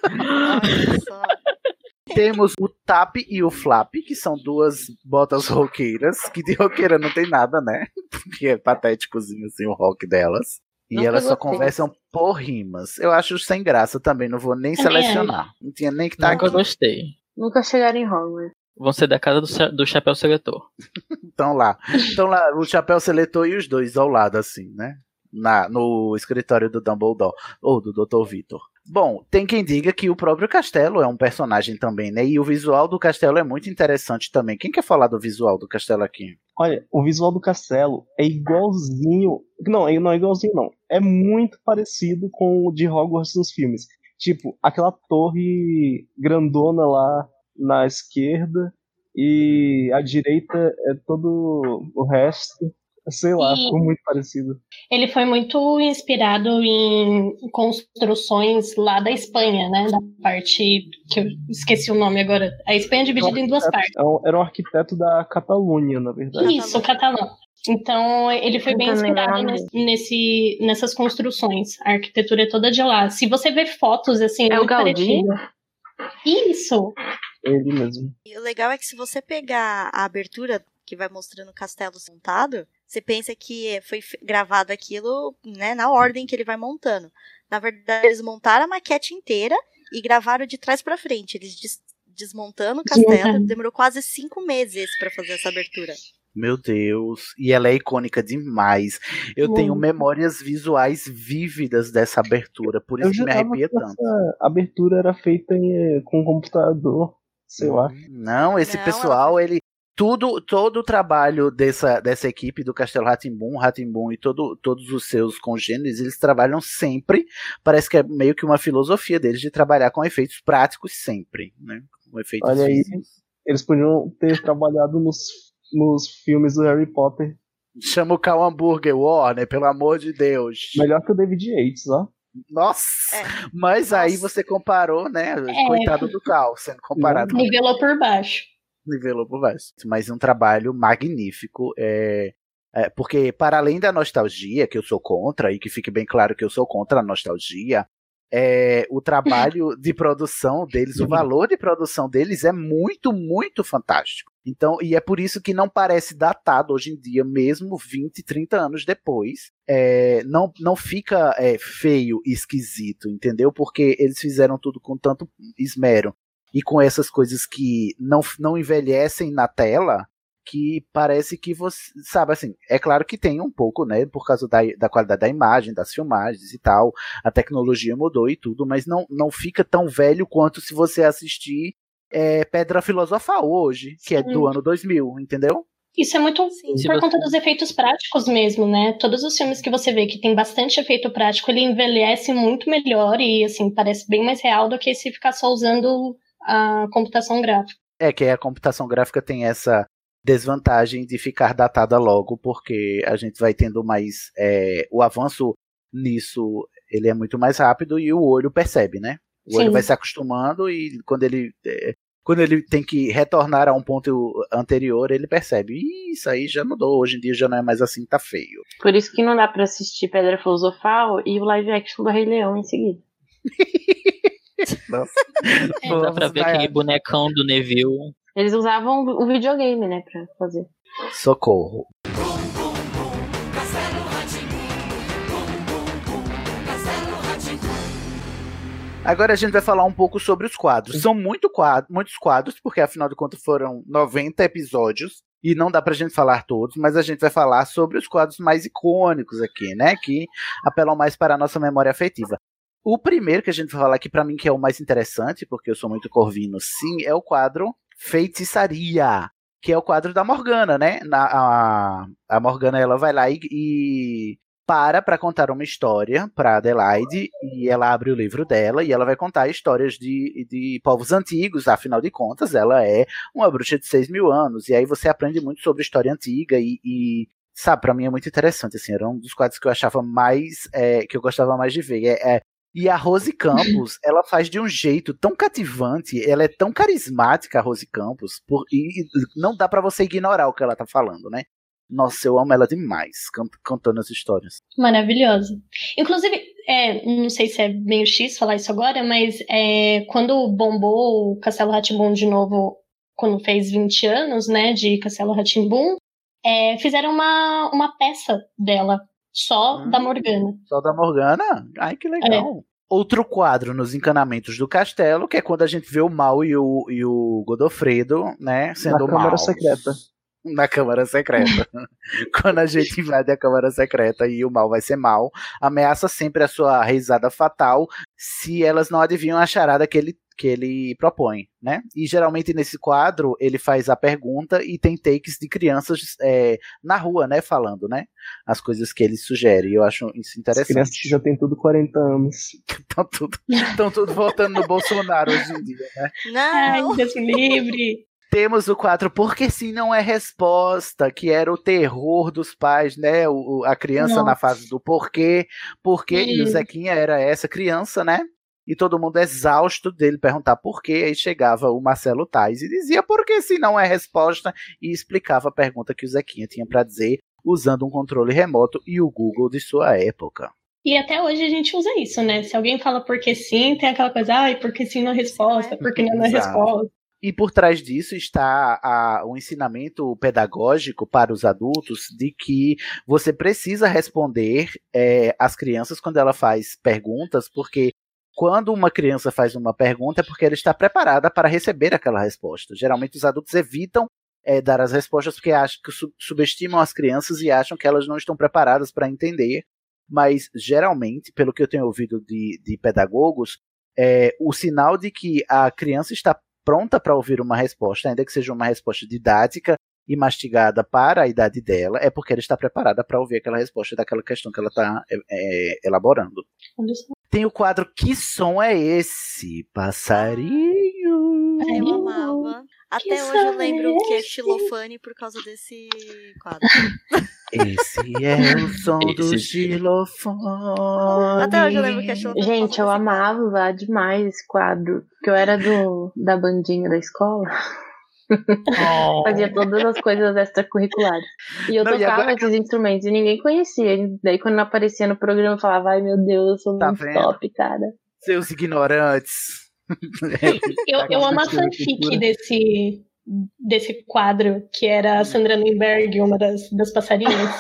Temos o Tap e o Flap, que são duas botas roqueiras, que de roqueira não tem nada, né? Porque é patéticozinho assim o rock delas. E Nunca elas só gostei. conversam por rimas. Eu acho sem graça também, não vou nem Também selecionar. Não tinha nem que estar Nunca aqui. gostei. Nunca chegaram em Hogwarts. Vão ser da casa do Chapéu Seletor. Estão lá, o Chapéu Seletor e os dois ao lado, assim, né? No escritório do Dumbledore, ou do Dr. Vitor. Bom, tem quem diga que o próprio Castelo é um personagem também, né? E o visual do Castelo é muito interessante também. Quem quer falar do visual do Castelo aqui? Olha, o visual do Castelo é igualzinho. Não é igualzinho, não. É muito parecido com o de Hogwarts nos filmes. Tipo, aquela torre grandona lá na esquerda e à direita é todo o resto. Sei lá, ficou muito parecido. Ele foi muito inspirado em construções lá da Espanha, né? Da parte que eu esqueci o nome agora. A Espanha é dividida em duas partes. Era um arquiteto da Catalunha, na verdade. Isso, catalão. Então, ele foi bem Não lembro inspirado o nome nessas construções. A arquitetura é toda de lá. Se você ver fotos, assim, É o muito Gaudí? parecido. Isso! Ele mesmo. E o legal é que se você pegar a abertura que vai mostrando o castelo montado, você pensa que foi gravado aquilo, né, na ordem que ele vai montando. Na verdade, eles montaram a maquete inteira e gravaram de trás pra frente. Eles desmontando o castelo. Demorou quase 5 meses pra fazer essa abertura. Meu Deus, e ela é icônica demais. Eu tenho memórias visuais vívidas dessa abertura, por isso que me arrepia tanto. Essa abertura era feita com computador, sei lá. Não, esse pessoal, ele todo o trabalho dessa equipe do Castelo Rá-Tim-Bum e todos os seus congêneres, eles trabalham sempre, parece que é meio que uma filosofia deles de trabalhar com efeitos práticos sempre, né? Com efeitos Olha aí, físicos. eles podiam ter trabalhado nos filmes do Harry Potter. Chama o Cal Hamburger, Warner, pelo amor de Deus. Melhor que o David Yates, ó. Nossa, mas aí você comparou, né? Coitado do Cal, sendo comparado. Nivelou por baixo. Nivelou por baixo. Mas um trabalho magnífico. Porque, para além da nostalgia, que eu sou contra, e que fique bem claro que eu sou contra a nostalgia, o trabalho de produção deles, o valor de produção deles é muito, muito fantástico. Então, e é por isso que não parece datado hoje em dia, mesmo 20, 30 anos depois. Não fica feio e esquisito, entendeu? Porque eles fizeram tudo com tanto esmero e com essas coisas que não envelhecem na tela, que parece que você, sabe, assim, é claro que tem um pouco, né, por causa da qualidade da imagem, das filmagens e tal, a tecnologia mudou e tudo, mas não fica tão velho quanto se você assistir Pedra Filosofal hoje, que é do ano 2000, entendeu? Isso é muito por conta dos efeitos práticos mesmo, né? Todos os filmes que você vê que tem bastante efeito prático, ele envelhece muito melhor e, assim, parece bem mais real do que se ficar só usando a computação gráfica. Que a computação gráfica tem essa desvantagem de ficar datada logo, porque a gente vai tendo mais... o avanço nisso, ele é muito mais rápido e o olho percebe, né? O olho vai se acostumando e quando ele tem que retornar a um ponto anterior, ele percebe, isso aí já mudou, hoje em dia já não é mais assim, tá feio. Por isso que não dá pra assistir Pedra Filosofal e o live action do Rei Leão em seguida. Nossa. Dá pra ver aquele bonecão do Neville. Eles usavam o videogame, né, pra fazer. Socorro. Agora a gente vai falar um pouco sobre os quadros. São muitos quadros, porque afinal de contas foram 90 episódios. E não dá pra gente falar todos, mas a gente vai falar sobre os quadros mais icônicos aqui, né? Que apelam mais para a nossa memória afetiva. O primeiro que a gente vai falar aqui, pra mim, que é o mais interessante, porque eu sou muito corvino, sim, é o quadro Feitiçaria, que é o quadro da Morgana, né? A Morgana, ela vai lá e para contar uma história para Adelaide, e ela abre o livro dela e ela vai contar histórias de povos antigos. Afinal de contas, ela é uma bruxa de 6.000 anos, e aí você aprende muito sobre história antiga e sabe, pra mim é muito interessante, assim, era um dos quadros que eu achava mais, que eu gostava mais de ver. E a Rose Campos, ela faz de um jeito tão cativante, ela é tão carismática, a Rose Campos, e não dá pra você ignorar o que ela tá falando, né? Nossa, eu amo ela demais, contando as histórias. Maravilhosa. Inclusive, não sei se é meio X falar isso agora, mas quando bombou o Castelo Rá-Tim-Bum de novo, quando fez 20 anos, né, de Castelo Rá-Tim-Bum, fizeram uma peça dela, só da Morgana. Só da Morgana? Ai, que legal. Outro quadro nos encanamentos do castelo, que é quando a gente vê o Mal e o Godofredo, né, sendo Na Câmara Secreta. Na Câmara Secreta. Quando a gente invade a Câmara Secreta e o Mal vai ser Mal, ameaça sempre a sua risada fatal se elas não adivinham a charada que ele propõe, né? E geralmente nesse quadro ele faz a pergunta e tem takes de crianças na rua, né, falando, né, as coisas que ele sugere. Eu acho isso interessante. As crianças que já têm tudo 40 anos. Estão tudo votando no Bolsonaro hoje em dia, né? Não! Ai, Deus me livre! Temos o quadro Porque Sim Não É Resposta, que era o terror dos pais, né? A criança na fase do porquê, e o Zequinha era essa criança, né? E todo mundo exausto dele perguntar por quê. Aí chegava o Marcelo Tais e dizia porque sim não é resposta, e explicava a pergunta que o Zequinha tinha para dizer, usando um controle remoto e o Google de sua época. E até hoje a gente usa isso, né? Se alguém fala porque sim, tem aquela coisa, porque sim não é resposta, porque não é resposta. E por trás disso está o ensinamento pedagógico para os adultos de que você precisa responder às crianças quando ela faz perguntas, porque quando uma criança faz uma pergunta é porque ela está preparada para receber aquela resposta. Geralmente os adultos evitam dar as respostas porque acham que subestimam as crianças e acham que elas não estão preparadas para entender. Mas geralmente, pelo que eu tenho ouvido de pedagogos, o sinal de que a criança está pronta para ouvir uma resposta, ainda que seja uma resposta didática e mastigada para a idade dela, é porque ela está preparada para ouvir aquela resposta daquela questão que ela está elaborando. Tem o quadro Que Som É Esse? Passarinho. Eu amava. Até hoje eu lembro que é xilofone por causa desse quadro. Esse é o som do xilofone. Até hoje eu lembro que é xilofone. Gente, eu amava demais esse quadro, porque eu era da bandinha da escola. Fazia todas as coisas extracurriculares. E eu tocava esses instrumentos e ninguém conhecia. Daí quando aparecia no programa eu falava, ai meu Deus, eu sou muito top, cara. Seus ignorantes. Eu amo a fanfic desse quadro, que era a Sandra Nemberg, uma das passarinhas.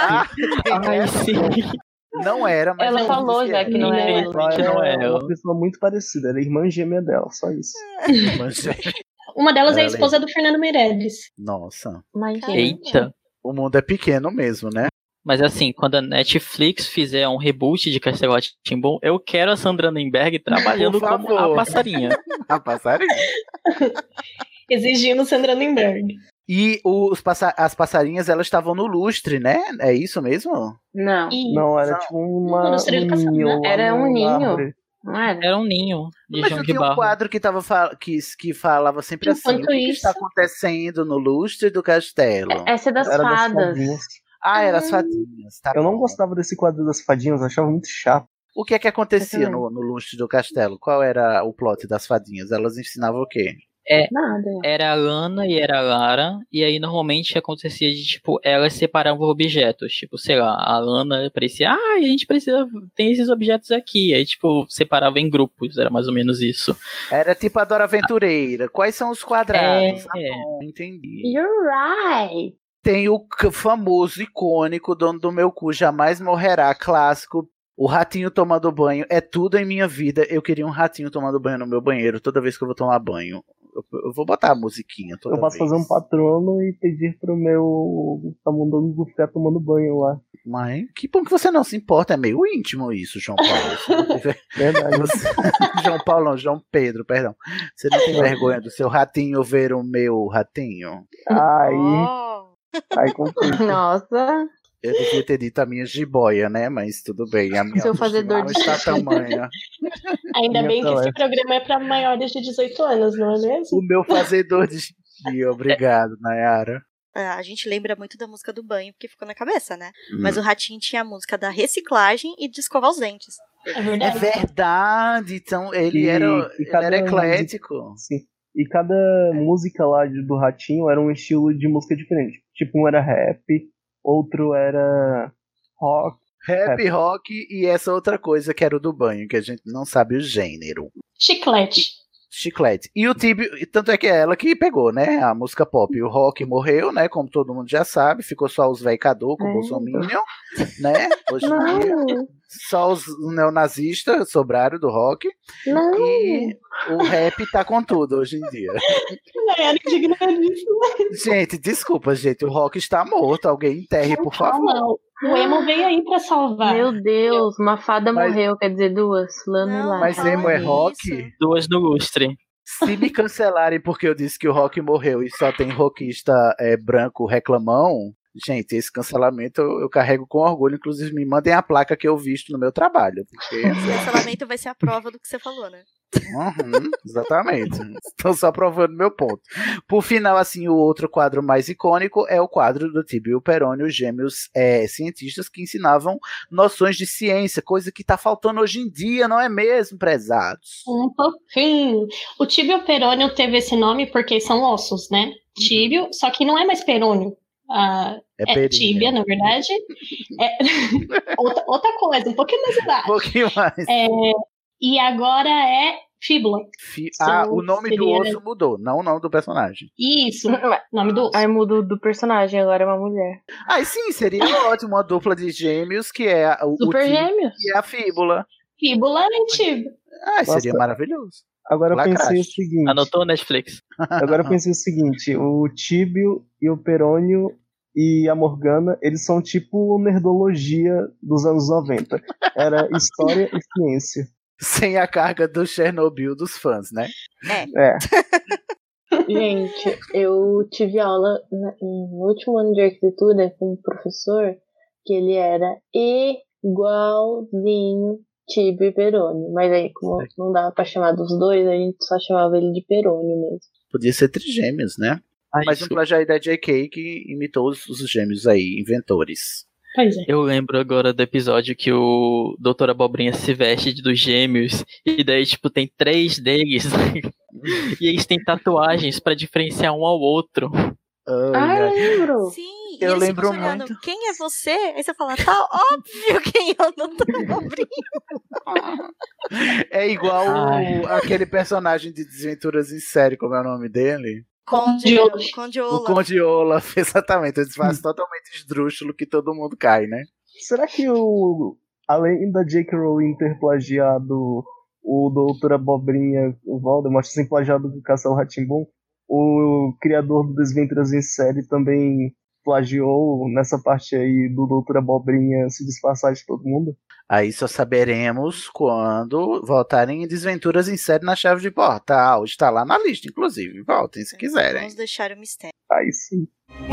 Sim. Não era, mas ela falou já que não era. Ela é uma pessoa muito parecida, ela é irmã gêmea dela, só isso. Uma delas é a esposa do Fernando Meirelles. Nossa. Eita. O mundo é pequeno mesmo, né? Mas assim, quando a Netflix fizer um reboot de Castelo Rá-Tim-Bum, eu quero a Sandra Nemberg trabalhando como a passarinha. A passarinha. Exigindo Sandra Nemberg. E as passarinhas, elas estavam no lustre, né? É isso mesmo? Não. Não, era tipo um ninho. Era um ninho. Não era? Era um ninho de Mas João não de tinha um Barro. quadro que falava sempre assim, o que está acontecendo no lustre do castelo? Essa é das fadas. Era as fadinhas. Tá eu não gostava desse quadro das fadinhas, eu achava muito chato. O que é que acontecia no lustre do castelo? Qual era o plot das fadinhas? Elas ensinavam o quê? Nada. Era a Lana e era a Lara, e aí normalmente acontecia de, tipo, elas separavam objetos, tipo, sei lá, a Lana parecia, a gente precisa, tem esses objetos aqui, aí, tipo, separava em grupos, era mais ou menos isso. Era tipo a Dora Aventureira, quais são os quadrados? Bom, entendi. You're right. Tem o famoso, icônico, Dono do Meu Cu Jamais Morrerá, clássico, o ratinho tomando banho, é tudo em minha vida, eu queria um ratinho tomando banho no meu banheiro, toda vez que eu vou tomar banho. Eu vou botar a musiquinha toda Eu posso vez. fazer um patrono e pedir pro meu camundongo ficar tomando banho lá. Mas que bom que você não se importa, é meio íntimo isso, João Paulo. Verdade. João Paulo não, João Pedro, perdão. Você não tem vergonha do seu ratinho ver o meu ratinho? Aí complica. Nossa. Eu devia ter dito a minha jiboia, né? Mas tudo bem, a minha Seu fazedor não de está xixi. tamanha. Ainda bem que Então, esse programa é para maiores de 18 anos, não é mesmo? O meu fazedor de xixi, obrigado, Nayara. A gente lembra muito da música do banho, porque ficou na cabeça, né? Hum. Mas o Ratinho tinha a música da reciclagem e de escovar os dentes. É É verdade, então ele era eclético. Sim. E cada música lá do Ratinho era um estilo de música diferente. Tipo, um era rap, outro era rock. Rap, rock e essa outra coisa que era o do banho, que a gente não sabe o gênero. Chiclete. Chiclete. E o Tibio, tanto é que é ela que pegou, né? A música pop. O rock morreu, né? Como todo mundo já sabe. Ficou só os véi caduco, o Bolsominion, né? Hoje em dia. Só os neonazistas sobraram do rock. Não. E o rap tá com tudo hoje em dia. Gente, desculpa, gente. O rock está morto. Alguém enterre, por favor. O emo veio aí pra salvar. Meu Deus, uma fada morreu, quer dizer duas. Lana e Lana. Mas emo é rock? Duas no lustre. Se me cancelarem porque eu disse que o rock morreu e só tem rockista branco reclamão, gente, esse cancelamento eu carrego com orgulho. Inclusive, me mandem a placa que eu visto no meu trabalho. Porque O cancelamento vai ser a prova do que você falou, né? Exatamente. Estou só provando meu ponto. Por final, assim, o outro quadro mais icônico é o quadro do Tibio e o Perônio, gêmeos cientistas que ensinavam noções de ciência, coisa que está faltando hoje em dia, não é mesmo, prezados? Um pouquinho. O tíbio e o perônio teve esse nome porque são ossos, né? Tíbio, só que não é mais perônio. É tíbia, na verdade. Outra coisa, um pouquinho mais embaixo. Um pouquinho mais. E agora é fíbula. O nome do osso mudou, não o nome do personagem. Isso, nome do osso. Aí mudou do personagem, agora é uma mulher. Sim, seria ótimo uma dupla de gêmeos que é o Super Gêmeos. E a fíbula. Fíbula e tíbio. Seria maravilhoso. Agora eu pensei o seguinte. Anotou Netflix? Agora eu pensei o seguinte: o Tíbio e o Perônio e a Morgana, eles são tipo nerdologia dos anos 90. Era história e ciência. Sem a carga do Chernobyl dos fãs, né? Gente, eu tive aula no último ano de arquitetura com um professor que ele era igualzinho Tibio e Perônio. Mas aí, como não dava pra chamar dos dois, a gente só chamava ele de Perônio mesmo. Podia ser trigêmeos, né? Mas um plágio aí da J.K. que imitou os gêmeos aí, inventores. Pois é. Eu lembro agora do episódio que o Dr. Abobrinha se veste dos gêmeos e daí, tipo, tem 3 deles e eles têm tatuagens pra diferenciar um ao outro. Eu lembro. Sim, eu e lembro olhando, muito. quem é você? Aí você fala, tá óbvio quem é o Dr. Abobrinha. É igual aquele personagem de Desventuras em Série, como é o nome dele? Conde O Conde Olaf, exatamente. Eles fazem totalmente esdrúxulo que todo mundo cai, né? Será que além da J.K. Rowling ter plagiado o Doutor Abobrinha, o Voldemort, assim, plagiado do Castelo Rá-Tim-Bum, o criador do Desventuras em Série também plagiou nessa parte aí do Doutor Abobrinha se disfarçar de todo mundo? Aí só saberemos quando voltarem em Desventuras em Série na Chave de Portal. Está lá na lista, inclusive. Voltem se quiserem. Vamos deixar o mistério. Aí sim.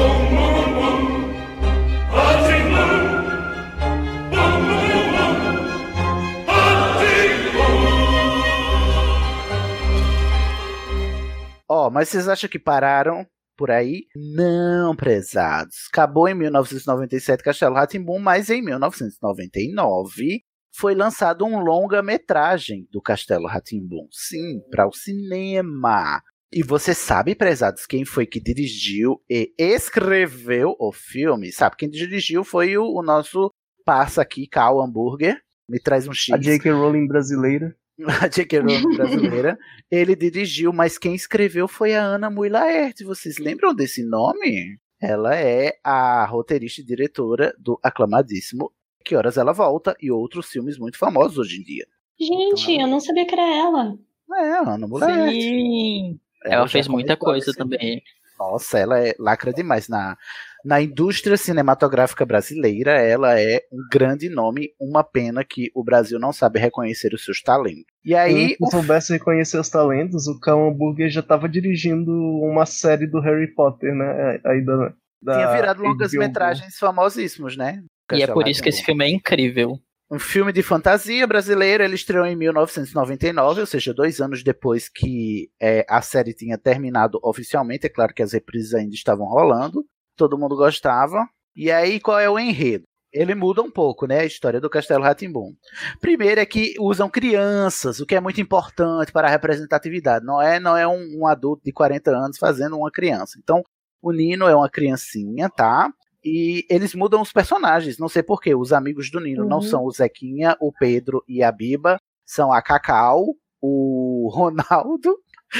Mas vocês acham que pararam por aí? Não, prezados. Acabou em 1997 Castelo Rá-Tim-Bum, mas em 1999 foi lançado um longa-metragem do Castelo Rá-Tim-Bum. Sim, para o cinema. E você sabe, prezados, quem foi que dirigiu e escreveu o filme? Sabe, quem dirigiu foi o nosso parça aqui, Cal Hambúrguer. Me traz um X. A J.K. Rowling brasileira. A J.K. Rowling brasileira. Ele dirigiu, mas quem escreveu foi a Ana Mui Laerte. Vocês lembram desse nome? Ela é a roteirista e diretora do aclamadíssimo Que Horas Ela Volta e outros filmes muito famosos hoje em dia. Gente, eu não sabia que era ela. É, a Ana Mui Laerte. Sim. Ela fez já muita começou coisa nesse- também. Nossa, ela é lacra demais. Na indústria cinematográfica brasileira, ela é um grande nome. Uma pena que o Brasil não sabe reconhecer os seus talentos. E aí, Se soubesse reconhecer os talentos, o Cal Hamburger já tava dirigindo uma série do Harry Potter, né? Aí tinha virado HBO. longas-metragens famosíssimos, né? E é Castelo por isso que esse Rá-Tim-Bum. filme é incrível. Um filme de fantasia brasileiro, ele estreou em 1999, ou seja, 2 anos depois que a série tinha terminado oficialmente. É claro que as reprises ainda estavam rolando, todo mundo gostava. E aí, qual é o enredo? Ele muda um pouco, né, a história do Castelo Rá-Tim-Bum. Primeiro é que usam crianças, o que é muito importante para a representatividade. Não é um adulto de 40 anos fazendo uma criança. Então, o Nino é uma criancinha, tá? E eles mudam os personagens, não sei porquê. Os amigos do Nino não são o Zequinha, o Pedro e a Biba, são a Cacau, o Ronaldo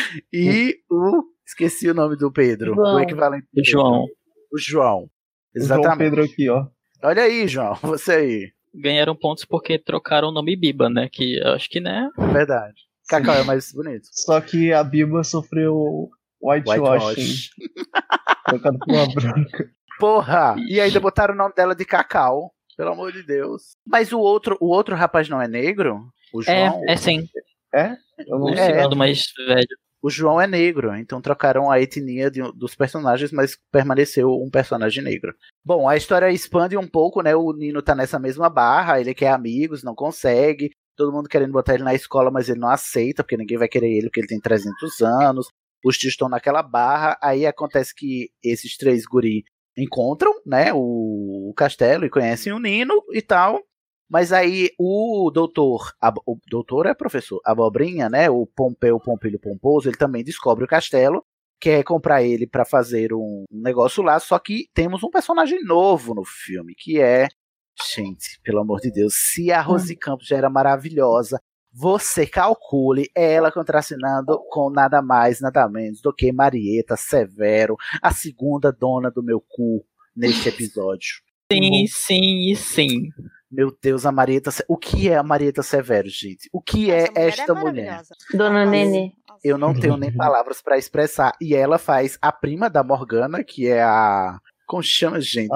e o... Esqueci o nome do Pedro. João. O equivalente do O João. O João. O João Exatamente. Pedro aqui, ó. Olha aí, João, você aí. Ganharam pontos porque trocaram o nome Biba, né? Que eu acho que, né? Verdade. Cacau é mais bonito. Só que a Biba sofreu whitewashing. Trocado por uma branca. Porra! E ainda botaram o nome dela de Cacau. Pelo amor de Deus. Mas o outro rapaz não é negro? O João? É sim. É? Eu não O sei. segundo mais velho. O João é negro, então trocaram a etnia dos personagens, mas permaneceu um personagem negro. Bom, a história expande um pouco, né? O Nino tá nessa mesma barra, ele quer amigos, não consegue. Todo mundo querendo botar ele na escola, mas ele não aceita, porque ninguém vai querer ele, porque ele tem 300 anos. Os tios estão naquela barra. Aí acontece que esses 3 guri encontram, né, o castelo e conhecem o Nino e tal. Mas aí o doutor é professor, Abobrinha, né, o Pompeu Pompilho Pomposo, ele também descobre o castelo, quer comprar ele pra fazer um negócio lá, só que temos um personagem novo no filme, que é, gente, pelo amor de Deus, se a Rose Campos já era maravilhosa, você calcule ela contracenando com nada mais, nada menos do que Marieta Severo, a segunda dona do meu cu neste episódio. Sim, sim e sim. Meu Deus, a Marieta... O que é a Marieta Severo, gente? O que é esta mulher? Dona Nenê. Eu não tenho nem palavras pra expressar. E ela faz a prima da Morgana, que é a... Como chama, gente?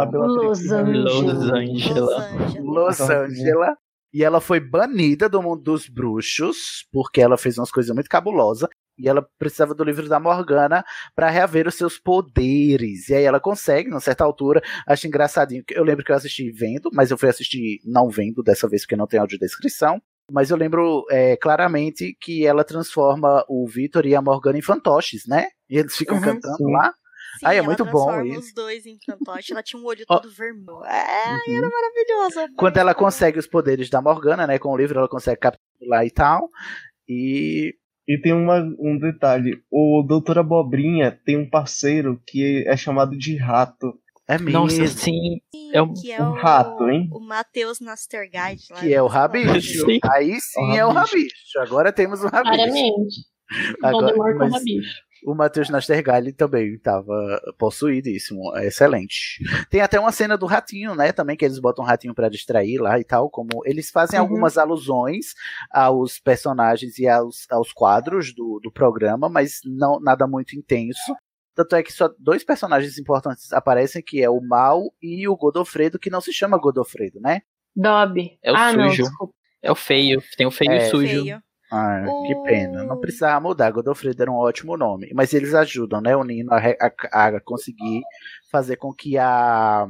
Losângela. E ela foi banida do mundo dos bruxos, porque ela fez umas coisas muito cabulosas. E ela precisava do livro da Morgana para reaver os seus poderes. E aí ela consegue, numa certa altura. Acho engraçadinho. Eu lembro que eu assisti vendo, mas eu fui assistir não vendo dessa vez, porque não tem audiodescrição. Mas eu lembro claramente que ela transforma o Vitor e a Morgana em fantoches, né? E eles ficam cantando lá. Sim, Ai, é ela muito bom transforma isso. os dois em fantoche. Ela tinha um olho todo vermelho. Era maravilhosa. Quando ela consegue os poderes da Morgana, né? Com o livro ela consegue capturar e tal. E tem um detalhe. O Doutor Abobrinha tem um parceiro que é chamado de Rato. É mesmo. Nossa, sim. É um, Que é um rato, hein? O Matheus Nastergaard. Lá, que é o Rabicho. Sim. Aí sim é o Rabicho. Agora temos o Rabicho. Claramente. Agora, Voldemort com mas Rabicho. o Matheus Nastergalli também estava possuidíssimo. É excelente. Tem até uma cena do ratinho, né? Também que eles botam um ratinho para distrair lá e tal. Como eles fazem algumas alusões aos personagens e aos quadros do programa, mas não nada muito intenso. Tanto é que só 2 personagens importantes aparecem, que é o Mal e o Godofredo, que não se chama Godofredo, né? Dobby. É o Não, sujo. desculpa. É o feio. Tem o feio e o sujo. Feio. Ah, que pena. Não precisava mudar. Godofredo era um ótimo nome. Mas eles ajudam, né, o Nino a conseguir fazer com que a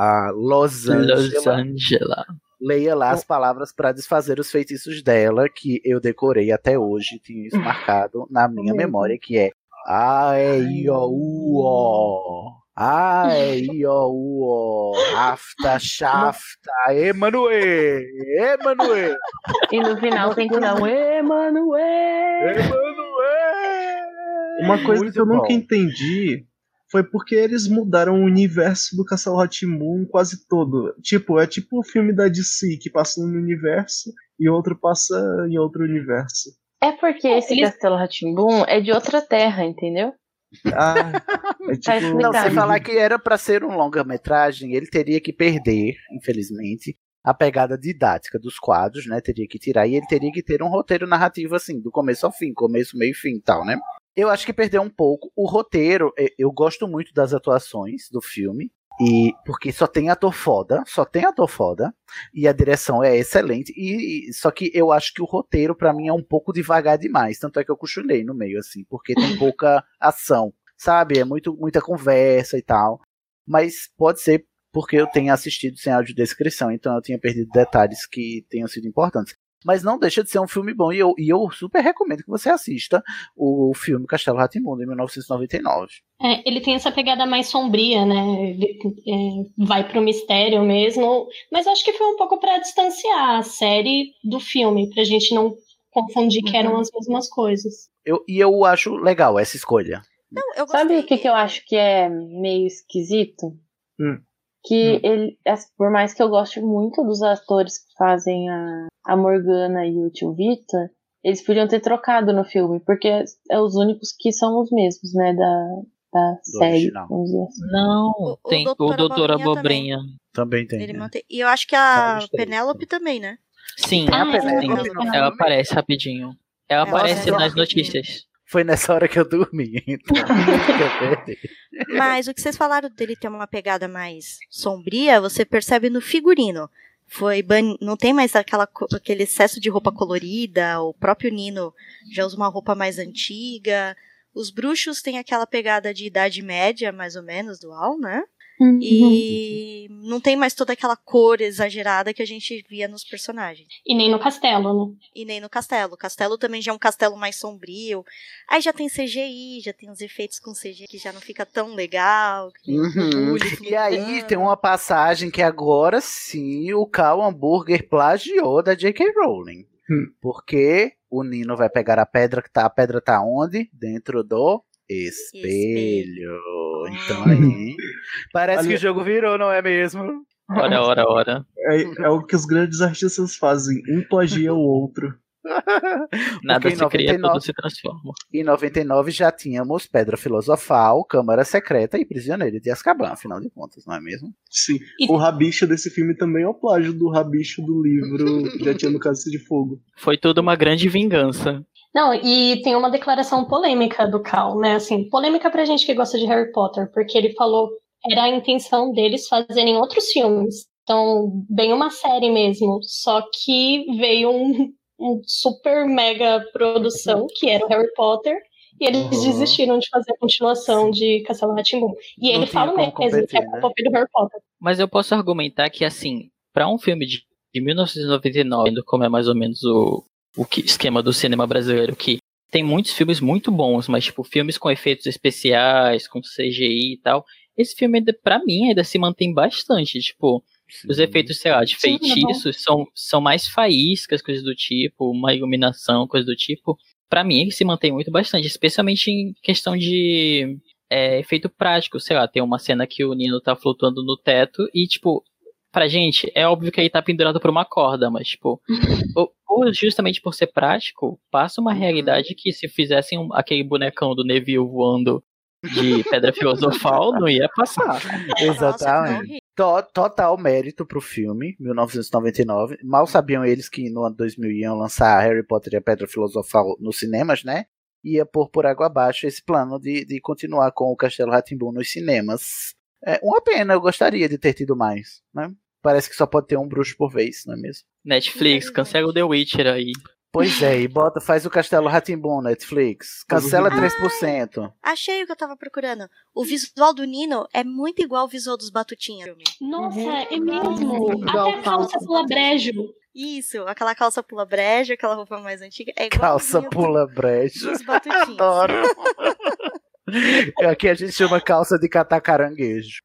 Losângela leia lá as palavras para desfazer os feitiços dela, que eu decorei até hoje. Tinha isso marcado na minha memória, que é A-E-I-O-U-O. A-E-I-O-U-O. Afta, shafta, Emanuel. E no final tem que dar um Emanuel. Uma coisa Muito que eu nunca bom. entendi foi porque eles mudaram o universo do Castelo Rá-Tim-Bum quase todo. Tipo, é tipo o filme da DC, que passa num universo e outro passa em outro universo. É porque esse Castelo Rá-Tim-Bum é de outra terra, entendeu? Ah, é Tá tipo... Não, sem explicado. falar que era para ser um longa-metragem, ele teria que perder, infelizmente, a pegada didática dos quadros, né? Teria que tirar, e ele teria que ter um roteiro narrativo assim, do começo ao fim, começo, meio e fim e tal, né? Eu acho que perdeu um pouco. O roteiro, eu gosto muito das atuações do filme. E porque só tem ator foda, e a direção é excelente, só que eu acho que o roteiro pra mim é um pouco devagar demais, tanto é que eu cochilei no meio, assim, porque tem pouca ação, sabe, é muita conversa e tal, mas pode ser porque eu tenha assistido sem audiodescrição, então eu tinha perdido detalhes que tenham sido importantes. Mas não deixa de ser um filme bom, e eu super recomendo que você assista o filme Castelo Rá-Tim-Bum, de 1999. Ele tem essa pegada mais sombria, né? Ele, vai pro mistério mesmo, mas acho que foi um pouco para distanciar a série do filme, pra gente não confundir que eram as mesmas coisas. Eu acho legal essa escolha. Não, Sabe o que eu acho que é meio esquisito? Que ele, por mais que eu goste muito dos atores que fazem a Morgana e o tio Victor, eles podiam ter trocado no filme, porque é os únicos que são os mesmos, né, da série. Vamos dizer assim. Não, tem o Doutor Abobrinha. Também tem. E eu acho que a Penélope também, né? Sim, a Penélope ela aparece rapidinho. Ela aparece nas notícias. Foi nessa hora que eu dormi, então eu perdi. Mas o que vocês falaram dele ter uma pegada mais sombria, você percebe no figurino. Não tem mais aquele excesso de roupa colorida, o próprio Nino já usa uma roupa mais antiga, os bruxos têm aquela pegada de Idade Média, mais ou menos, dual, né? E não tem mais toda aquela cor exagerada que a gente via nos personagens. E nem no castelo, né? E nem no castelo. O castelo também já é um castelo mais sombrio. Aí já tem CGI, já tem os efeitos com CGI que já não fica tão legal. E aí tem uma passagem que agora sim o Cal Hamburger plagiou da J.K. Rowling. Porque o Nino vai pegar a pedra tá onde? Dentro do espelho. Então aí parece que o jogo virou, não é mesmo? Ora. É o que os grandes artistas fazem, um plagia o outro. Nada se cria, tudo se transforma. Em 99 já tínhamos Pedra Filosofal, Câmara Secreta e Prisioneiro de Azkaban, afinal de contas, não é mesmo? Sim, o rabicho desse filme também é o plágio do rabicho do livro Já Tinha no Cálice de Fogo. Foi tudo uma grande vingança. Não, e tem uma declaração polêmica do Cal, né? Assim, polêmica pra gente que gosta de Harry Potter, porque ele falou que era a intenção deles fazerem outros filmes. Então, bem uma série mesmo. Só que veio um super mega produção, que era o Harry Potter, e eles desistiram de fazer a continuação de Castelo Rá-Tim-Bum. E ele fala mesmo que é culpa do Harry Potter. Mas eu posso argumentar que, assim, pra um filme de 1999, como é mais ou menos o esquema do cinema brasileiro, que tem muitos filmes muito bons, mas tipo, filmes com efeitos especiais, com CGI e tal, esse filme, pra mim, ainda se mantém bastante, tipo, os efeitos, sei lá, de feitiços são mais faíscas, coisas do tipo, uma iluminação, coisa do tipo. Pra mim, ele se mantém muito bastante, especialmente em questão de efeito prático, sei lá, tem uma cena que o Nino tá flutuando no teto e, tipo, pra gente, é óbvio que ele tá pendurado por uma corda, mas, tipo, justamente por ser prático, passa uma realidade que se fizessem aquele bonecão do Neville voando de Pedra Filosofal, não ia passar. Exatamente. Total mérito pro filme, 1999. Mal sabiam eles que no ano 2000 iam lançar Harry Potter e a Pedra Filosofal nos cinemas, né? Ia pôr por água abaixo esse plano de continuar com o Castelo Rá-Tim-Bum nos cinemas. É uma pena, eu gostaria de ter tido mais, né? Parece que só pode ter um bruxo por vez, não é mesmo? Netflix, cancela o The Witcher aí. Pois é, e faz o Castelo Rá-Tim-Bum, Netflix. Cancela 3%. Achei o que eu tava procurando. O visual do Nino é muito igual ao visual dos Batutinha. Nossa, é mesmo. Até a calça pula brejo. Isso, aquela calça pula brejo, aquela roupa mais antiga. É calça pula brejo. Dos Batutinhas. Adoro. Aqui a gente chama calça de catar caranguejo.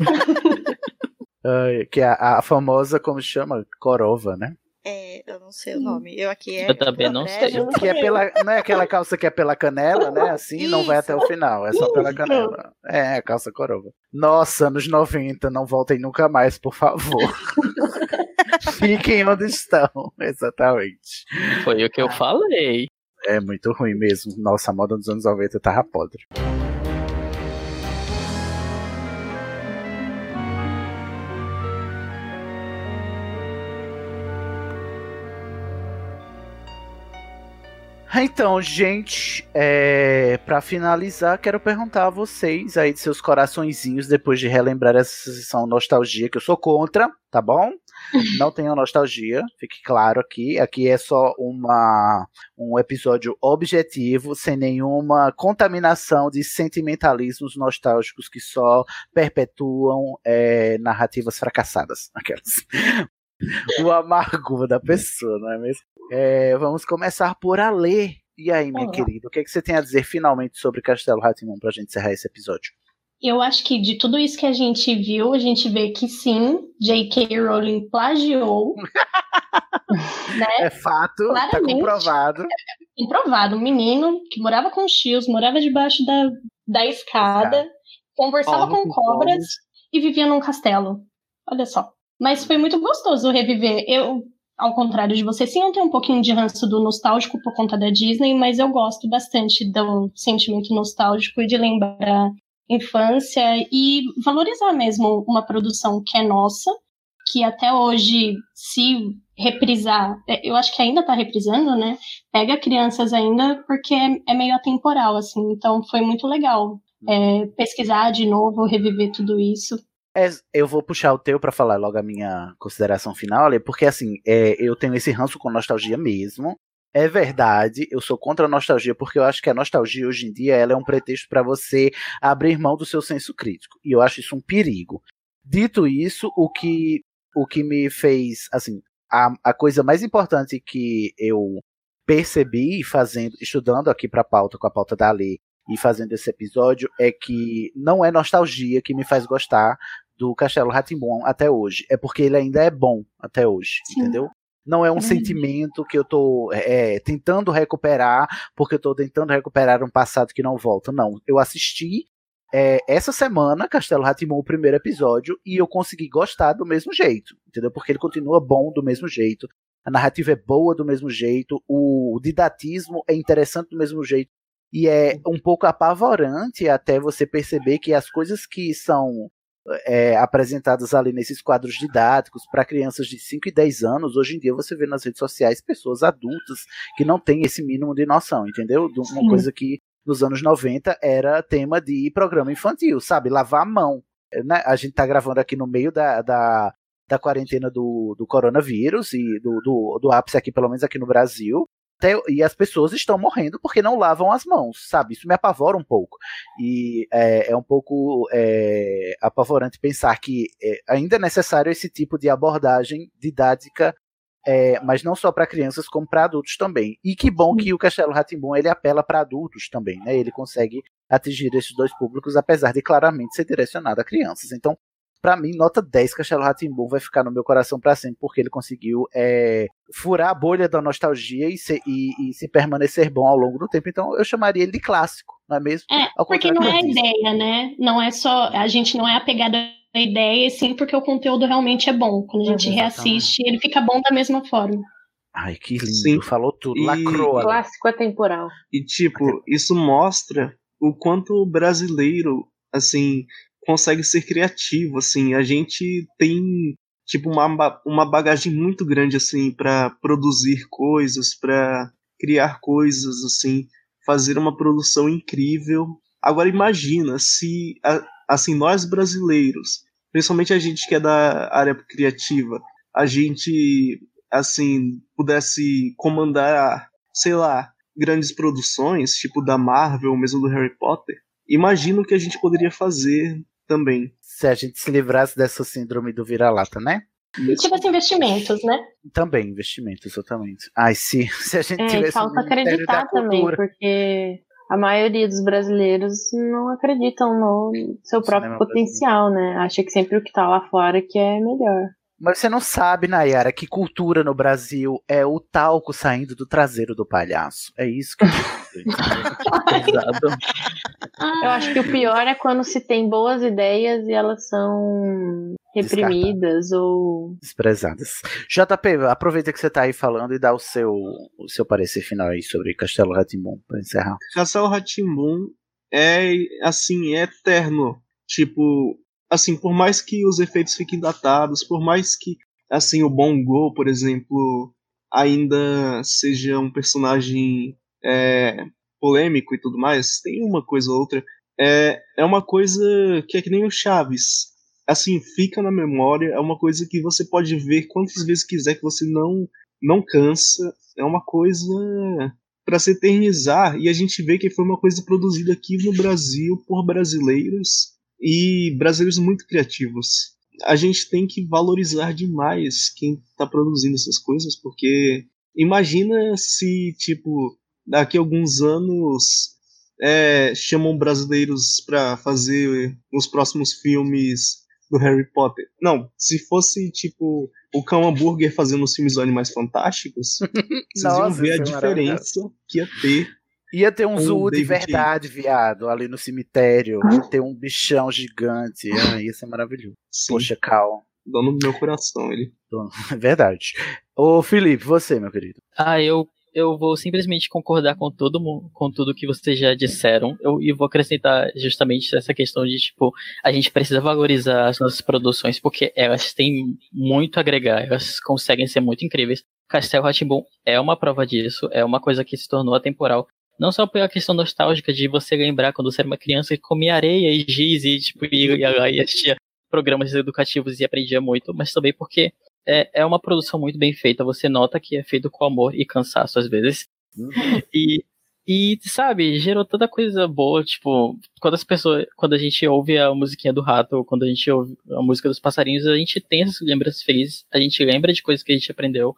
Que é a famosa, como chama? Corova, né? Eu não sei o nome. Eu também não sei. Que é não é aquela calça que é pela canela, né? Assim, isso. Não vai até o final. É só pela canela. É, a calça corova. Nossa, anos 90, não voltem nunca mais, por favor. Fiquem onde estão. Exatamente. Foi o que eu falei. É muito ruim mesmo. Nossa, a moda dos anos 90 tava podre. Então, gente, pra finalizar, quero perguntar a vocês aí de seus coraçõezinhos, depois de relembrar essa sessão nostalgia, que eu sou contra, tá bom? Não tenho nostalgia, fique claro aqui. Aqui é só um episódio objetivo, sem nenhuma contaminação de sentimentalismos nostálgicos que só perpetuam narrativas fracassadas. Aquelas. O amargor da pessoa, não é mesmo? Vamos começar por Alê. E aí, minha querida, o que você tem a dizer finalmente sobre Castelo Rá-Tim-Bum pra gente encerrar esse episódio? Eu acho que de tudo isso que a gente viu, a gente vê que sim, J.K. Rowling plagiou. Né? É fato, claramente, tá comprovado. Comprovado. Um menino que morava com os tios, morava debaixo da escada, conversava com cobras e vivia num castelo. Olha só. Mas foi muito gostoso reviver. Eu, ao contrário de você, sim, eu tenho um pouquinho de ranço do nostálgico por conta da Disney, mas eu gosto bastante do sentimento nostálgico e de lembrar infância e valorizar mesmo uma produção que é nossa, que até hoje, se reprisar, eu acho que ainda tá reprisando, né? Pega crianças ainda, porque é meio atemporal, assim. Então foi muito legal pesquisar de novo, reviver tudo isso. Eu vou puxar o teu pra falar logo a minha consideração final, porque assim, eu tenho esse ranço com nostalgia mesmo. É verdade, eu sou contra a nostalgia, porque eu acho que a nostalgia hoje em dia ela é um pretexto para você abrir mão do seu senso crítico. E eu acho isso um perigo. Dito isso, o que me fez, assim, a coisa mais importante que eu percebi estudando aqui pra pauta, com a pauta da Lê, e fazendo esse episódio, é que não é nostalgia que me faz gostar do Castelo Rá-Tim-Bum até hoje. É porque ele ainda é bom até hoje, entendeu? Não é um sentimento que eu tô tentando recuperar, porque eu tô tentando recuperar um passado que não volta. Não, eu assisti essa semana Castelo Rá-Tim-Bum, o primeiro episódio, e eu consegui gostar do mesmo jeito, entendeu? Porque ele continua bom do mesmo jeito, a narrativa é boa do mesmo jeito, o didatismo é interessante do mesmo jeito, e é um pouco apavorante até você perceber que as coisas que são apresentadas ali nesses quadros didáticos para crianças de 5 e 10 anos, hoje em dia você vê nas redes sociais pessoas adultas que não têm esse mínimo de noção, entendeu? Uma coisa que nos anos 90 era tema de programa infantil, sabe? Lavar a mão. Né? A gente tá gravando aqui no meio da quarentena do coronavírus e do ápice aqui, pelo menos aqui no Brasil. E as pessoas estão morrendo porque não lavam as mãos, sabe? Isso me apavora um pouco. E é um pouco apavorante pensar que ainda é necessário esse tipo de abordagem didática, mas não só para crianças, como para adultos também. E que bom que o Castelo Rá-Tim-Bum ele apela para adultos também, né? Ele consegue atingir esses dois públicos, apesar de claramente ser direcionado a crianças. Então, pra mim, nota 10, Castelo Rá-Tim-Bum vai ficar no meu coração pra sempre, porque ele conseguiu furar a bolha da nostalgia e se permanecer bom ao longo do tempo. Então eu chamaria ele de clássico, não é mesmo? Porque não é a ideia, né? Não é só, a gente não é apegado à ideia, sim, porque o conteúdo realmente é bom. Quando a gente reassiste, ele fica bom da mesma forma. Ai, que lindo, sim. Falou tudo, lacrou. Clássico atemporal. E tipo, isso mostra o quanto o brasileiro, assim, consegue ser criativo, assim, a gente tem tipo uma bagagem muito grande assim para produzir coisas, para criar coisas, assim, fazer uma produção incrível. Agora imagina se assim nós brasileiros, principalmente a gente que é da área criativa, a gente assim pudesse comandar, sei lá, grandes produções, tipo da Marvel ou mesmo do Harry Potter. Imagina o que a gente poderia fazer também. Se a gente se livrasse dessa síndrome do vira-lata, né? E tivesse investimentos, né? Também, investimentos, exatamente. Ai, se a gente tivesse falta acreditar também, porque a maioria dos brasileiros não acreditam no seu próprio potencial, né? Acha que sempre o que tá lá fora que é melhor. Mas você não sabe, Nayara, que cultura no Brasil é o talco saindo do traseiro do palhaço. É isso que eu acho que o pior é quando se tem boas ideias e elas são reprimidas ou desprezadas. JP, aproveita que você tá aí falando e dá o seu parecer final aí sobre Castelo Rá-Tim-Bum pra encerrar. Castelo Rá-Tim-Bum é assim, é eterno. Tipo, assim, por mais que os efeitos fiquem datados, por mais que assim o Bongo, por exemplo, ainda seja um personagem polêmico e tudo mais, tem uma coisa ou outra. É uma coisa que é que nem o Chaves. Assim, fica na memória, é uma coisa que você pode ver quantas vezes quiser, que você não cansa. É uma coisa para se eternizar, e a gente vê que foi uma coisa produzida aqui no Brasil por brasileiros, e brasileiros muito criativos. A gente tem que valorizar demais quem está produzindo essas coisas, porque imagina se, tipo, daqui a alguns anos chamam brasileiros para fazer os próximos filmes do Harry Potter. Não, se fosse, tipo, o Cão Hambúrguer fazendo os filmes dos Animais Fantásticos, vocês iam ver a diferença que ia ter. Ia ter um zoo de verdade, viado, ali no cemitério. Ia ter um bichão gigante. Ia ser maravilhoso. Sim. Poxa, Cal. Dono do meu coração, ele. É verdade. Ô, Felipe, você, meu querido. Eu vou simplesmente concordar com tudo que vocês já disseram. E vou acrescentar justamente essa questão de, tipo, a gente precisa valorizar as nossas produções, porque elas têm muito a agregar, elas conseguem ser muito incríveis. Castelo Rá-Tim-Bum é uma prova disso, é uma coisa que se tornou atemporal. Não só pela questão nostálgica de você lembrar quando você era uma criança e comia areia e giz e, tipo, ia lá e assistia programas educativos e aprendia muito, mas também porque é uma produção muito bem feita. Você nota que é feito com amor e cansaço às vezes. E sabe, gerou toda coisa boa, tipo, quando a gente ouve a musiquinha do rato, ou quando a gente ouve a música dos passarinhos, a gente tem essas lembranças felizes, a gente lembra de coisas que a gente aprendeu.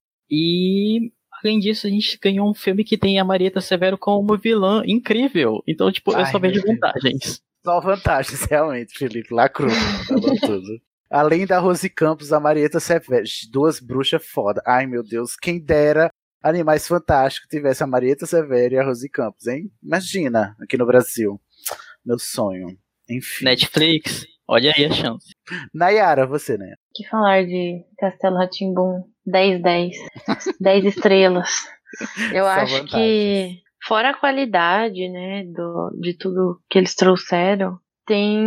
E além disso, a gente ganhou um filme que tem a Marieta Severo como vilã incrível. Então, tipo, eu só vejo vantagens. Só vantagens, realmente, Felipe. Lacrou. Falou tudo. Além da Rose Campos, a Marieta Severo. Duas bruxas foda. Ai, meu Deus. Quem dera Animais Fantásticos tivesse a Marieta Severo e a Rose Campos, hein? Imagina, aqui no Brasil. Meu sonho. Enfim. Netflix, olha aí a chance. Nayara, você, né? O que falar de Castelo Rá-Tim-Bum? 10/10. 10 estrelas. Eu acho que, fora a qualidade, né, de tudo que eles trouxeram, tem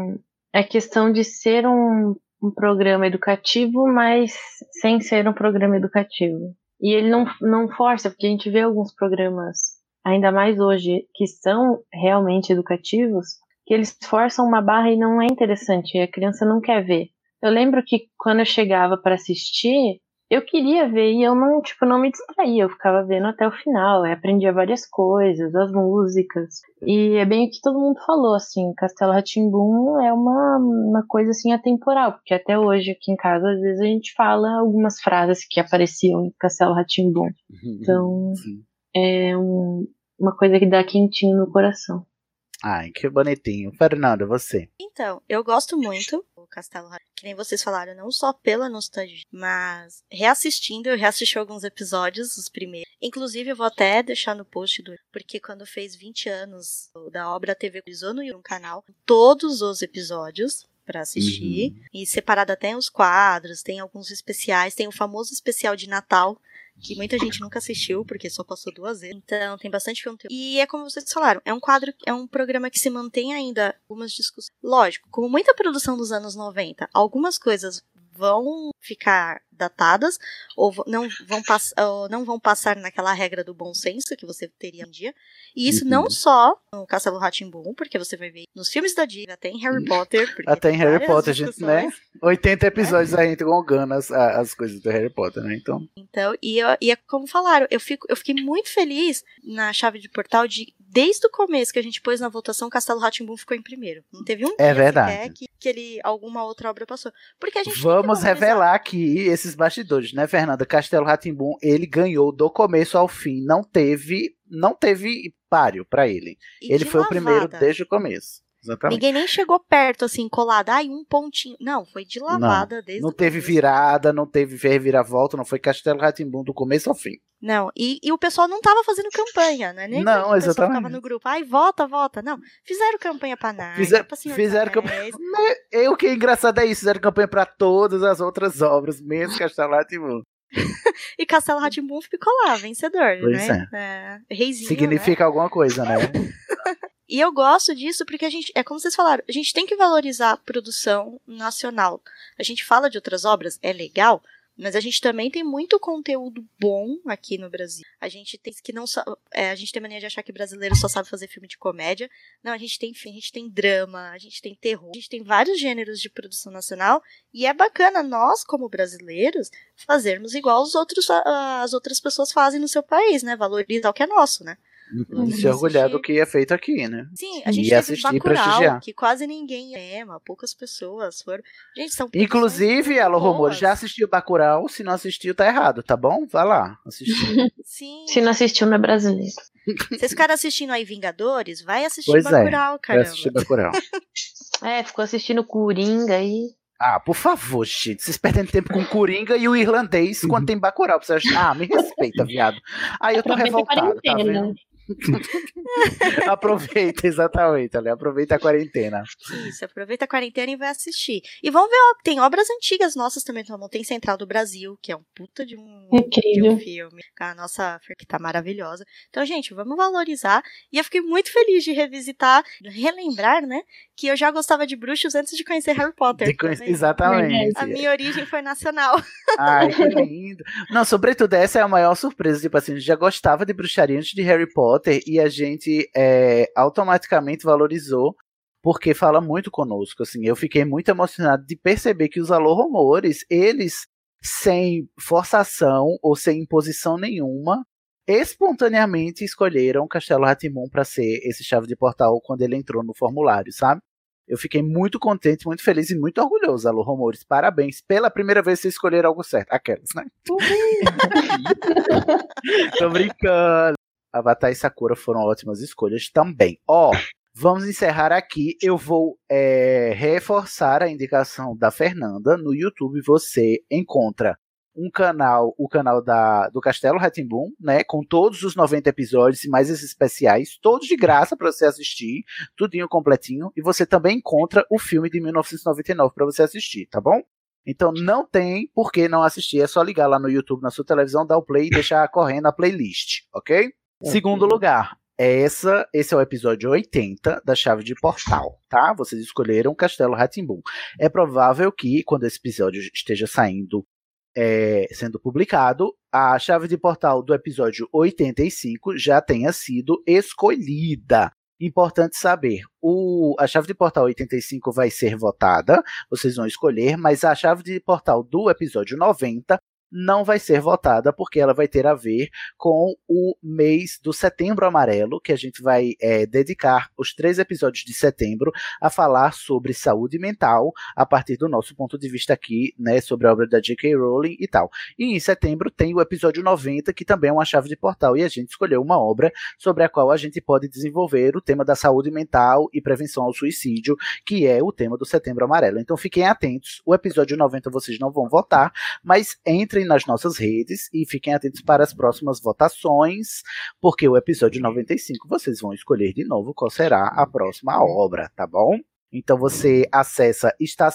a questão de ser um programa educativo, mas sem ser um programa educativo. E ele não força, porque a gente vê alguns programas, ainda mais hoje, que são realmente educativos, que eles forçam uma barra e não é interessante, e a criança não quer ver. Eu lembro que quando eu chegava para assistir, eu queria ver e eu não me distraía, eu ficava vendo até o final, eu aprendia várias coisas, as músicas, e é bem o que todo mundo falou, assim, Castelo Rá-Tim-Bum é uma coisa assim atemporal, porque até hoje aqui em casa às vezes a gente fala algumas frases que apareciam em Castelo Rá-Tim-Bum, então é uma coisa que dá quentinho no coração. Ai, que bonitinho. Fernanda, você? Então, eu gosto muito do Castelo Rá-Tim-Bum, que nem vocês falaram, não só pela nostalgia, mas eu reassisti alguns episódios, os primeiros. Inclusive, eu vou até deixar no post porque quando fez 20 anos da obra, a TV usou no canal todos os episódios pra assistir, e separado até os quadros, tem alguns especiais, tem o famoso especial de Natal, que muita gente nunca assistiu, porque só passou 2 vezes. Então, tem bastante conteúdo. E é como vocês falaram, é um programa que se mantém ainda algumas discussões. Lógico, como muita produção dos anos 90, algumas coisas vão ficar datadas, ou não vão passar naquela regra do bom senso que você teria um dia. E isso não só no Castelo Rá-Tim-Bum, porque você vai ver nos filmes da Disney, até em Harry Potter. Até em Harry Potter, a gente, né? 80 episódios a gente gongando as coisas do Harry Potter, né? Então, e é como falaram, eu fiquei muito feliz na chave de portal desde o começo que a gente pôs na votação, Castelo Rá-Tim-Bum ficou em primeiro. Não teve um dia sequer que alguma outra obra passou. Porque a gente vamos revelar aqui esses bastidores, né, Fernanda? Castelo Rá-Tim-Bum, ele ganhou do começo ao fim. Não teve páreo pra ele. Ele foi o primeiro desde o começo. Exatamente. Ninguém nem chegou perto, assim, colado. Um pontinho. Não, foi de lavada desde Não teve virada, não teve reviravolta, não foi Castelo Rá-Tim-Bum do começo ao fim. Não, e o pessoal não tava fazendo campanha, né? Nem não, o exatamente. pessoal tava no grupo, vota. Não, fizeram campanha pra nada. Fizeram campanha. O que é engraçado é isso, fizeram campanha pra todas as outras obras, menos Castelo Rá-Tim-Bum. E Castelo Rá-Tim-Bum ficou lá, vencedor, pois né? Reizinho, significa alguma coisa, né? E eu gosto disso porque é como vocês falaram, a gente tem que valorizar a produção nacional. A gente fala de outras obras, é legal, Mas a gente também tem muito conteúdo bom aqui no Brasil. A gente tem que não só, a gente tem mania de achar que brasileiro só sabe fazer filme de comédia. Não, a gente tem drama, a gente tem terror, a gente tem vários gêneros de produção nacional e é bacana nós, como brasileiros, fazermos igual as outras pessoas fazem no seu país, né? Valorizar o que é nosso, né? Se orgulhar do que é feito aqui, né? Sim, a gente e teve assistir e Bacurau, prestigiar. que quase ninguém ama, poucas pessoas foram. Gente, são Inclusive, Alô Rumor, já assistiu Bacurau? Se não assistiu, tá errado, tá bom? Vai lá, assistir. Sim. Se não assistiu, não é brasileiro. Vocês ficaram assistindo aí Vingadores? Vai assistir Pois Bacurau, caramba. Vai assistir Bacurau. Ficou assistindo Coringa aí. Ah, por favor, gente. Vocês perdem tempo com Coringa e o irlandês quando tem Bacurau. Me respeita, viado. Aí eu tô revoltado, tá vendo? Aproveita, exatamente, Ale. Aproveita a quarentena. Isso, aproveita a quarentena e vai assistir. E vamos ver, ó, tem obras antigas nossas também. Tem Central do Brasil, que é um puta de um filme. A nossa, que tá maravilhosa. Então, gente, vamos valorizar. E eu fiquei muito feliz de relembrar, né? Que eu já gostava de bruxos antes de conhecer Harry Potter. Exatamente. A minha origem foi nacional. Ai, que lindo. Não, sobretudo, essa é a maior surpresa. Tipo assim, a gente já gostava de bruxaria antes de Harry Potter e a gente automaticamente valorizou porque fala muito conosco. Assim, eu fiquei muito emocionado de perceber que os Alô Rumores, eles, sem forçação ou sem imposição nenhuma, espontaneamente escolheram Castelo Rá-Tim-Bum para ser esse chave de portal quando ele entrou no formulário, sabe? Eu fiquei muito contente, muito feliz e muito orgulhoso, Alô Rumores. Parabéns. Pela primeira vez vocês escolheram algo certo. Aquelas, né? Tô brincando. Avatar e Sakura foram ótimas escolhas também. Vamos encerrar aqui. Eu vou reforçar a indicação da Fernanda. No YouTube você encontra o canal do Castelo Rá-Tim-Bum, né, com todos os 90 episódios e mais esses especiais, todos de graça para você assistir, tudinho completinho, e você também encontra o filme de 1999 para você assistir, tá bom? Então não tem por que não assistir, é só ligar lá no YouTube, na sua televisão, dar o play e deixar correndo a playlist, ok? Segundo lugar, esse é o episódio 80 da Chave de Portal, tá? Vocês escolheram Castelo Rá-Tim-Bum. É provável que, quando esse episódio esteja sendo publicado, a chave de portal do episódio 85 já tenha sido escolhida. Importante saber, a chave de portal 85 vai ser votada, vocês vão escolher, mas a chave de portal do episódio 90 não vai ser votada, porque ela vai ter a ver com o mês do Setembro Amarelo, que a gente vai dedicar os 3 episódios de setembro a falar sobre saúde mental, a partir do nosso ponto de vista aqui, né, sobre a obra da J.K. Rowling e tal. E em setembro tem o episódio 90, que também é uma chave de portal, e a gente escolheu uma obra sobre a qual a gente pode desenvolver o tema da saúde mental e prevenção ao suicídio, que é o tema do Setembro Amarelo. Então fiquem atentos, o episódio 90 vocês não vão votar, mas entrem nas nossas redes e fiquem atentos para as próximas votações, porque o episódio 95 vocês vão escolher de novo qual será a próxima obra, tá bom? Então você acessa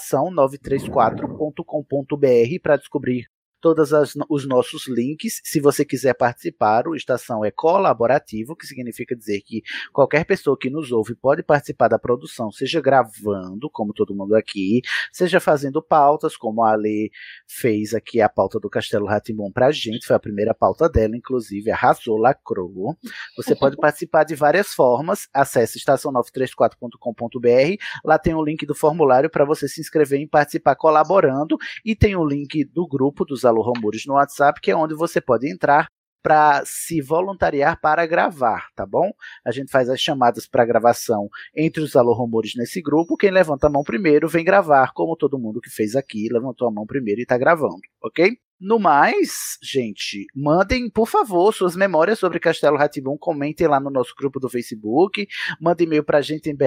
estação934.com.br para descobrir todos os nossos links. Se você quiser participar, o Estação é colaborativo, que significa dizer que qualquer pessoa que nos ouve pode participar da produção, seja gravando, como todo mundo aqui, seja fazendo pautas, como a Ale fez aqui a pauta do Castelo Rá-Tim-Bum pra gente, foi a primeira pauta dela, inclusive, arrasou, lacrou. Você pode participar de várias formas, acesse estação934.com.br, lá tem o link do formulário para você se inscrever e participar colaborando, e tem o link do grupo dos Alô Rumores no WhatsApp, que é onde você pode entrar para se voluntariar para gravar, tá bom? A gente faz as chamadas para gravação entre os Alô Rumores nesse grupo. Quem levanta a mão primeiro vem gravar, como todo mundo que fez aqui levantou a mão primeiro e está gravando, ok? No mais, gente, mandem, por favor, suas memórias sobre Castelo Rá-Tim-Bum, comentem lá no nosso grupo do Facebook, mandem e-mail para a gente em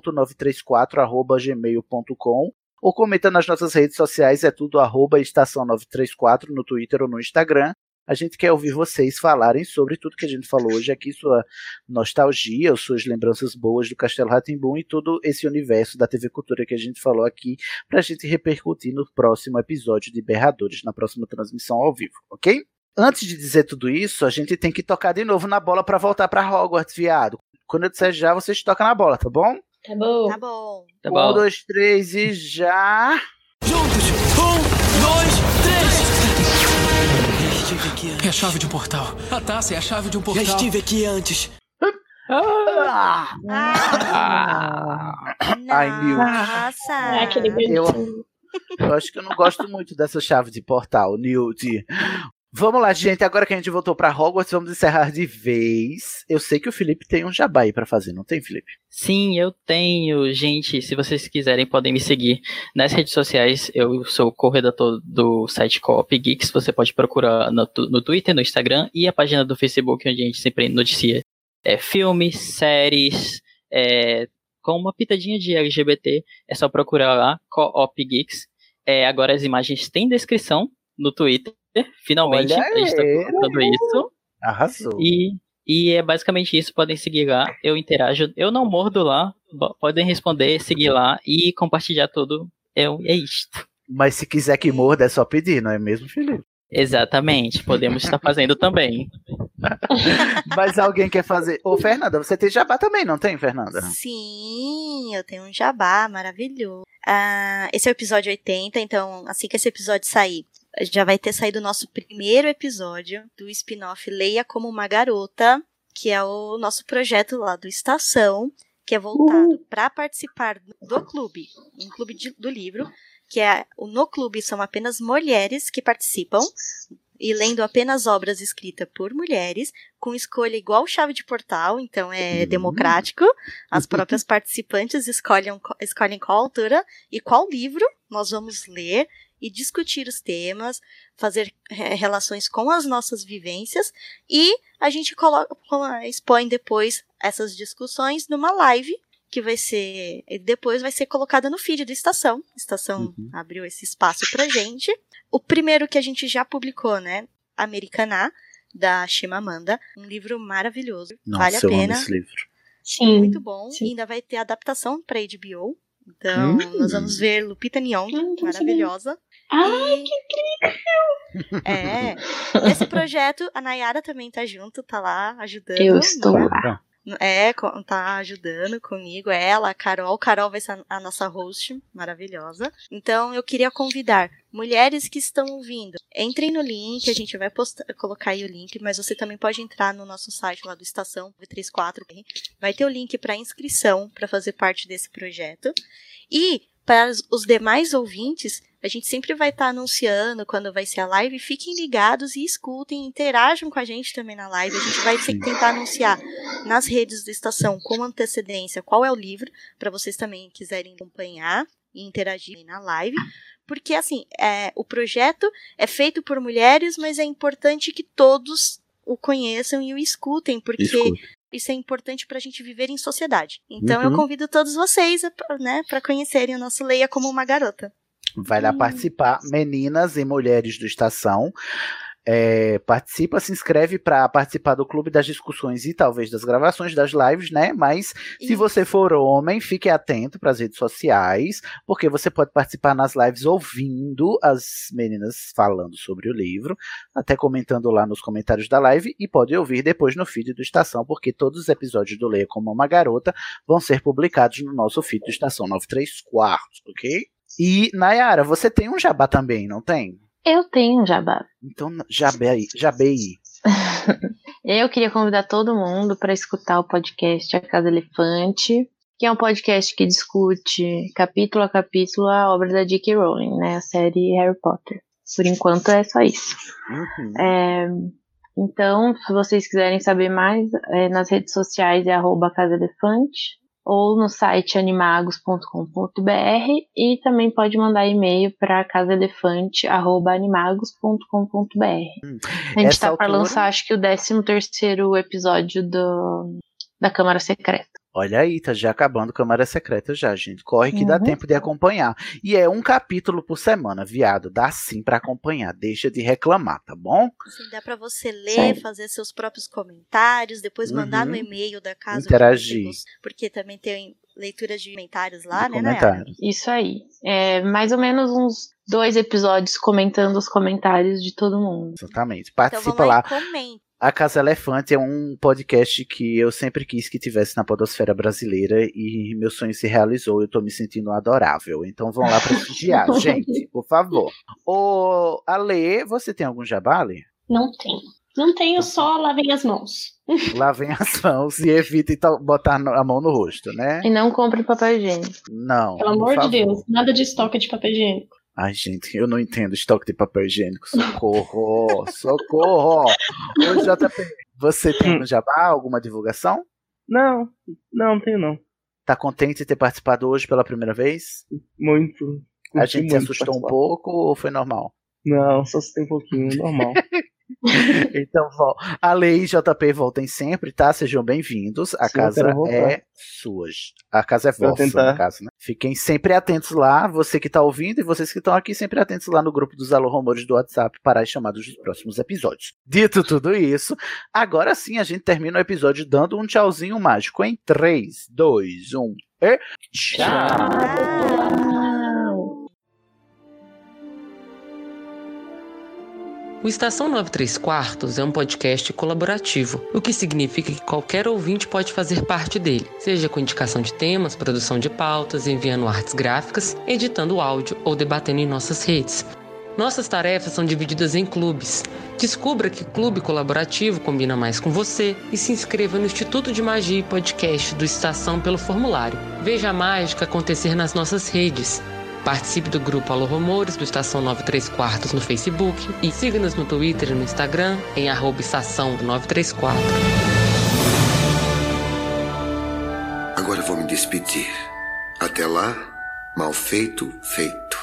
berrador.934@gmail.com, ou comenta nas nossas redes sociais, é tudo @estação934 no Twitter ou no Instagram. A gente quer ouvir vocês falarem sobre tudo que a gente falou hoje aqui, sua nostalgia, suas lembranças boas do Castelo Rá-Tim-Bum e todo esse universo da TV Cultura que a gente falou aqui, pra gente repercutir no próximo episódio de Berradores, na próxima transmissão ao vivo, ok? Antes de dizer tudo isso, a gente tem que tocar de novo na bola pra voltar pra Hogwarts, viado. Quando eu disser já, vocês tocam na bola, tá bom? Tá bom. Tá bom. Tá bom. 1, 2, 3 e já... Juntos! 1, 2, 3! É a chave de um portal. A taça é a chave de um portal. Já estive aqui antes. Ai, Newt. Nossa! Aquele bonitinho. Eu acho que eu não gosto muito dessa chave de portal, Newt. Vamos lá, gente. Agora que a gente voltou pra Hogwarts, vamos encerrar de vez. Eu sei que o Felipe tem um jabá aí pra fazer, não tem, Felipe? Sim, eu tenho. Gente, se vocês quiserem, podem me seguir nas redes sociais. Eu sou co-redator do site Co-op Geeks. Você pode procurar no Twitter, no Instagram e a página do Facebook, onde a gente sempre noticia filmes, séries, com uma pitadinha de LGBT. É só procurar lá, Co-op Geeks. Agora as imagens têm descrição no Twitter. Finalmente, Olha a gente tá colocando isso. Arrasou. E é basicamente isso, podem seguir lá, eu interajo, eu não mordo lá, podem responder, seguir lá e compartilhar tudo, é isto. Mas se quiser que morda, é só pedir, não é mesmo, Felipe? Exatamente, podemos estar fazendo também. Mas alguém quer fazer... Ô, Fernanda, você tem jabá também, não tem, Fernanda? Sim, eu tenho um jabá maravilhoso. Esse é o episódio 80, então assim que esse episódio sair, já vai ter saído o nosso primeiro episódio do spin-off Leia Como Uma Garota, que é o nosso projeto lá do Estação, que é voltado para participar do clube, um clube do livro, que no clube são apenas mulheres que participam, e lendo apenas obras escritas por mulheres, com escolha igual chave de portal, então é democrático. As próprias participantes escolhem qual autora e qual livro nós vamos ler e discutir os temas, fazer relações com as nossas vivências, e a gente expõe depois essas discussões numa live, que depois vai ser colocada no feed do Estação. Estação abriu esse espaço pra gente. O primeiro que a gente já publicou, né? Americaná, da Chimamanda. Um livro maravilhoso. Nossa, vale a pena. Eu amo esse livro. Sim. Muito bom. Sim. E ainda vai ter adaptação pra HBO. Então, nós vamos ver Lupita Nyong'o, maravilhosa. Ai, que incrível! Nesse projeto, a Nayara também tá junto, tá lá, ajudando. Eu estou lá. Tá ajudando comigo, ela, a Carol. Carol vai ser a nossa host, maravilhosa. Então, eu queria convidar mulheres que estão ouvindo. Entrem no link, a gente vai colocar aí o link, mas você também pode entrar no nosso site lá do Estação V34. Vai ter o link para inscrição, para fazer parte desse projeto. E, para os demais ouvintes, a gente sempre vai estar anunciando quando vai ser a live. Fiquem ligados e escutem, interajam com a gente também na live. A gente vai tentar anunciar nas redes da Estação com antecedência qual é o livro, para vocês também quiserem acompanhar e interagir na live. Porque, assim, o projeto é feito por mulheres, mas é importante que todos o conheçam e o escutem, porque isso é importante para a gente viver em sociedade. Então, eu convido todos vocês, né, para conhecerem o nosso Leia Como Uma Garota. Vai lá participar, meninas e mulheres do Estação. Participa, se inscreve para participar do clube das discussões e talvez das gravações das lives, né? Mas se você for homem, fique atento para as redes sociais, porque você pode participar nas lives ouvindo as meninas falando sobre o livro, até comentando lá nos comentários da live, e pode ouvir depois no feed do Estação, porque todos os episódios do Leia Como Uma Garota vão ser publicados no nosso feed do Estação 93/4, ok? E, Nayara, você tem um jabá também, não tem? Eu tenho um jabá. Então, jabei. Eu queria convidar todo mundo para escutar o podcast A Casa Elefante, que é um podcast que discute capítulo a capítulo a obra da J.K. Rowling, né, a série Harry Potter. Por enquanto é só isso. Então, se vocês quiserem saber mais, nas redes sociais é @casaelefante, ou no site animagos.com.br, e também pode mandar e-mail para casaelefante@animagos.com.br. A gente está para lançar, acho que o 13º episódio da Câmara Secreta. Olha aí, tá já acabando Câmara Secreta já, gente. Corre que dá tempo de acompanhar. E é um capítulo por semana, viado. Dá sim pra acompanhar. Deixa de reclamar, tá bom? Sim, dá pra você ler, fazer seus próprios comentários, depois mandar no e-mail da casa. Interagir. Porque também tem leituras de comentários lá, né, Nayara? Isso aí. Mais ou menos uns 2 episódios comentando os comentários de todo mundo. Exatamente. Participa então, lá. Comenta. A Casa Elefante é um podcast que eu sempre quis que tivesse na podosfera brasileira e meu sonho se realizou. Eu tô me sentindo adorável. Então vão lá prestigiar, gente, por favor. Ale, você tem algum jabá, Ale? Não tem. Não tenho, só lavem as mãos. Lavem as mãos e evitem botar a mão no rosto, né? E não compre papel higiênico. Não. Pelo amor de Deus, nada de estoque de papel higiênico. Ai, gente, eu não entendo estoque de papel higiênico. Socorro, socorro. Ô, JP, você tem no Jabá alguma divulgação? Não tenho não. Tá contente de ter participado hoje pela primeira vez? Muito. A gente se assustou um pouco ou foi normal? Não, só se tem um pouquinho, normal. Então, a Lei e JP voltem sempre, tá? Sejam bem-vindos. A casa é sua. A casa é vossa, no caso, né? Fiquem sempre atentos lá, você que tá ouvindo e vocês que estão aqui, sempre atentos lá no grupo dos Alô Rumores do WhatsApp para as chamadas dos próximos episódios. Dito tudo isso, agora sim a gente termina o episódio dando um tchauzinho mágico em 3, 2, 1 e tchau! O Estação 93/4 é um podcast colaborativo, o que significa que qualquer ouvinte pode fazer parte dele, seja com indicação de temas, produção de pautas, enviando artes gráficas, editando áudio ou debatendo em nossas redes. Nossas tarefas são divididas em clubes. Descubra que clube colaborativo combina mais com você e se inscreva no Instituto de Magia e Podcast do Estação pelo formulário. Veja a mágica acontecer nas nossas redes. Participe do grupo Alô Rumores do Estação 93/4 no Facebook e siga-nos no Twitter e no Instagram em @estação 934. Agora vou me despedir. Até lá, mal feito, feito.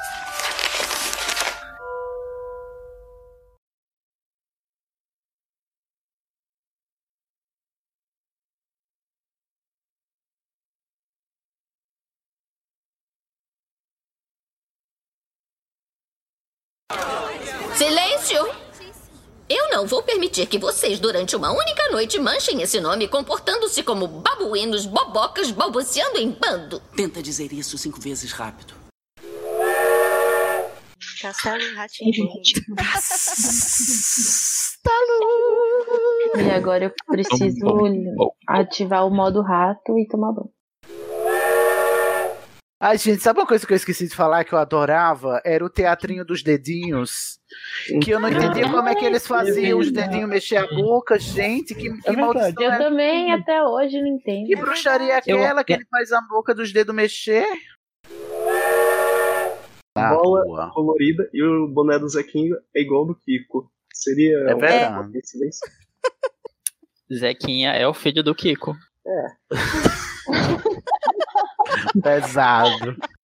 Silêncio! Eu não vou permitir que vocês, durante uma única noite, manchem esse nome comportando-se como babuínos, bobocas, balbuciando em bando. Tenta dizer isso 5 vezes rápido. Castelo Rá-Tim-Bum. E agora eu preciso ativar o modo rato e tomar banho. Ai, gente, sabe uma coisa que eu esqueci de falar que eu adorava? Era o teatrinho dos dedinhos. Que eu não entendia como é que eles faziam os dedinhos mexer a boca, gente. Que maldição. Eu também até hoje não entendo. Que bruxaria é aquela que ele faz a boca dos dedos mexer? Bola colorida e o boné do Zequinho é igual ao do Kiko. Seria verdade. Zequinha é o filho do Kiko. É. Pesado.